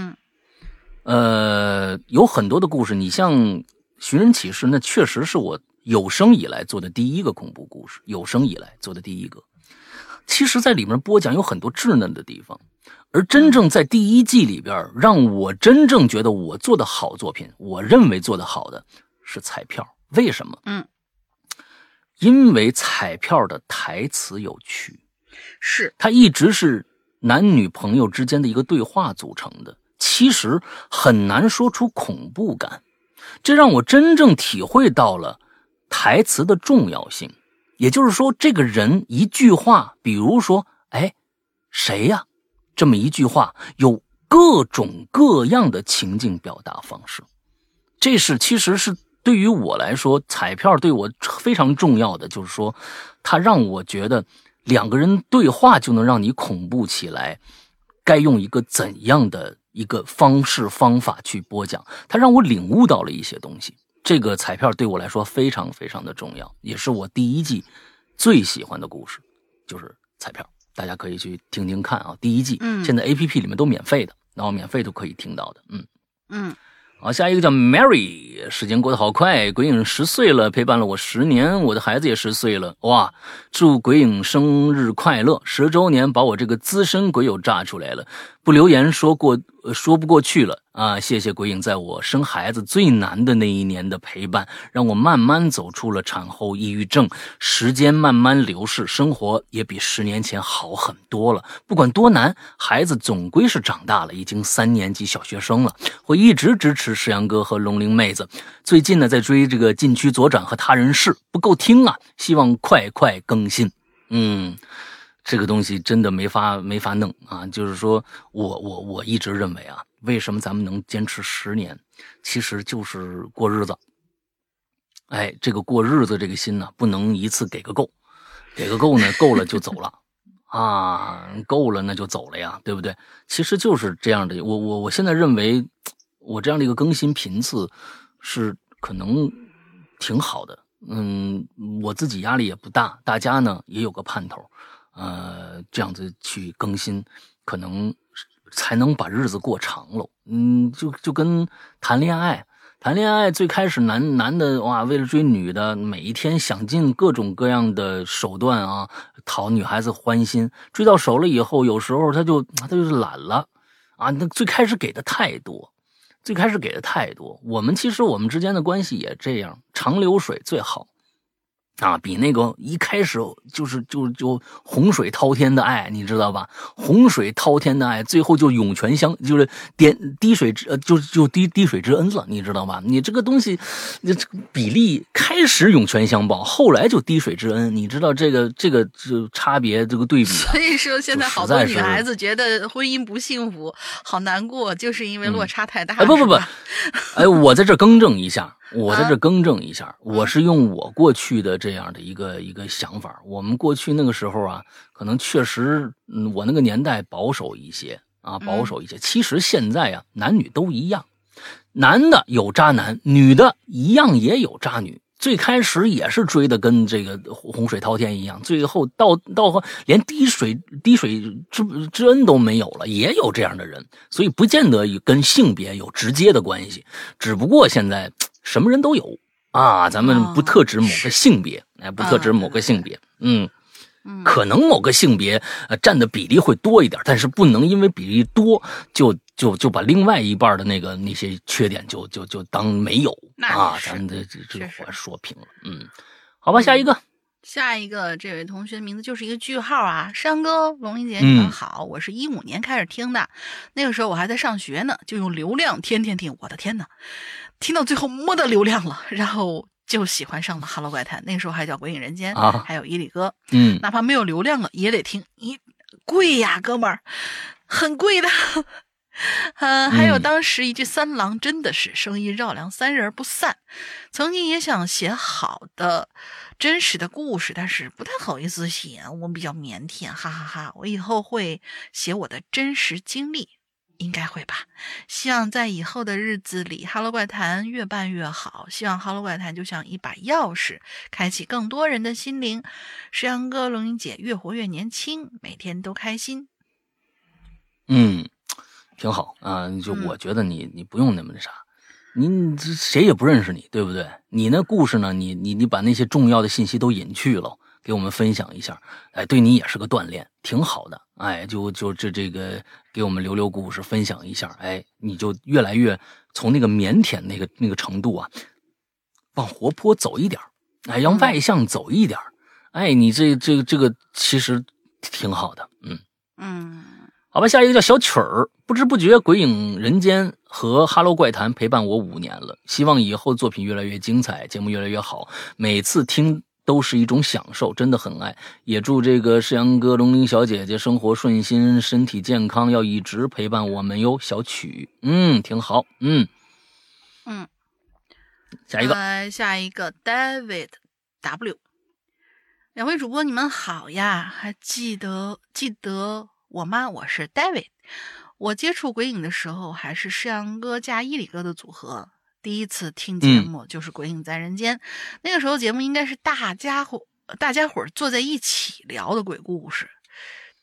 有很多的故事，你像寻人启事，那确实是我有生以来做的第一个恐怖故事，有生以来做的第一个。其实在里面播讲有很多稚嫩的地方，而真正在第1季里边让我真正觉得我做的好作品，我认为做的好的是彩票。为什么？因为彩票的台词有趣， 是它一直是男女朋友之间的一个对话组成的，其实很难说出恐怖感，这让我真正体会到了台词的重要性。也就是说，这个人一句话，比如说谁呀，这么一句话有各种各样的情境表达方式。这是其实是对于我来说，彩票对我非常重要的，就是说它让我觉得2个人对话就能让你恐怖起来，该用一个怎样的一个方式方法去播讲，它让我领悟到了一些东西。这个彩票对我来说非常非常的重要，也是我第1季最喜欢的故事，就是彩票。大家可以去听听看啊，第1季现在 APP 里面都免费的，然后免费都可以听到的。好，下一个叫 Mary， 时间过得好快，鬼影10岁了，陪伴了我10年，我的孩子也10岁了，哇！祝鬼影生日快乐！10周年把我这个资深鬼友炸出来了，不留言说不过去了啊！谢谢鬼影在我生孩子最难的那一年的陪伴，让我慢慢走出了产后抑郁症。时间慢慢流逝，生活也比10年前好很多了。不管多难，孩子总归是长大了，已经3年级小学生了。会一直支持石阳哥和龙玲妹子。最近呢，在追这个禁区左转和他人事不够听啊，希望快快更新。这个东西真的没法弄啊！就是说我一直认为啊，为什么咱们能坚持10年，其实就是过日子。哎，这个过日子这个心呢，不能一次给个够，给个够呢，够了就走了啊，够了那就走了呀，对不对？其实就是这样的。我现在认为，我这样的一个更新频次是可能挺好的。我自己压力也不大，大家呢也有个盼头。这样子去更新，可能才能把日子过长喽。就跟谈恋爱最开始男的哇，为了追女的，每一天想尽各种各样的手段啊，讨女孩子欢心。追到手了以后，有时候他就是懒了啊。那最开始给的太多，其实我们之间的关系也这样，长流水最好。啊，比那个一开始就洪水滔天的爱，你知道吧？洪水滔天的爱，最后就涌泉相，就是滴水之滴水之恩了，你知道吧？你这个东西，这个比例开始涌泉相报，后来就滴水之恩，你知道这个差别这个对比啊。 所以说现在好多女孩子觉得婚姻不幸福，好难过，就是因为落差太大。 不，我在这更正一下。我是用我过去的这样的一个想法。我们过去那个时候啊，可能确实，我那个年代保守一些。其实现在啊，男女都一样，男的有渣男，女的一样也有渣女。最开始也是追的跟这个洪水滔天一样，最后到连滴水之恩都没有了，也有这样的人。所以不见得跟性别有直接的关系，只不过现在什么人都有啊，咱们不特指某个性别，可能某个性别占的比例会多一点，但是不能因为比例多就把另外一半的那些缺点就当没有啊，咱们这话说平了。好吧，下一个这位同学的名字就是一个句号啊。山哥，龙玲姐你们好，我是15年开始听的，那个时候我还在上学呢，就用流量天天听，我的天哪，听到最后没得流量了，然后就喜欢上了哈喽怪谈，那个时候还叫鬼影人间啊，还有伊里哥。哪怕没有流量了也得听，贵呀哥们儿，很贵的。还有当时一句三郎真的是生意绕梁3日而不散。曾经也想写好的真实的故事，但是不太好意思写，我比较腼腆，哈哈哈。我以后会写我的真实经历，应该会吧。希望在以后的日子里哈喽怪谈越办越好，希望哈喽怪谈就像一把钥匙，开启更多人的心灵。石阳哥、龙玲姐越活越年轻，每天都开心。 挺好啊，就我觉得你不用那么啥，你谁也不认识你，对不对？你那故事呢，你把那些重要的信息都隐去了，给我们分享一下，哎，对你也是个锻炼，挺好的。哎，就这个给我们留故事，分享一下，哎，你就越来越从那个腼腆那个程度啊，往活泼走一点，哎，往外向走一点，哎，你这个其实挺好的，好吧，下一个叫小曲儿。不知不觉鬼影人间和哈喽怪谈陪伴我5年了，希望以后作品越来越精彩，节目越来越好，每次听都是一种享受，真的很爱。也祝这个世阳哥、龙玲小姐姐生活顺心，身体健康，要一直陪伴我们哟。小曲挺好。 下一个 David W， 两位主播你们好呀，还记得我吗？我是 David。我接触鬼影的时候还是世阳哥加伊里哥的组合，第一次听节目就是鬼影在人间。那个时候节目应该是大家伙坐在一起聊的鬼故事，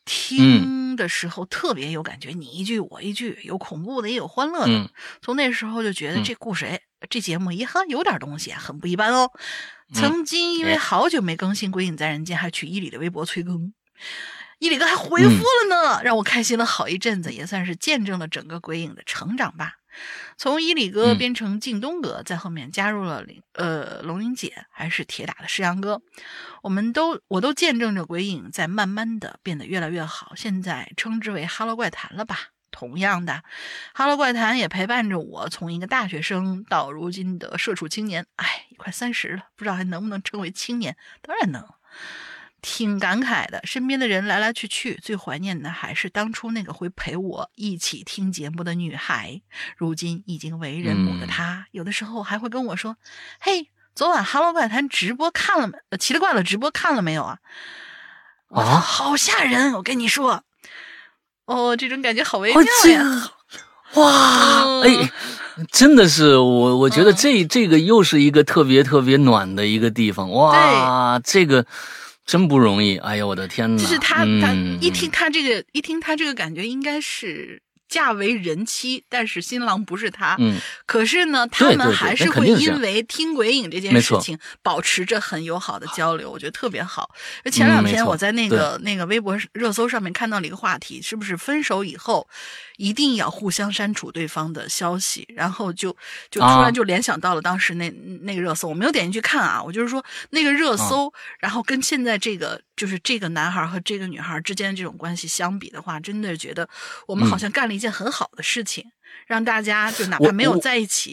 听的时候特别有感觉，你一句我一句，有恐怖的也有欢乐的。从那时候就觉得这故事，这节目有点东西啊，很不一般哦。曾经因为好久没更新《鬼影在人间》，还去伊里的微博催更，伊里哥还回复了呢，让我开心了好一阵子，也算是见证了整个鬼影的成长吧。从伊里哥变成靳东哥，在后面加入了龙玲姐，还是铁打的石阳哥，我都见证着鬼影在慢慢的变得越来越好，现在称之为哈喽怪谈了吧。同样的，哈喽怪谈也陪伴着我从一个大学生到如今的社畜青年，快30了，不知道还能不能称为青年，当然能。挺感慨的，身边的人来来去去，最怀念的还是当初那个会陪我一起听节目的女孩。如今已经为人母的她，有的时候还会跟我说：“嘿，昨晚哈喽怪谈直播看了没？奇了怪了直播看了没有啊？”好吓人！我跟你说，这种感觉好微妙呀！ 哇，真的是我觉得这个又是一个特别特别暖的一个地方哇，这个。真不容易，哎呀，我的天哪！ 就是他一听他这个感觉应该是嫁为人妻，但是新郎不是他。可是呢，他们还是会因为听鬼影这件事情保持着很友好的交流，我觉得特别好。前2天我在那个微博热搜上面看到了一个话题，是不是分手以后一定要互相删除对方的消息？然后就突然就联想到了当时那个热搜，我没有点进去看啊，我就是说那个热搜，然后跟现在这个就是这个男孩和这个女孩之间的这种关系相比的话，真的觉得我们好像干了一件很好的事情，让大家就哪怕没有在一起，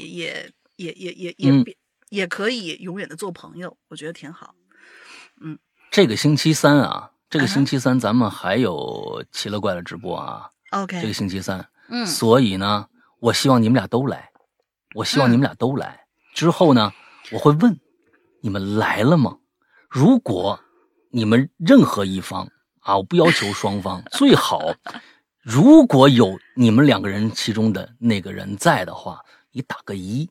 也可以永远的做朋友，我觉得挺好。 这个星期三啊，咱们还有奇了怪了直播啊。 OK， 这个星期三，所以呢，我希望你们俩都来，之后呢，我会问你们来了吗？如果你们任何一方啊，我不要求双方，最好如果有你们2个人其中的那个人在的话，你打个1。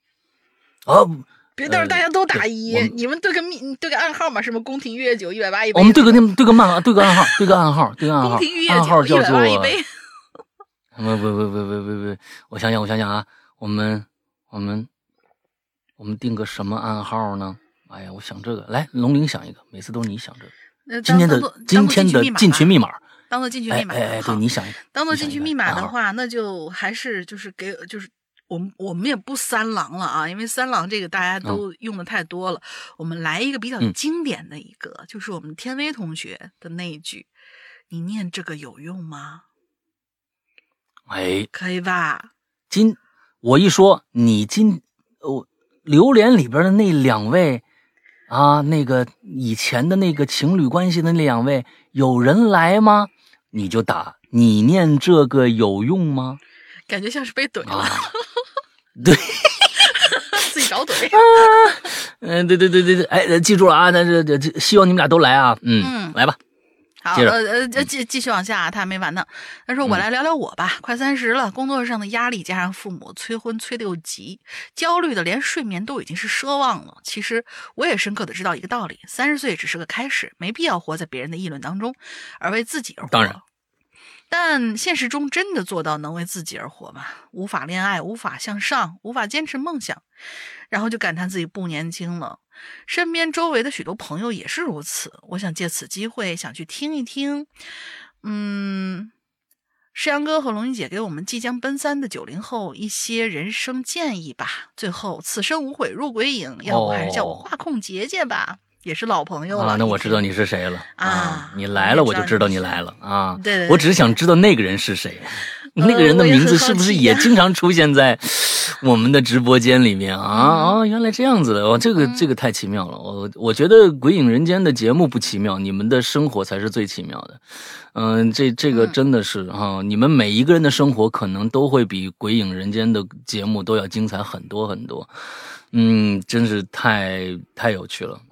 别到时候大家都打1，你们对个暗号嘛，什么宫廷月酒180一杯。 我们对个暗号， 宫廷月酒暗号叫做 180一杯。 不，我想想啊，我们定个什么暗号呢？哎呀，我想这个，来，龙玲想一个，每次都是你想这个。今天的进群密码， 当做进群密码。 对，你想一个。 当做进群密码的话，那就还是就是我们也不三郎了啊，因为三郎这个大家都用的太多了。我们来一个比较经典的一个，就是我们天威同学的那一句：“你念这个有用吗？”可以吧？ 我一说榴莲里边的那2位啊，那个以前的那个情侣关系的那2位，有人来吗？你就打，你念这个有用吗？ 感觉像是被怼了。 对， 自己找怼。 对，记住了啊！这希望你们俩都来啊。来吧。 好，继续往下，他还没完呢。他说：“我来聊聊我吧，快30了，工作上的压力加上父母催婚催得又急，焦虑的连睡眠都已经是奢望了。其实我也深刻的知道一个道理：30岁只是个开始，没必要活在别人的议论当中，而为自己而活。 当然。 但现实中真的做到能为自己而活吗？无法恋爱，无法向上，无法坚持梦想，然后就感叹自己不年轻了。身边周围的许多朋友也是如此。我想借此机会想去听一听，世阳哥和龙云姐给我们即将奔3的90后一些人生建议吧。最后，此生无悔入鬼影，要不还是叫我话控姐姐吧。也是老朋友了那我知道你是谁了啊！ 你来了，我就知道你来了啊！ 对， 我只是想知道那个人是谁，那个人的名字是不是也经常出现在我们的直播间里面啊？原来这样子的，这个太奇妙了。我觉得《鬼影人间》的节目不奇妙，你们的生活才是最奇妙的。这个真的是你们每一个人的生活可能都会比《鬼影人间》的节目都要精彩很多很多。真是太有趣了。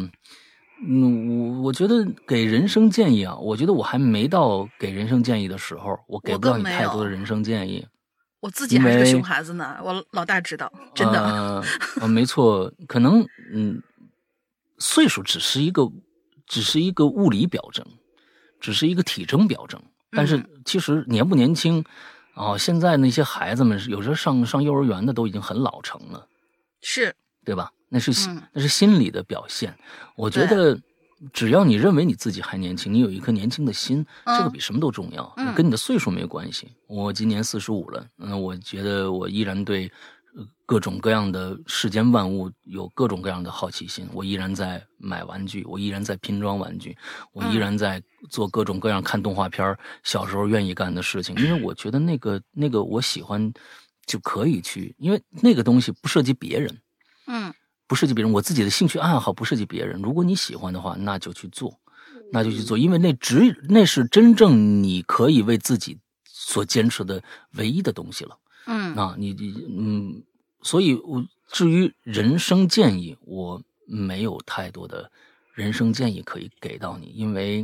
我觉得给人生建议啊，我觉得我还没到给人生建议的时候，我给不了你太多的人生建议。 我自己还是个熊孩子呢，我老大知道，真的。 没错，可能岁数只是一个物理表征， 只是一个体征表征。但是其实年不年轻现在那些孩子们有时候上幼儿园的都已经很老成了， 是对吧？那是心理的表现。我觉得只要你认为你自己还年轻，你有一颗年轻的心，这个比什么都重要，跟你的岁数没有关系。我今年45了，我觉得我依然对各种各样的世间万物有各种各样的好奇心，我依然在买玩具，我依然在拼装玩具，我依然在做各种各样看动画片小时候愿意干的事情，因为我觉得那个我喜欢就可以去，因为那个东西不涉及别人，不涉及别人，我自己的兴趣爱好不涉及别人。如果你喜欢的话，那就去做，因为那是真正你可以为自己所坚持的唯一的东西了。所以至于人生建议，我没有太多的人生建议可以给到你，因为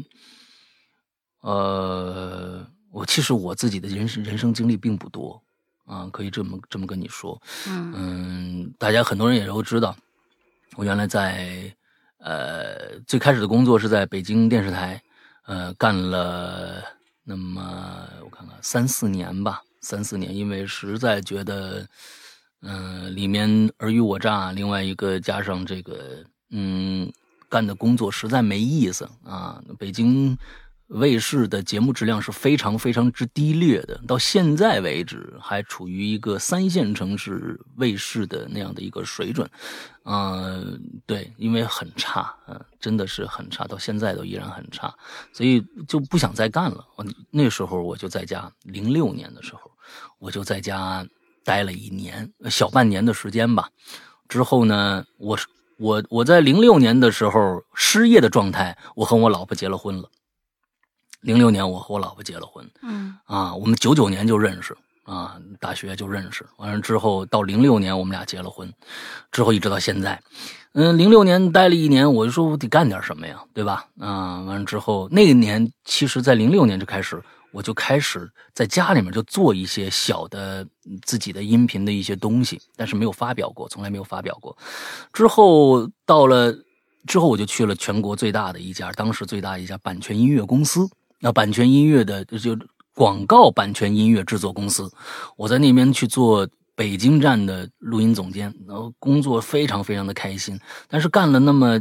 其实我自己的人生经历并不多可以这么跟你说。大家很多人也都知道，我原来在最开始的工作是在北京电视台干了那么我看看3-4年吧，3-4年，因为实在觉得里面尔虞我诈，另外一个加上这个干的工作实在没意思北京卫视的节目质量是非常非常之低劣的，到现在为止还处于一个3线城市卫视的那样的一个水准对，因为很差真的是很差，到现在都依然很差，所以就不想再干了。那时候我就在家，06年的时候我就在家待了1年，小半年的时间吧。之后呢，我在06年的时候失业的状态，我和我老婆结了婚了。06年我和我老婆结了婚，我们99年就认识大学就认识，完了之后到06年我们俩结了婚，之后一直到现在。06年待了1年，我就说我得干点什么呀，对吧？完了之后那一年，其实在06年我就开始在家里面就做一些小的自己的音频的一些东西，但是没有发表过，从来没有发表过。之后我就去了全国当时最大的一家版权音乐公司，版权音乐的就广告版权音乐制作公司，我在那边去做北京站的录音总监，然后工作非常非常的开心，但是干了那么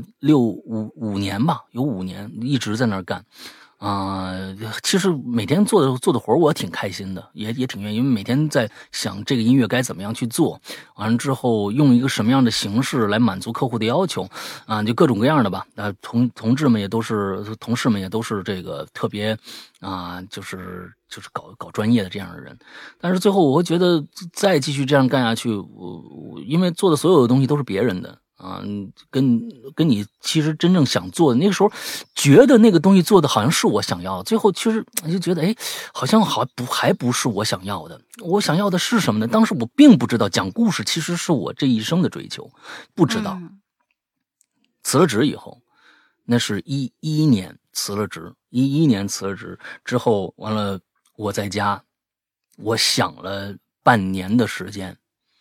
5年吧，有5年一直在那儿干。其实每天做的活我挺开心的，也挺愿意，因为每天在想这个音乐该怎么样去做，完了之后用一个什么样的形式来满足客户的要求就各种各样的吧。同事们也都是这个特别就是搞专业的这样的人。但是最后我会觉得再继续这样干下去，因为做的所有的东西都是别人的跟你其实真正想做的那个时候，觉得那个东西做的好像是我想要的，最后其实就觉得好像还不是我想要的。我想要的是什么呢？当时我并不知道讲故事其实是我这一生的追求，不知道。辞了职以后，那是11年辞了职，11年辞了职之后，完了我在家，我想了半年的时间。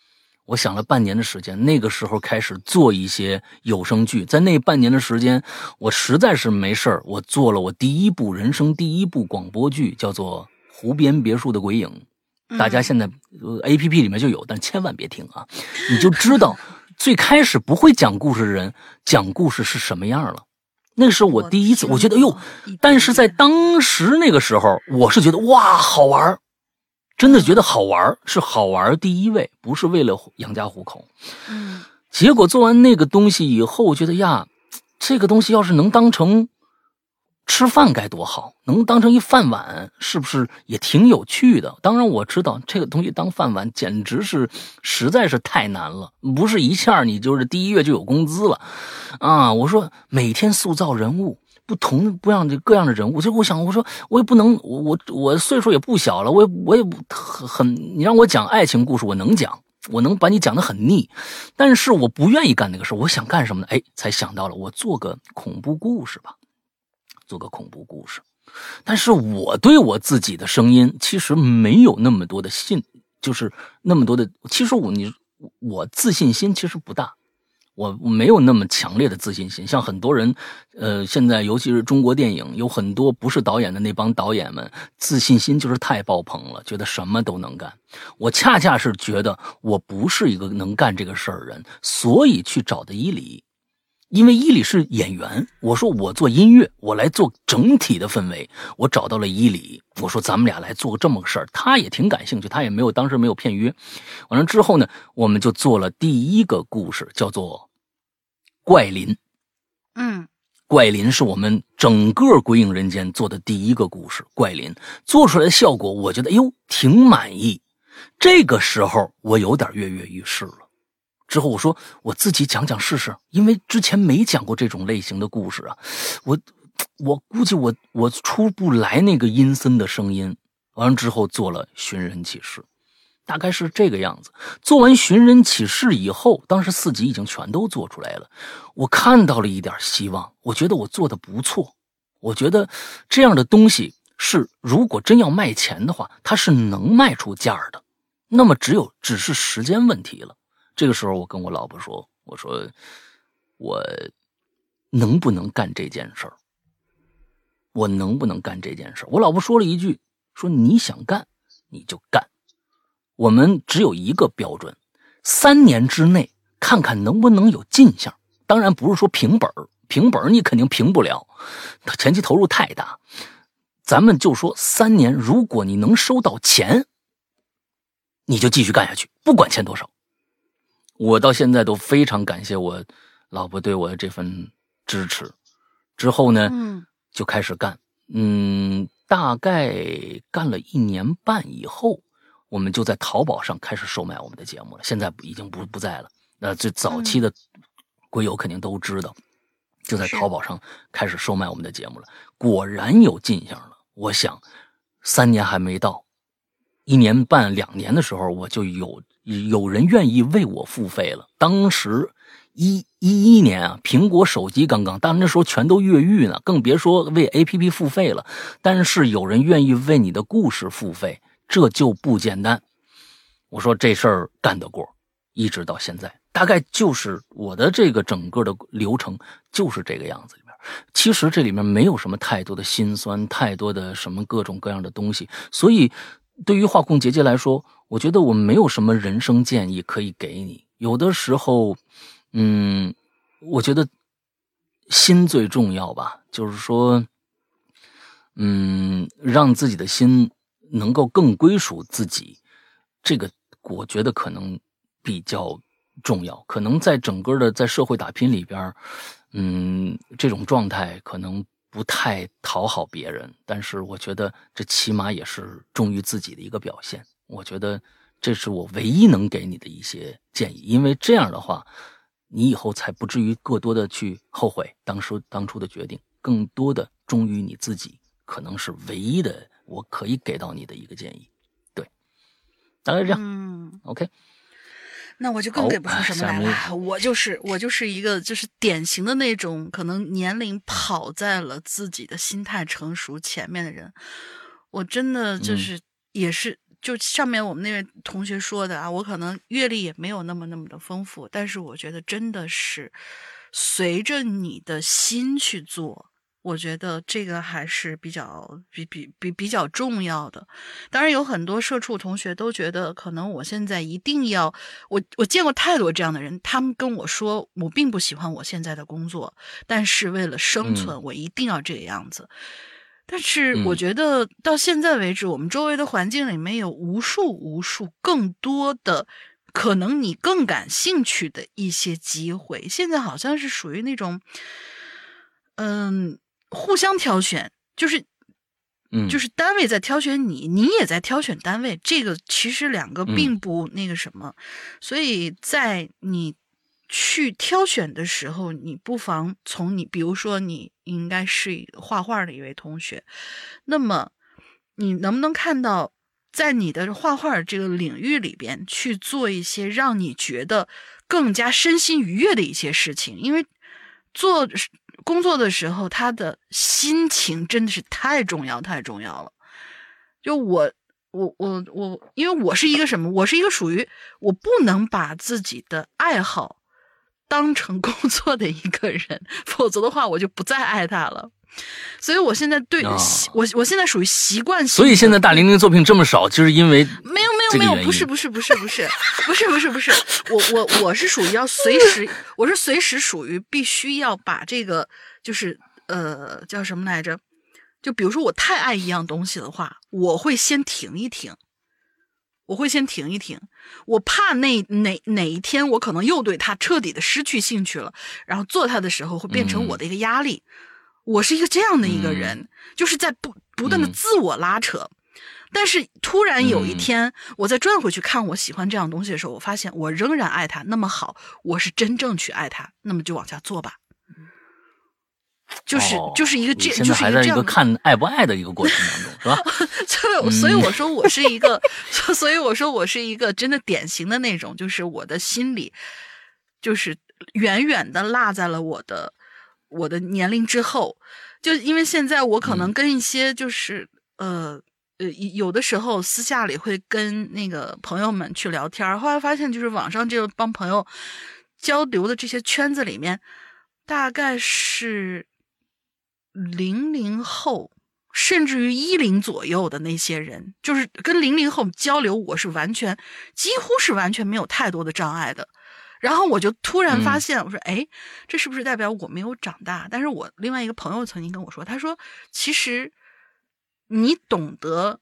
那个时候开始做一些有声剧，在那半年的时间，我实在是没事儿，我做了我人生第一部广播剧，叫做《湖边别墅的鬼影》。大家现在APP 里面就有，但千万别听你就知道最开始不会讲故事的人讲故事是什么样了。那是我第一次，我觉得但是在当时那个时候，我是觉得哇好玩，真的觉得好玩，是好玩第一位，不是为了养家糊口。结果做完那个东西以后，我觉得这个东西要是能当成吃饭该多好，能当成一饭碗是不是也挺有趣的？当然我知道这个东西当饭碗简直是实在是太难了，不是一下你就是第1月就有工资了我说每天塑造人物，不样的各样的人物，就我说我也不能，我岁数也不小了，我也你让我讲爱情故事我能讲，我能把你讲得很腻，但是我不愿意干那个事。我想干什么呢？才想到了我做个恐怖故事吧，但是我对我自己的声音其实没有那么多的就是那么多的，其实我自信心其实不大。 我没有那么强烈的自信心。像很多人，现在尤其是中国电影，有很多不是导演的那帮导演们，自信心就是太爆棚了，觉得什么都能干。我恰恰是觉得我不是一个能干这个事儿的人，所以去找的伊里。因为伊里是演员，我说我做音乐，我来做整体的氛围，我找到了伊里，我说咱们俩来做个这么个事儿，他也挺感兴趣，他也当时没有片约。完了之后呢，我们就做了第一个故事，叫做怪林。怪林是我们整个鬼影人间做的第一个故事，怪林做出来的效果，我觉得挺满意。这个时候我有点跃跃欲试了。之后我说我自己讲试试，因为之前没讲过这种类型的故事啊，我估计我出不来那个阴森的声音。完了之后做了寻人启事，大概是这个样子。做完寻人启事以后，当时4集已经全都做出来了，我看到了一点希望，我觉得我做的不错，我觉得这样的东西是如果真要卖钱的话，它是能卖出价的，那么只是时间问题了。这个时候我跟我老婆说，我说我能不能干这件事儿？我能不能干这件事儿？我老婆说了一句，说你想干你就干，我们只有一个标准，3年之内看看能不能有进项。当然不是说平本你肯定平不了，前期投入太大。咱们就说3年，如果你能收到钱，你就继续干下去，不管钱多少。我到现在都非常感谢我老婆对我的这份支持。之后呢，就开始干。大概干了1年半以后，我们就在淘宝上开始售卖我们的节目了。现在已经不在了。最早期的鬼友肯定都知道，就在淘宝上开始售卖我们的节目了。果然有进项了。我想3年还没到，1年半2年的时候，我就有人愿意为我付费了。当时11年啊，苹果手机刚刚，但那时候全都越狱呢，更别说为 APP 付费了。但是有人愿意为你的故事付费，这就不简单。我说这事儿干得过，一直到现在，大概就是我的这个整个的流程就是这个样子里面。其实这里面没有什么太多的辛酸，太多的什么各种各样的东西，所以对于画控结界来说，我觉得我没有什么人生建议可以给你。有的时候我觉得心最重要吧，就是说让自己的心能够更归属自己，这个我觉得可能比较重要。可能在整个的在社会打拼里边这种状态可能不太讨好别人，但是我觉得这起码也是忠于自己的一个表现。我觉得这是我唯一能给你的一些建议，因为这样的话你以后才不至于过多的去后悔当初的决定，更多的忠于你自己，可能是唯一的我可以给到你的一个建议。对，大概是这样。OK， 那我就更给不出什么来了。我就是一个就是典型的那种可能年龄跑在了自己的心态成熟前面的人。我真的就是也是就上面我们那位同学说的啊，我可能阅历也没有那么的丰富，但是我觉得真的是随着你的心去做，我觉得这个还是比较重要的。当然有很多社畜同学都觉得可能我现在一定要我见过太多这样的人，他们跟我说我并不喜欢我现在的工作，但是为了生存我一定要这个样子。但是我觉得到现在为止，我们周围的环境里面有无数更多的可能你更感兴趣的一些机会，现在好像是属于那种互相挑选，就是单位在挑选你，你也在挑选单位，这个其实两个并不那个什么。所以在你去挑选的时候，你不妨从比如说你应该是画画的一位同学，那么你能不能看到在你的画画这个领域里边去做一些让你觉得更加身心愉悦的一些事情。因为做工作的时候他的心情真的是太重要了。就我因为我是一个什么，我是一个属于我不能把自己的爱好当成工作的一个人，否则的话我就不再爱他了。所以我现在对、我现在属于习惯性。 所以现在大玲玲作品这么少，就是因为没有，不是，我是属于要随时，我是随时属于必须要把这个就是叫什么来着？就比如说我太爱一样东西的话，我会先停一停。我怕哪一天我可能又对他彻底的失去兴趣了，然后做他的时候会变成我的一个压力。我是一个这样的一个人，就是在不断的自我拉扯。但是突然有一天，我再转回去看我喜欢这样东西的时候，我发现我仍然爱他。那么好，我是真正去爱他，那么就往下做吧。就是一个这， 现在还在一个看爱不爱的一个过程当中，是吧？ 所以我说我是一个，所以我说我是一个真的典型的那种，就是我的心里，就是远远的落在了我的年龄之后。就因为现在我可能跟一些就是有的时候私下里会跟那个朋友们去聊天，后来发现就是网上这帮朋友交流的这些圈子里面，大概是00后甚至于10左右的那些人，就是跟00后交流，我是几乎是完全没有太多的障碍的。然后我就突然发现，我说哎，这是不是代表我没有长大？但是我另外一个朋友曾经跟我说，他说其实你懂得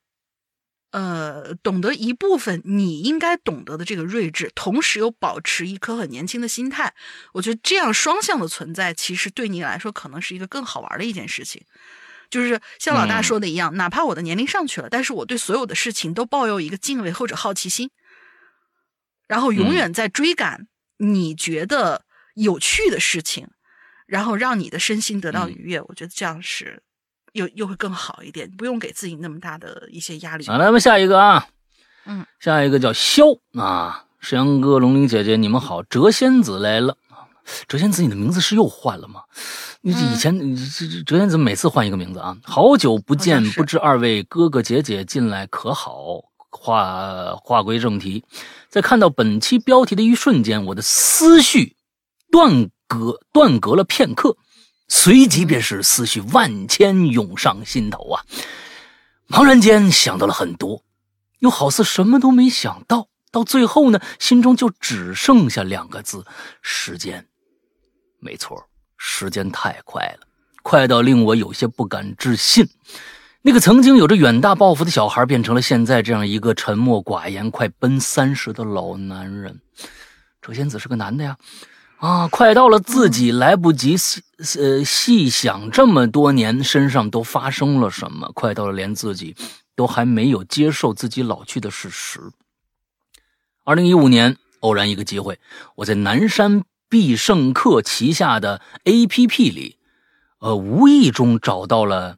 一部分你应该懂得的这个睿智，同时又保持一颗很年轻的心态，我觉得这样双向的存在，其实对你来说可能是一个更好玩的一件事情。就是像老大说的一样，哪怕我的年龄上去了，但是我对所有的事情都抱有一个敬畏或者好奇心，然后永远在追赶你觉得有趣的事情，然后让你的身心得到愉悦。我觉得这样是又会更好一点，不用给自己那么大的一些压力。 来，我们下一个啊，下一个叫萧啊，石阳哥、龙玲姐姐，你们好，谪仙子来了。谪仙子，你的名字是又换了吗？你以前谪仙子每次换一个名字啊。好久不见，不知二位哥哥姐姐近来可好？话归正题，在看到本期标题的一瞬间，我的思绪断隔了片刻，随即便是思绪万千涌上心头啊！茫然间想到了很多，又好似什么都没想到，到最后呢，心中就只剩下2个字：时间。没错，时间太快了，快到令我有些不敢置信。那个曾经有着远大抱负的小孩，变成了现在这样一个沉默寡言、快奔30的老男人。谪仙子是个男的呀，快到了自己来不及细想这么多年身上都发生了什么，快到了连自己都还没有接受自己老去的事实。2015年，偶然一个机会，我在南山必胜客旗下的 APP 里，无意中找到了。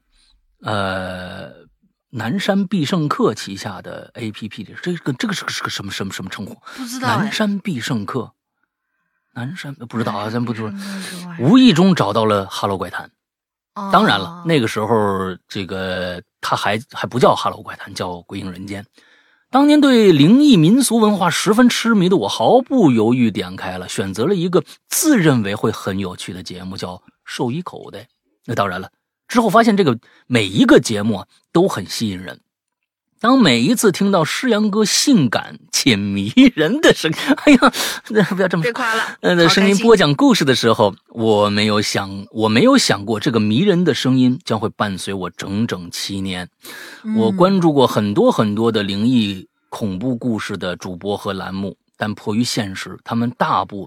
南山必胜客旗下的 APP 里，这个是个什么称呼？ 不知道。 南山必胜客，南山不知道啊，咱不说。无意中找到了哈喽怪谈。当然了，那个时候这个他还不叫哈喽怪谈，叫鬼影人间。当年对灵异民俗文化十分痴迷的我，毫不犹豫点开了，选择了一个自认为会很有趣的节目，叫兽医口袋。那当然了。之后发现这个每一个节目都很吸引人。当每一次听到诗阳哥性感且迷人的声音，哎呀，不要这么别夸了， 的声音播讲故事的时候，我没有想过这个迷人的声音将会伴随我整整7年。我关注过很多的灵异恐怖故事的主播和栏目，但迫于现实，他们大部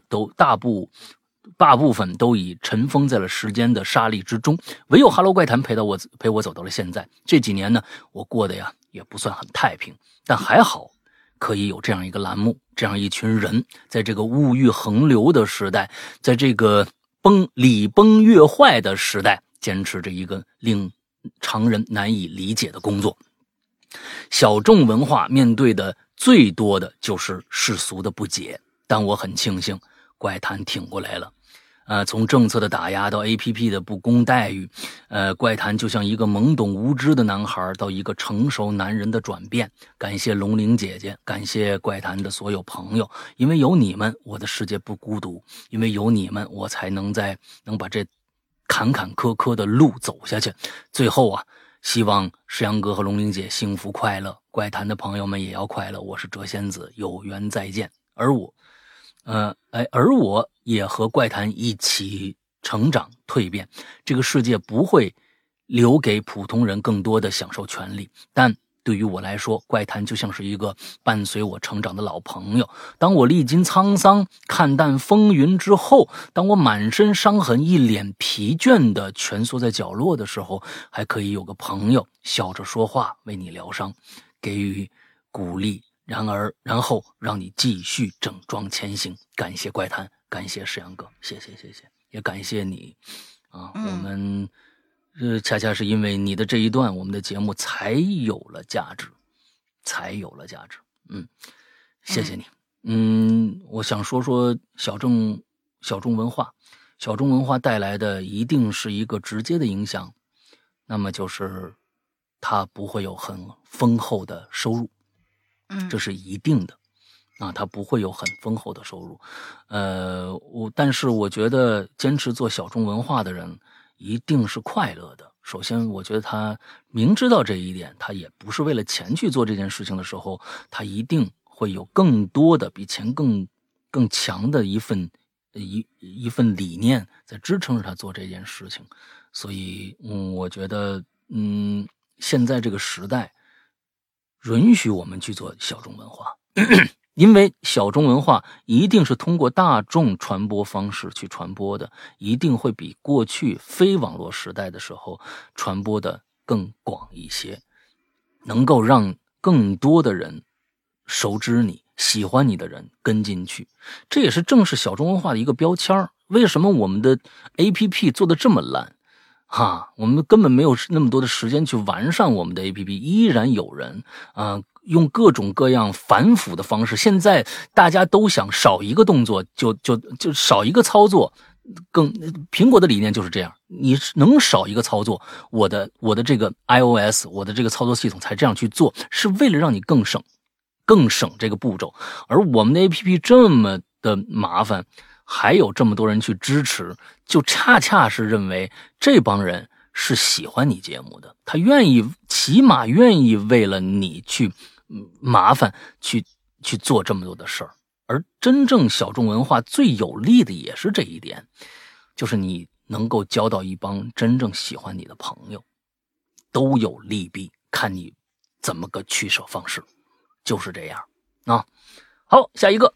分都已尘封在了时间的沙砾之中，唯有哈喽怪谈陪我走到了现在。这几年呢，我过得呀也不算很太平，但还好可以有这样一个栏目，这样一群人，在这个物欲横流的时代，在这个礼崩乐坏的时代，坚持着一个令常人难以理解的工作。小众文化面对的最多的就是世俗的不解，但我很庆幸怪谈挺过来了。 从政策的打压到 APP 的不公待遇，怪谈就像一个懵懂无知的男孩到一个成熟男人的转变。感谢龙玲姐姐，感谢怪谈的所有朋友，因为有你们，我的世界不孤独；因为有你们，我才能把这坎坎坷坷的路走下去。最后啊，希望石阳哥和龙玲姐幸福快乐，怪谈的朋友们也要快乐。我是谪仙子，有缘再见。而我也和怪谈一起成长蜕变。这个世界不会留给普通人更多的享受权利，但对于我来说，怪谈就像是一个伴随我成长的老朋友。当我历经沧桑，看淡风云之后，当我满身伤痕，一脸疲倦地蜷缩在角落的时候，还可以有个朋友笑着说话，为你疗伤，给予鼓励，然后让你继续整装前行。感谢怪谈，感谢石阳哥，谢谢，也感谢你啊，我们恰恰是因为你的这一段，我们的节目才有了价值，谢谢你。我想说说小众文化带来的一定是一个直接的影响，那么就是它不会有很丰厚的收入，这是一定的啊，它不会有很丰厚的收入。但是我觉得坚持做小众文化的人一定是快乐的。首先，我觉得他明知道这一点，他也不是为了钱去做这件事情的时候，他一定会有更多的比钱更强的一份理念在支撑着他做这件事情。所以，我觉得，现在这个时代允许我们去做小众文化。因为小众文化一定是通过大众传播方式去传播的，一定会比过去非网络时代的时候传播的更广一些，能够让更多的人熟知你，喜欢你的人跟进去。这也是正是小众文化的一个标签。为什么我们的 APP 做得这么烂？我们根本没有那么多的时间去完善我们的 APP， 依然有人用各种各样反腐的方式。现在大家都想少一个动作就少一个操作，苹果的理念就是这样，你能少一个操作，我的这个 iOS， 我的这个操作系统才这样去做，是为了让你更省这个步骤。而我们的 APP 这么的麻烦，还有这么多人去支持，就恰恰是认为这帮人是喜欢你节目的，他起码愿意为了你去麻烦去做这么多的事儿。而真正小众文化最有利的也是这一点，就是你能够交到一帮真正喜欢你的朋友，都有利弊，看你怎么个取舍方式，就是这样啊。好，下一个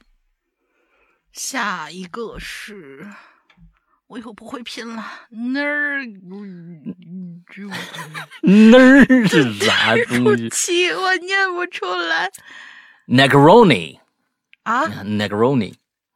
是我以后不会拼了， 是啥东西？ 我念不出来。 Negroni 啊 ，Negroni。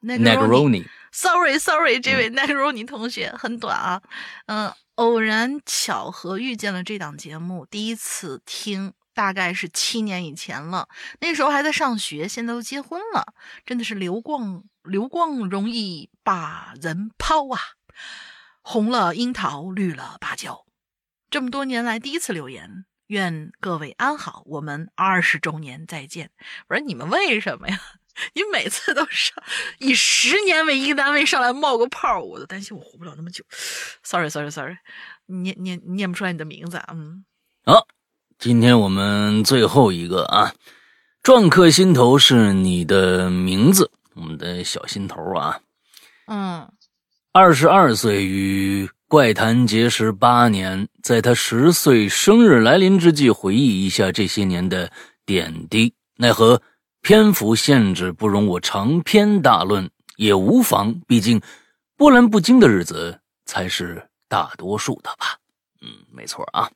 Sorry， 这位 Negroni 同学很短啊。偶然巧合遇见了这档节目，第一次听大概是7年以前了，那时候还在上学，现在都结婚了，真的是流光容易把人抛啊，红了樱桃，绿了芭蕉。这么多年来第一次留言，愿各位安好，我们20周年再见。我说你们为什么呀？你每次都上以10年为一个单位上来冒个泡，我都担心我活不了那么久。Sorry， 念不出来你的名字啊。 好，今天我们最后一个啊，篆刻心头是你的名字，我们的小心头啊。22岁与怪谈结识8年，在他10岁生日来临之际，回忆一下这些年的点滴。奈何篇幅限制不容我长篇大论，也无妨，毕竟波澜不惊的日子才是大多数的吧。没错啊。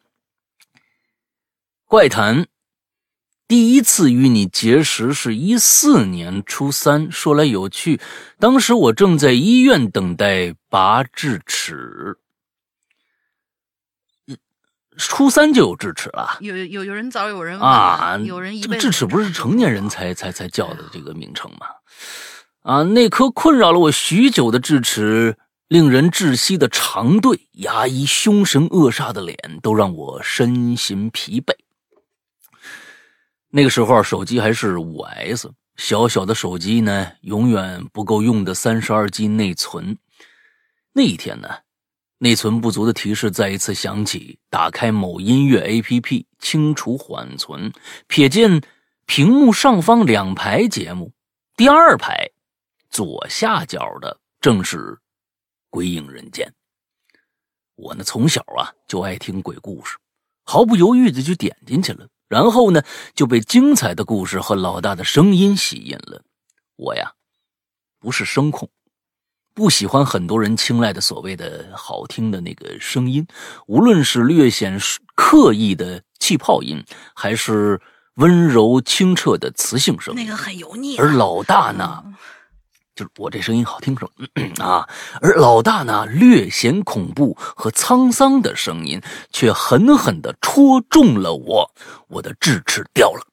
怪谈第一次与你结识是14年初3，说来有趣，当时我正在医院等待拔智齿。初3就有智齿了？ 有人早，有人晚啊，有人一辈子。 智齿不是成年人才叫的这个名称吗？那颗困扰了我许久的智齿， 令人窒息的长队，牙医凶神恶煞的脸，都让我身心疲惫。那个时候手机还是 5S， 小小的手机呢，永远不够用的 32G 内存。那一天呢，内存不足的提示再一次响起，打开某音乐 APP， 清除缓存，瞥见屏幕上方2排节目，第2排左下角的正是鬼影人间。我呢从小就爱听鬼故事，毫不犹豫的就点进去了，然后呢就被精彩的故事和老大的声音吸引了。我不是声控，不喜欢很多人青睐的所谓的好听的那个声音，无论是略显刻意的气泡音，还是温柔清澈的磁性声音， 那个很油腻。 而老大呢，就是我这声音好听是吧？而老大呢，略显恐怖和沧桑的声音，却狠狠地戳中了我的智齿掉了。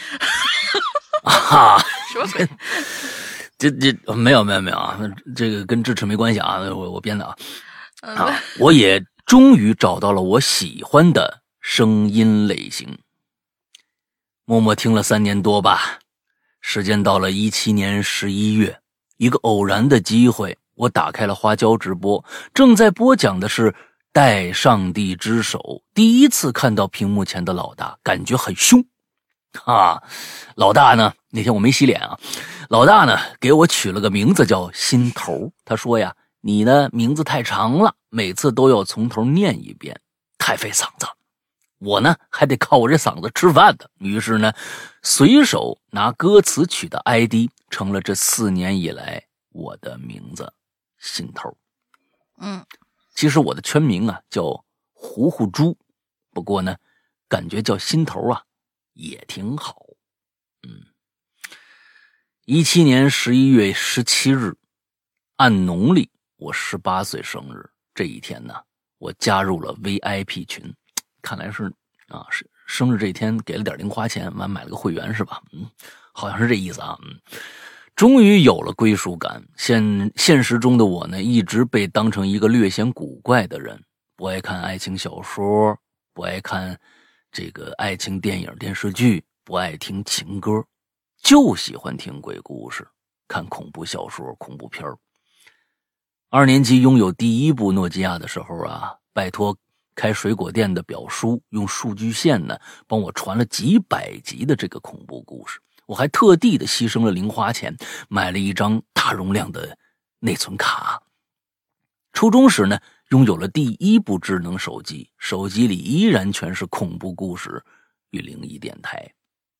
什么鬼？ 这没有啊，这个跟智齿没关系啊，我编的我也终于找到了我喜欢的声音类型。默默听了3年多吧，时间到了17年11月，一个偶然的机会，我打开了花椒直播，正在播讲的是戴上帝之手。第一次看到屏幕前的老大，感觉很凶老大呢，那天我没洗脸老大呢给我取了个名字叫心头。他说你的名字太长了，每次都要从头念一遍，太费嗓子，我呢还得靠我这嗓子吃饭的。于是呢随手拿歌词取的 ID 成了这4年以来我的名字心头。其实我的全名叫糊糊猪，不过呢感觉叫心头也挺好。17年11月17日，按农历我18岁生日。这一天呢，我加入了 VIP 群，看来是生日这一天给了点零花钱，买了个会员是吧？好像是这意思终于有了归属感。现实中的我呢，一直被当成一个略显古怪的人，不爱看爱情小说，不爱看这个爱情电影电视剧，不爱听情歌，就喜欢听鬼故事，看恐怖小说恐怖片。2年级拥有第1部诺基亚的时候拜托开水果店的表叔用数据线呢帮我传了几百集的这个恐怖故事。我还特地的牺牲了零花钱买了一张大容量的内存卡。初中时呢拥有了第1部智能手机，手机里依然全是恐怖故事与灵异电台。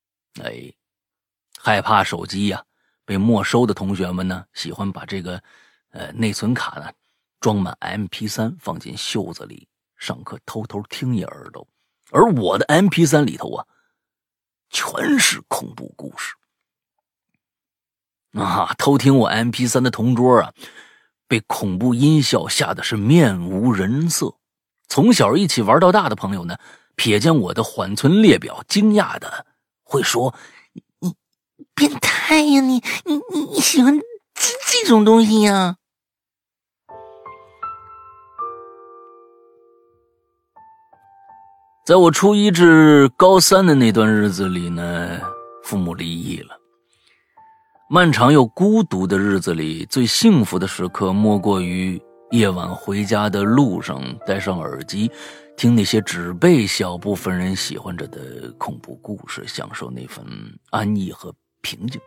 害怕手机被没收的同学们呢，喜欢把这个内存卡呢装满 MP3 放进袖子里，上课偷偷听一耳朵。而我的 MP3 里头全是恐怖故事偷听我 MP3 的同桌被恐怖音效吓得是面无人色。从小一起玩到大的朋友呢，瞥见我的缓存列表，惊讶的会说：“你变态呀！你喜欢这种东西呀？”在我初1至高3的那段日子里呢，父母离异了。漫长又孤独的日子里，最幸福的时刻莫过于夜晚回家的路上，戴上耳机，听那些只被小部分人喜欢着的恐怖故事，享受那份安逸和平静。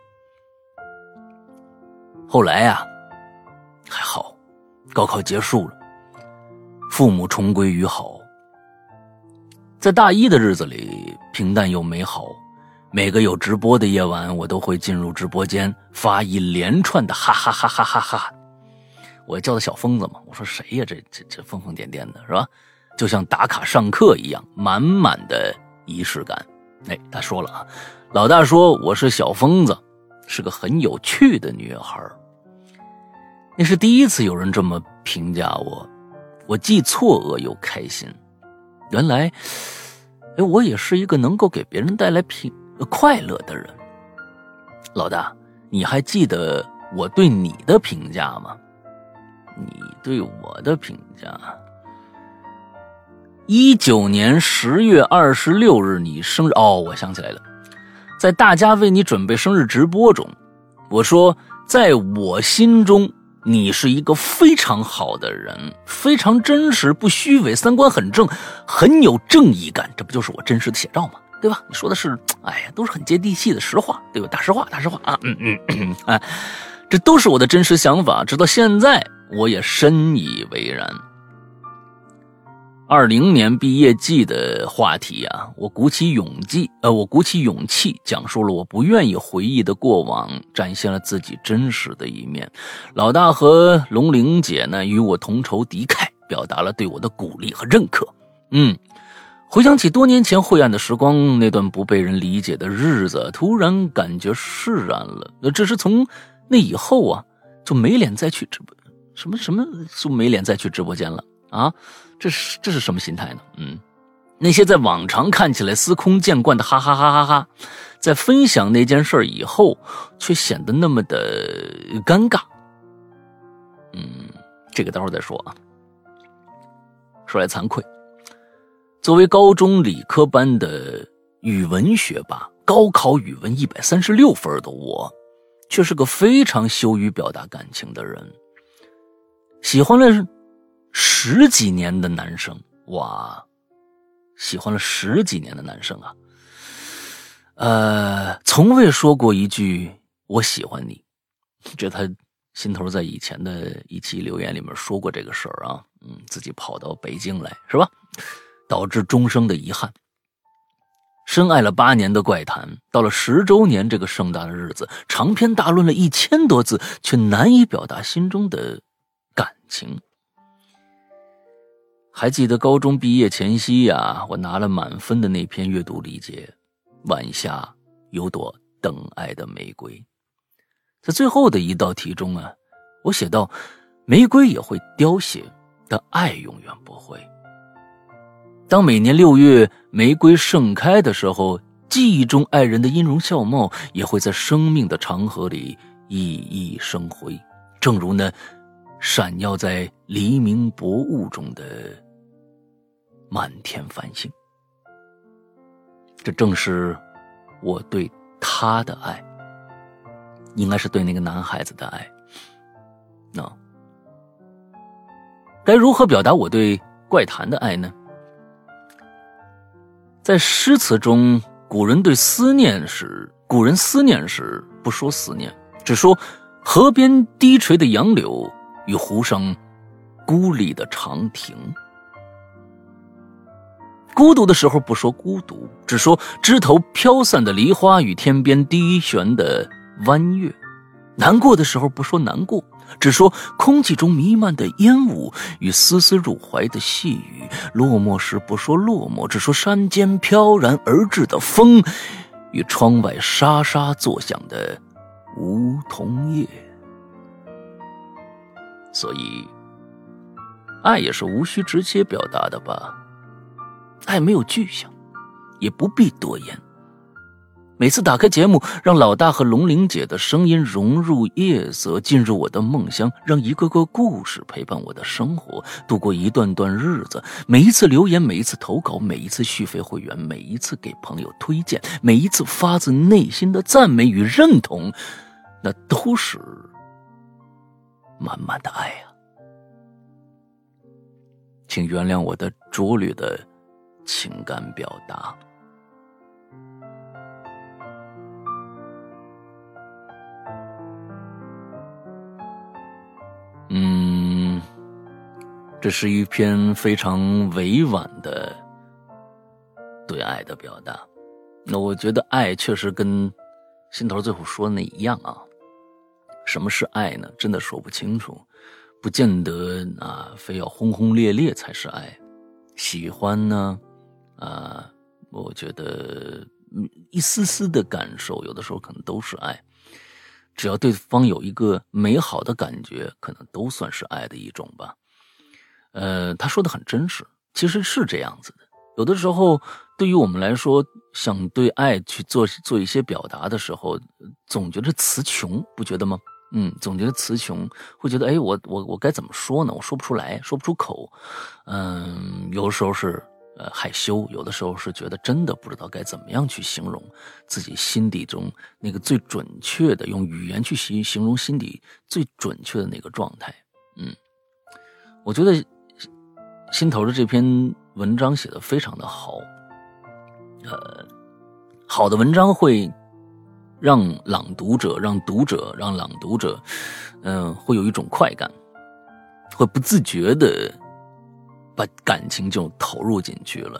后来还好，高考结束了，父母重归于好。在大1的日子里，平淡又美好。每个有直播的夜晚，我都会进入直播间，发一连串的哈哈哈哈哈哈。我叫他小疯子嘛，我说谁呀？这疯疯癫癫的是吧？就像打卡上课一样，满满的仪式感。他说了老大说我是小疯子，是个很有趣的女孩。那是第一次有人这么评价我，我既错愕又开心。原来我也是一个能够给别人带来快乐的人。老大，你还记得我对你的评价吗？ 你对我的评价，19年10月26日你生日哦，我想起来了，在大家为你准备生日直播中，我说在我心中你是一个非常好的人，非常真实，不虚伪，三观很正，很有正义感，这不就是我真实的写照吗？对吧？你说的是，哎呀，都是很接地气的实话，对吧？大实话啊，哎，这都是我的真实想法，直到现在我也深以为然。20年毕业季的话题啊，我鼓起勇气讲述了我不愿意回忆的过往，展现了自己真实的一面。老大和龙玲姐呢，与我同仇敌忾，表达了对我的鼓励和认可。回想起多年前晦暗的时光，那段不被人理解的日子，突然感觉释然了。只是从那以后啊，就没脸再去直播，就没脸再去直播间了啊！这是什么心态呢？那些在往常看起来司空见惯的哈哈哈哈哈，在分享那件事以后，却显得那么的尴尬。这个待会儿再说啊。说来惭愧，作为高中理科班的语文学霸，高考语文136分的我，却是个非常羞于表达感情的人。喜欢了10几年的男生，哇，喜欢了10几年的男生啊，从未说过一句我喜欢你。这他心头在以前的一期留言里面说过这个事儿啊，自己跑到北京来是吧？导致终生的遗憾。深爱了8年的怪谈，到了10周年这个盛大的日子，长篇大论了1000多字，却难以表达心中的感情。还记得高中毕业前夕啊，我拿了满分的那篇阅读理解，晚霞有朵等爱的玫瑰。在最后的一道题中啊，我写道，玫瑰也会凋谢，但爱永远不会。当每年6月玫瑰盛开的时候，记忆中爱人的音容笑貌也会在生命的长河里熠熠生辉，正如那闪耀在黎明薄雾中的满天繁星。这正是我对他的爱，应该是对那个男孩子的爱。该如何表达我对怪谈的爱呢？在诗词中，古人思念时不说思念，只说河边低垂的杨柳与湖上孤立的长亭。孤独的时候不说孤独，只说枝头飘散的梨花与天边低悬的弯月。难过的时候不说难过，只说空气中弥漫的烟雾与丝丝入怀的细雨。落寞时不说落寞，只说山间飘然而至的风与窗外沙沙作响的梧桐叶。所以爱也是无需直接表达的吧，爱没有具象，也不必多言。每次打开节目，让老大和龙玲姐的声音融入夜色，进入我的梦乡，让一个个故事陪伴我的生活，度过一段段日子。每一次留言，每一次投稿，每一次续费会员，每一次给朋友推荐，每一次发自内心的赞美与认同，那都是满满的爱啊！请原谅我的拙劣的情感表达。这是一篇非常委婉的对爱的表达。那我觉得爱确实跟心头最后说的那一样啊。什么是爱呢？真的说不清楚，不见得非要轰轰烈烈才是爱。喜欢呢，我觉得一丝丝的感受，有的时候可能都是爱。只要对方有一个美好的感觉，可能都算是爱的一种吧。他说的很真实，其实是这样子的。有的时候对于我们来说，想对爱去做一些表达的时候，总觉得词穷，不觉得吗？ 总觉得词穷，会觉得哎，我该怎么说呢？我说不出来，说不出口。有的时候是害羞，有的时候是觉得真的不知道该怎么样去形容自己心底中那个最准确的，用语言去形容心底最准确的那个状态。我觉得心头的这篇文章写得非常的好。好的文章会让读者会有一种快感，会不自觉的把感情就投入进去了。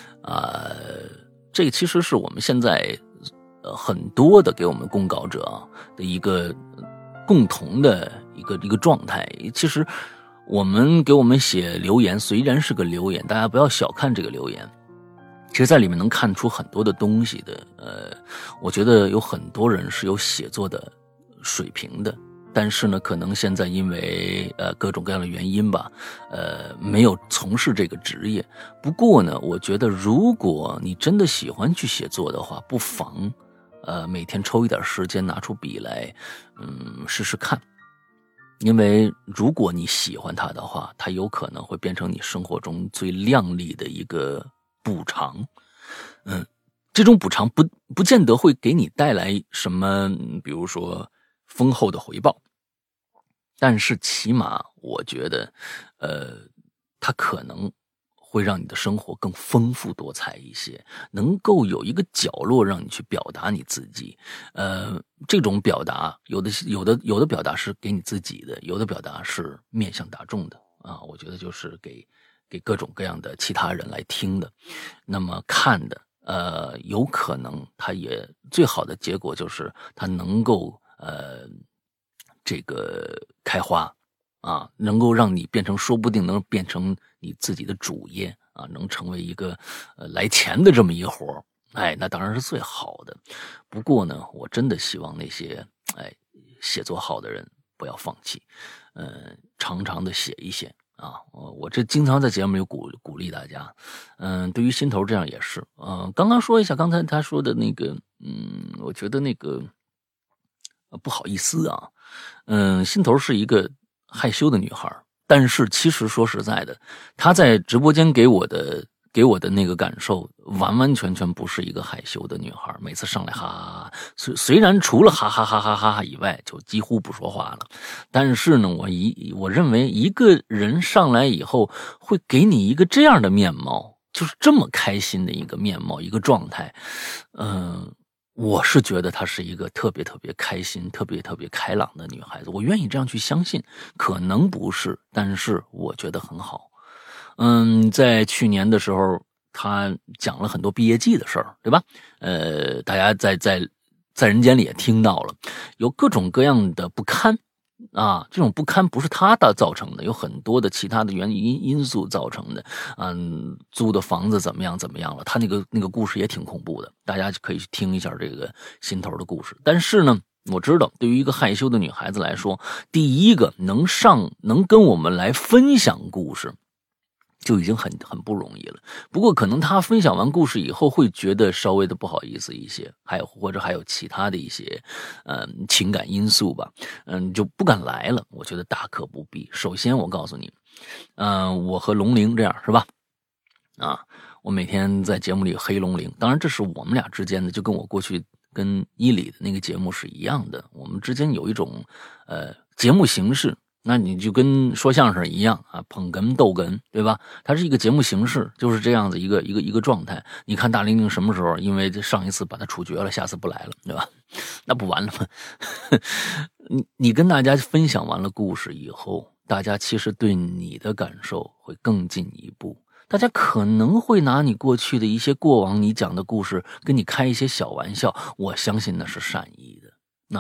这个其实是我们现在很多的给我们公稿者的一个共同的一个状态。其实我们给我们写留言，虽然是个留言，大家不要小看这个留言，其实在里面能看出很多的东西的。我觉得有很多人是有写作的水平的，但是呢，可能现在因为各种各样的原因吧，没有从事这个职业。不过呢，我觉得如果你真的喜欢去写作的话，不妨每天抽一点时间拿出笔来，试试看。因为如果你喜欢它的话，它有可能会变成你生活中最亮丽的一个补偿。这种补偿不见得会给你带来什么，比如说丰厚的回报，但是起码我觉得，它可能会让你的生活更丰富多彩一些，能够有一个角落让你去表达你自己。这种表达有的表达是给你自己的，有的表达是面向大众的啊。我觉得就是给各种各样的其他人来听的。那么看的，有可能它也最好的结果就是它能够这个开花啊，能够让你变成，说不定能变成你自己的主业啊，能成为一个来钱的这么一活。那当然是最好的。不过呢，我真的希望那些写作好的人不要放弃，常常的写一写啊。我这经常在节目里鼓励大家。对于心头这样也是。刚刚说一下刚才他说的那个，我觉得那个不好意思啊。心头是一个害羞的女孩，但是其实说实在的，她在直播间给我的那个感受，完完全全不是一个害羞的女孩。每次上来哈哈哈，虽然除了哈哈哈哈哈哈以外，就几乎不说话了。但是呢，我认为一个人上来以后，会给你一个这样的面貌，就是这么开心的一个面貌，一个状态。我是觉得她是一个特别特别开心、特别特别开朗的女孩子。我愿意这样去相信，可能不是，但是我觉得很好。在去年的时候，他讲了很多毕业季的事儿，对吧？大家在人间里也听到了，有各种各样的不堪啊，这种不堪不是他造成的，有很多的其他的因素造成的。租的房子怎么样了？他那个故事也挺恐怖的，大家可以去听一下这个心头的故事。但是呢，我知道对于一个害羞的女孩子来说，第一个能跟我们来分享故事，就已经很不容易了。不过可能他分享完故事以后会觉得稍微的不好意思一些，或者还有其他的一些情感因素吧，就不敢来了。我觉得大可不必。首先我告诉你，我和龙玲这样是吧？我每天在节目里黑龙玲，当然这是我们俩之间的，就跟我过去跟伊里的那个节目是一样的。我们之间有一种节目形式，那你就跟说相声一样啊，捧哏逗哏，对吧？它是一个节目形式，就是这样子一个状态。你看大玲玲什么时候因为上一次把她处决了，下次不来了，对吧？那不完了吗？你跟大家分享完了故事以后，大家其实对你的感受会更进一步。大家可能会拿你过去的一些过往你讲的故事跟你开一些小玩笑，我相信那是善意的。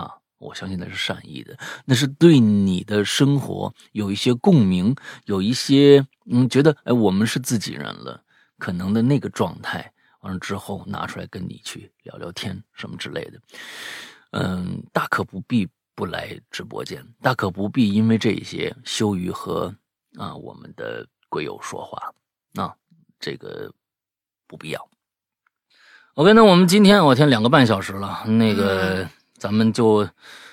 那是对你的生活有一些共鸣，有一些觉得我们是自己人了，可能的那个状态，完了之后拿出来跟你去聊聊天什么之类的。大可不必不来直播间，大可不必因为这些羞于和我们的鬼友说话，这个不必要。OK， 那我们今天2个半小时了，那个咱们就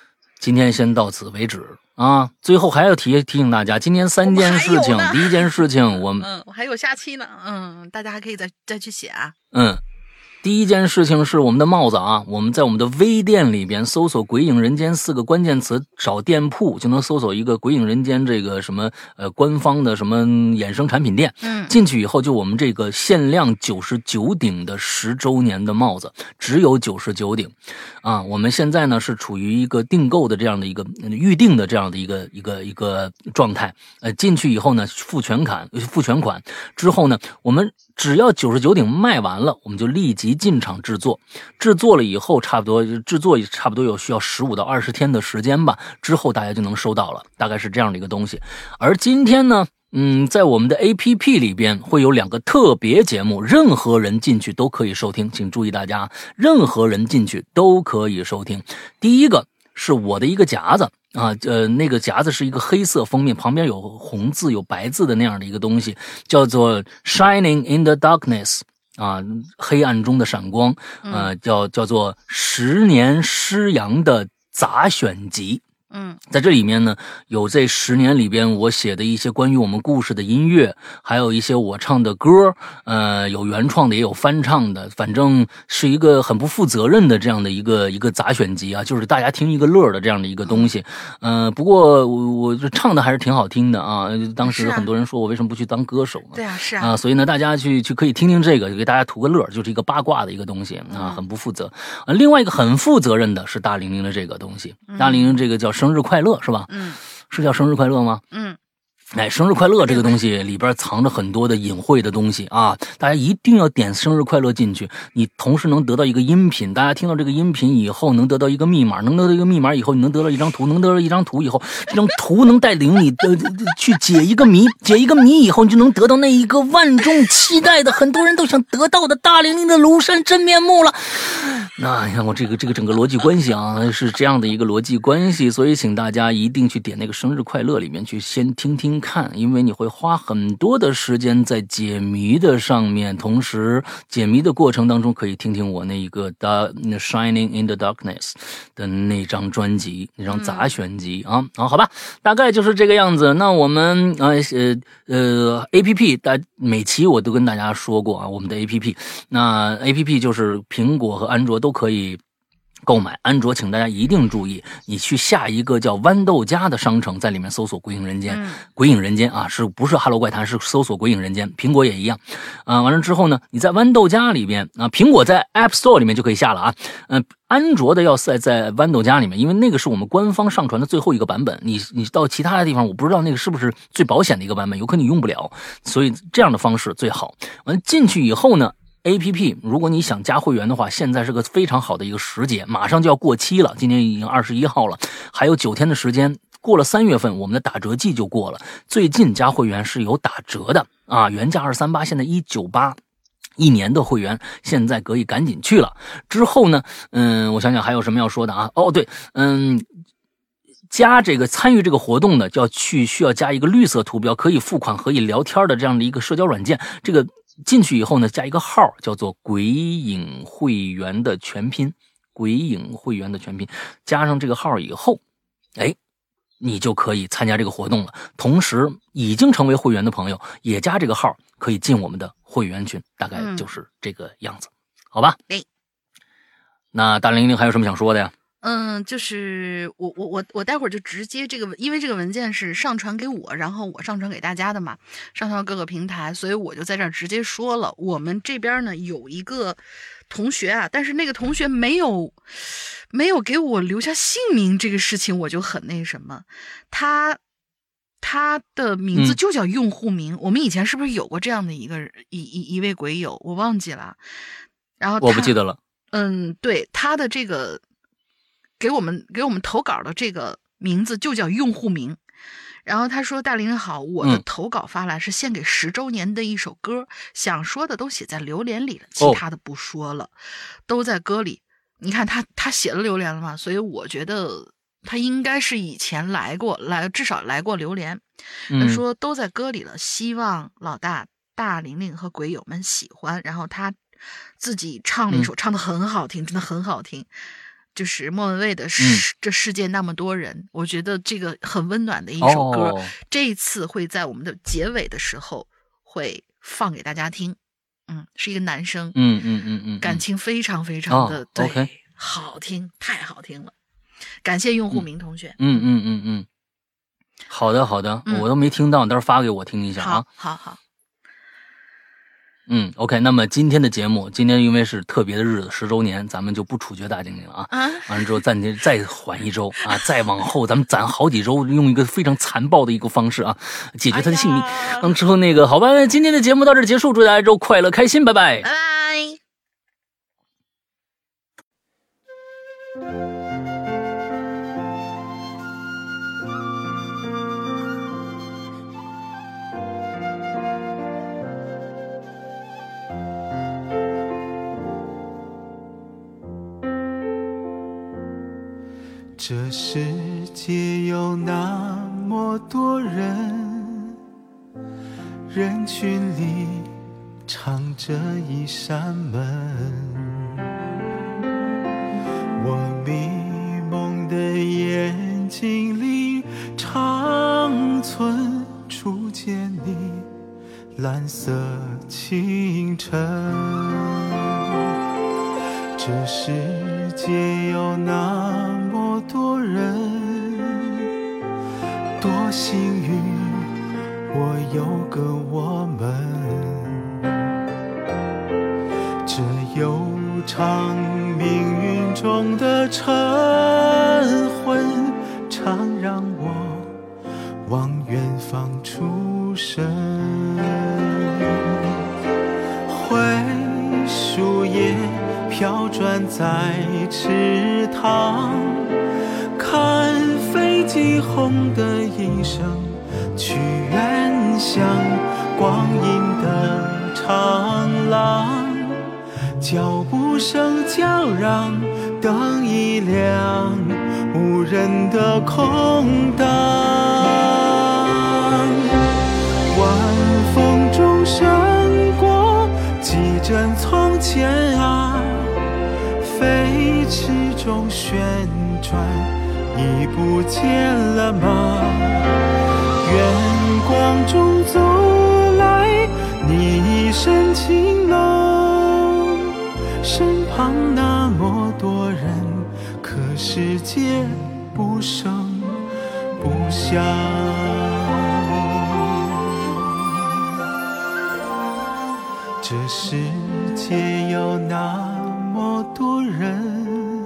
今天先到此为止啊。最后还要提醒大家，今天3件事情，第一件事情我还有下期呢，大家还可以再去写啊。 第一件事情是我们的帽子啊，我们在我们的微店里边搜索鬼影人间4个关键词，找店铺就能搜索一个鬼影人间这个什么官方的什么衍生产品店。进去以后就我们这个限量99顶的10周年的帽子，只有99顶啊。我们现在呢是处于一个订购的这样的一个预定的这样的一个状态。进去以后呢付全款之后呢，我们只要99顶卖完了，我们就立即进场制作了以后，制作差不多有需要15到20天的时间吧，之后大家就能收到了，大概是这样的一个东西。而今天呢，在我们的 APP 里边会有2个特别节目，任何人进去都可以收听，请注意大家，任何人进去都可以收听。第一个是我的一个夹子啊，那个夹子是一个黑色封面，旁边有红字有白字的那样的一个东西，叫做 Shining in the Darkness 啊，黑暗中的闪光，叫做10年诗阳的杂选集。在这里面呢，有这10年里边我写的一些关于我们故事的音乐，还有一些我唱的歌，有原创的也有翻唱的，反正是一个很不负责任的这样的一个杂选集啊，就是大家听一个乐的这样的一个东西。不过我唱的还是挺好听的啊，当时很多人说我为什么不去当歌手呢？ 对啊，是啊， 所以呢，大家去可以听听这个，给大家图个乐，就是一个八卦的一个东西啊，很不负责。另外一个很负责任的是大玲玲的这个东西，大玲玲这个叫生日快乐是吧？是叫生日快乐吗？生日快乐这个东西里边藏着很多的隐晦的东西啊，大家一定要点生日快乐进去，你同时能得到一个音频，大家听到这个音频以后能得到一个密码，能得到一个密码以后你能得到一张图，能得到一张图以后，这张图能带领你去解一个谜，解一个谜以后你就能得到那一个万众期待的很多人都想得到的大玲玲的庐山真面目了。那你看我这个整个逻辑关系啊，是这样的一个逻辑关系，所以请大家一定去点那个生日快乐里面去先听听看，因为你会花很多的时间在解谜的上面，同时解谜的过程当中可以听听我那一个Shining in the Darkness 的那张专辑，那张杂选集啊。好吧，大概就是这个样子。那我们APP 每期我都跟大家说过啊，我们的 APP， 那 APP 就是苹果和安卓都可以购买。安卓请大家一定注意，你去下一个叫豌豆荚的商城，在里面搜索鬼影人间，鬼影人间啊，是不是哈喽怪谈，是搜索鬼影人间。苹果也一样完了之后呢，你在豌豆荚里边啊，苹果在 App Store 里面就可以下了啊，安卓的要在豌豆荚里面，因为那个是我们官方上传的最后一个版本，你到其他的地方我不知道那个是不是最保险的一个版本，有可能你用不了，所以这样的方式最好。完进去以后呢，APP 如果你想加会员的话，现在是个非常好的一个时节，马上就要过期了，今年已经21号了，还有9天的时间，过了3月份我们的打折季就过了。最近加会员是有打折的啊，原价238，现在198。1年的会员现在可以赶紧去了。之后呢，我想想还有什么要说的啊？对，加这个参与这个活动的需要加一个绿色图标，可以付款可以聊天的这样的一个社交软件。这个进去以后呢，加一个号叫做鬼影会员的全拼，鬼影会员的全拼，加上这个号以后，你就可以参加这个活动了。同时已经成为会员的朋友也加这个号，可以进我们的会员群，大概就是这个样子，好吧？那大玲玲还有什么想说的呀？ 就是我待会儿就直接因为这个文件是上传给我，然后我上传给大家的嘛，上传到各个平台，所以我就在这儿直接说了，我们这边呢有一个同学啊，但是那个同学没有给我留下姓名，这个事情我就很那什么，他的名字就叫用户名，我们以前是不是有过这样的一位鬼友，我忘记了，然后我不记得了。 对，他的这个给我们投稿的这个名字就叫用户名。然后他说：“大玲好，我的投稿发来是献给10周年的一首歌，想说的都写在留言里了，其他的不说了，都在歌里。你看他写了留言了嘛，所以我觉得他应该是以前至少来过留言。他说都在歌里了，希望老大玲玲和鬼友们喜欢。然后他自己唱了一首，唱得很好听，真的很好听。 就是莫文蔚的这世界那么多人，我觉得这个很温暖的一首歌，这一次会在我们的结尾的时候会放给大家听。是一个男生，感情非常非常的对， OK 好听，太好听了。感谢用户名同学。 好的，我都没听到，待会儿发给我听一下啊。 好。 OK， 那么今天的节目，今天因为是特别的日子，10周年，咱们就不处决大精灵了啊。完了之后暂停，再缓1周啊，再往后咱们攒好几周，用一个非常残暴的一个方式啊，解决他的性命。之后好吧，那今天的节目到这结束，祝大家一周快乐开心，拜拜， 拜拜。 这世界有那么多人，人群里藏着一扇门，我迷蒙的眼睛里长存初见你蓝色清晨。这世界有那么多人，多幸运我有个我们。这悠长命运中的晨昏，常让我往远方出神。灰树叶飘转在池塘，看飞机轰的一声去远乡，光阴的长廊，脚步声叫嚷，灯一亮，无人的空荡。晚风中闪过几帧从前啊，飞驰中旋转，已不见了吗？远光中走来，你一身晴朗，身旁那么多人，可世界不声不响。这世界有那么多人，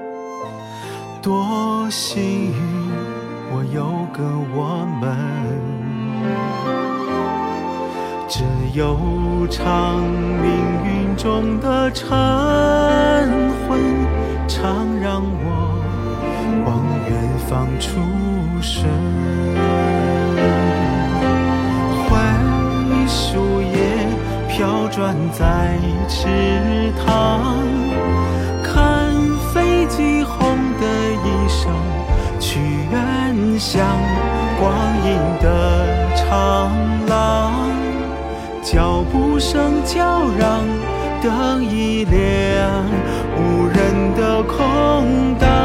多幸运我有个我们。这悠长命运中的晨昏，常让我往远方出神。灰树叶飘转在池塘，看飞机轰的一声去远乡，光阴的长廊，脚步声叫嚷，灯一亮，无人的空荡。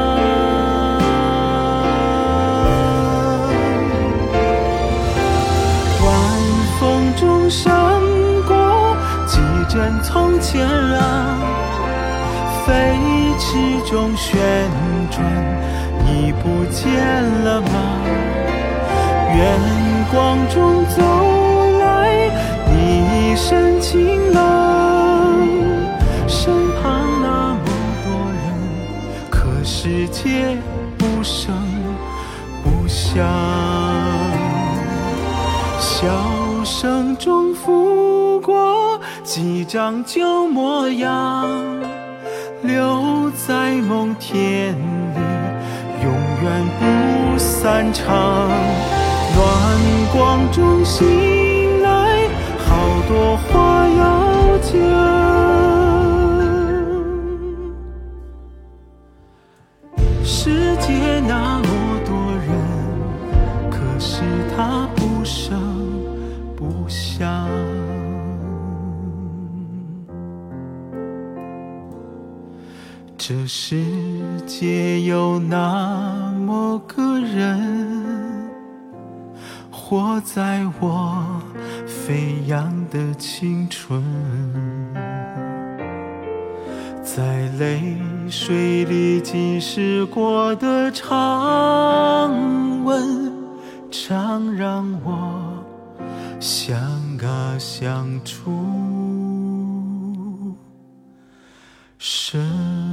晚风中闪过几帧从前啊，飞驰中旋转，已不见了吗？远光中走来，你一身晴朗，身旁那么多人，可世界不声不响。笑声中拂过几张旧模样，留在梦田里，永远不散场。暖光中醒来，好多话要讲。世界那么多人，可是它不声不响。 这世界有那么个人，活在我飞扬的青春，在泪水里浸湿过的长吻，常让我想啊想出生。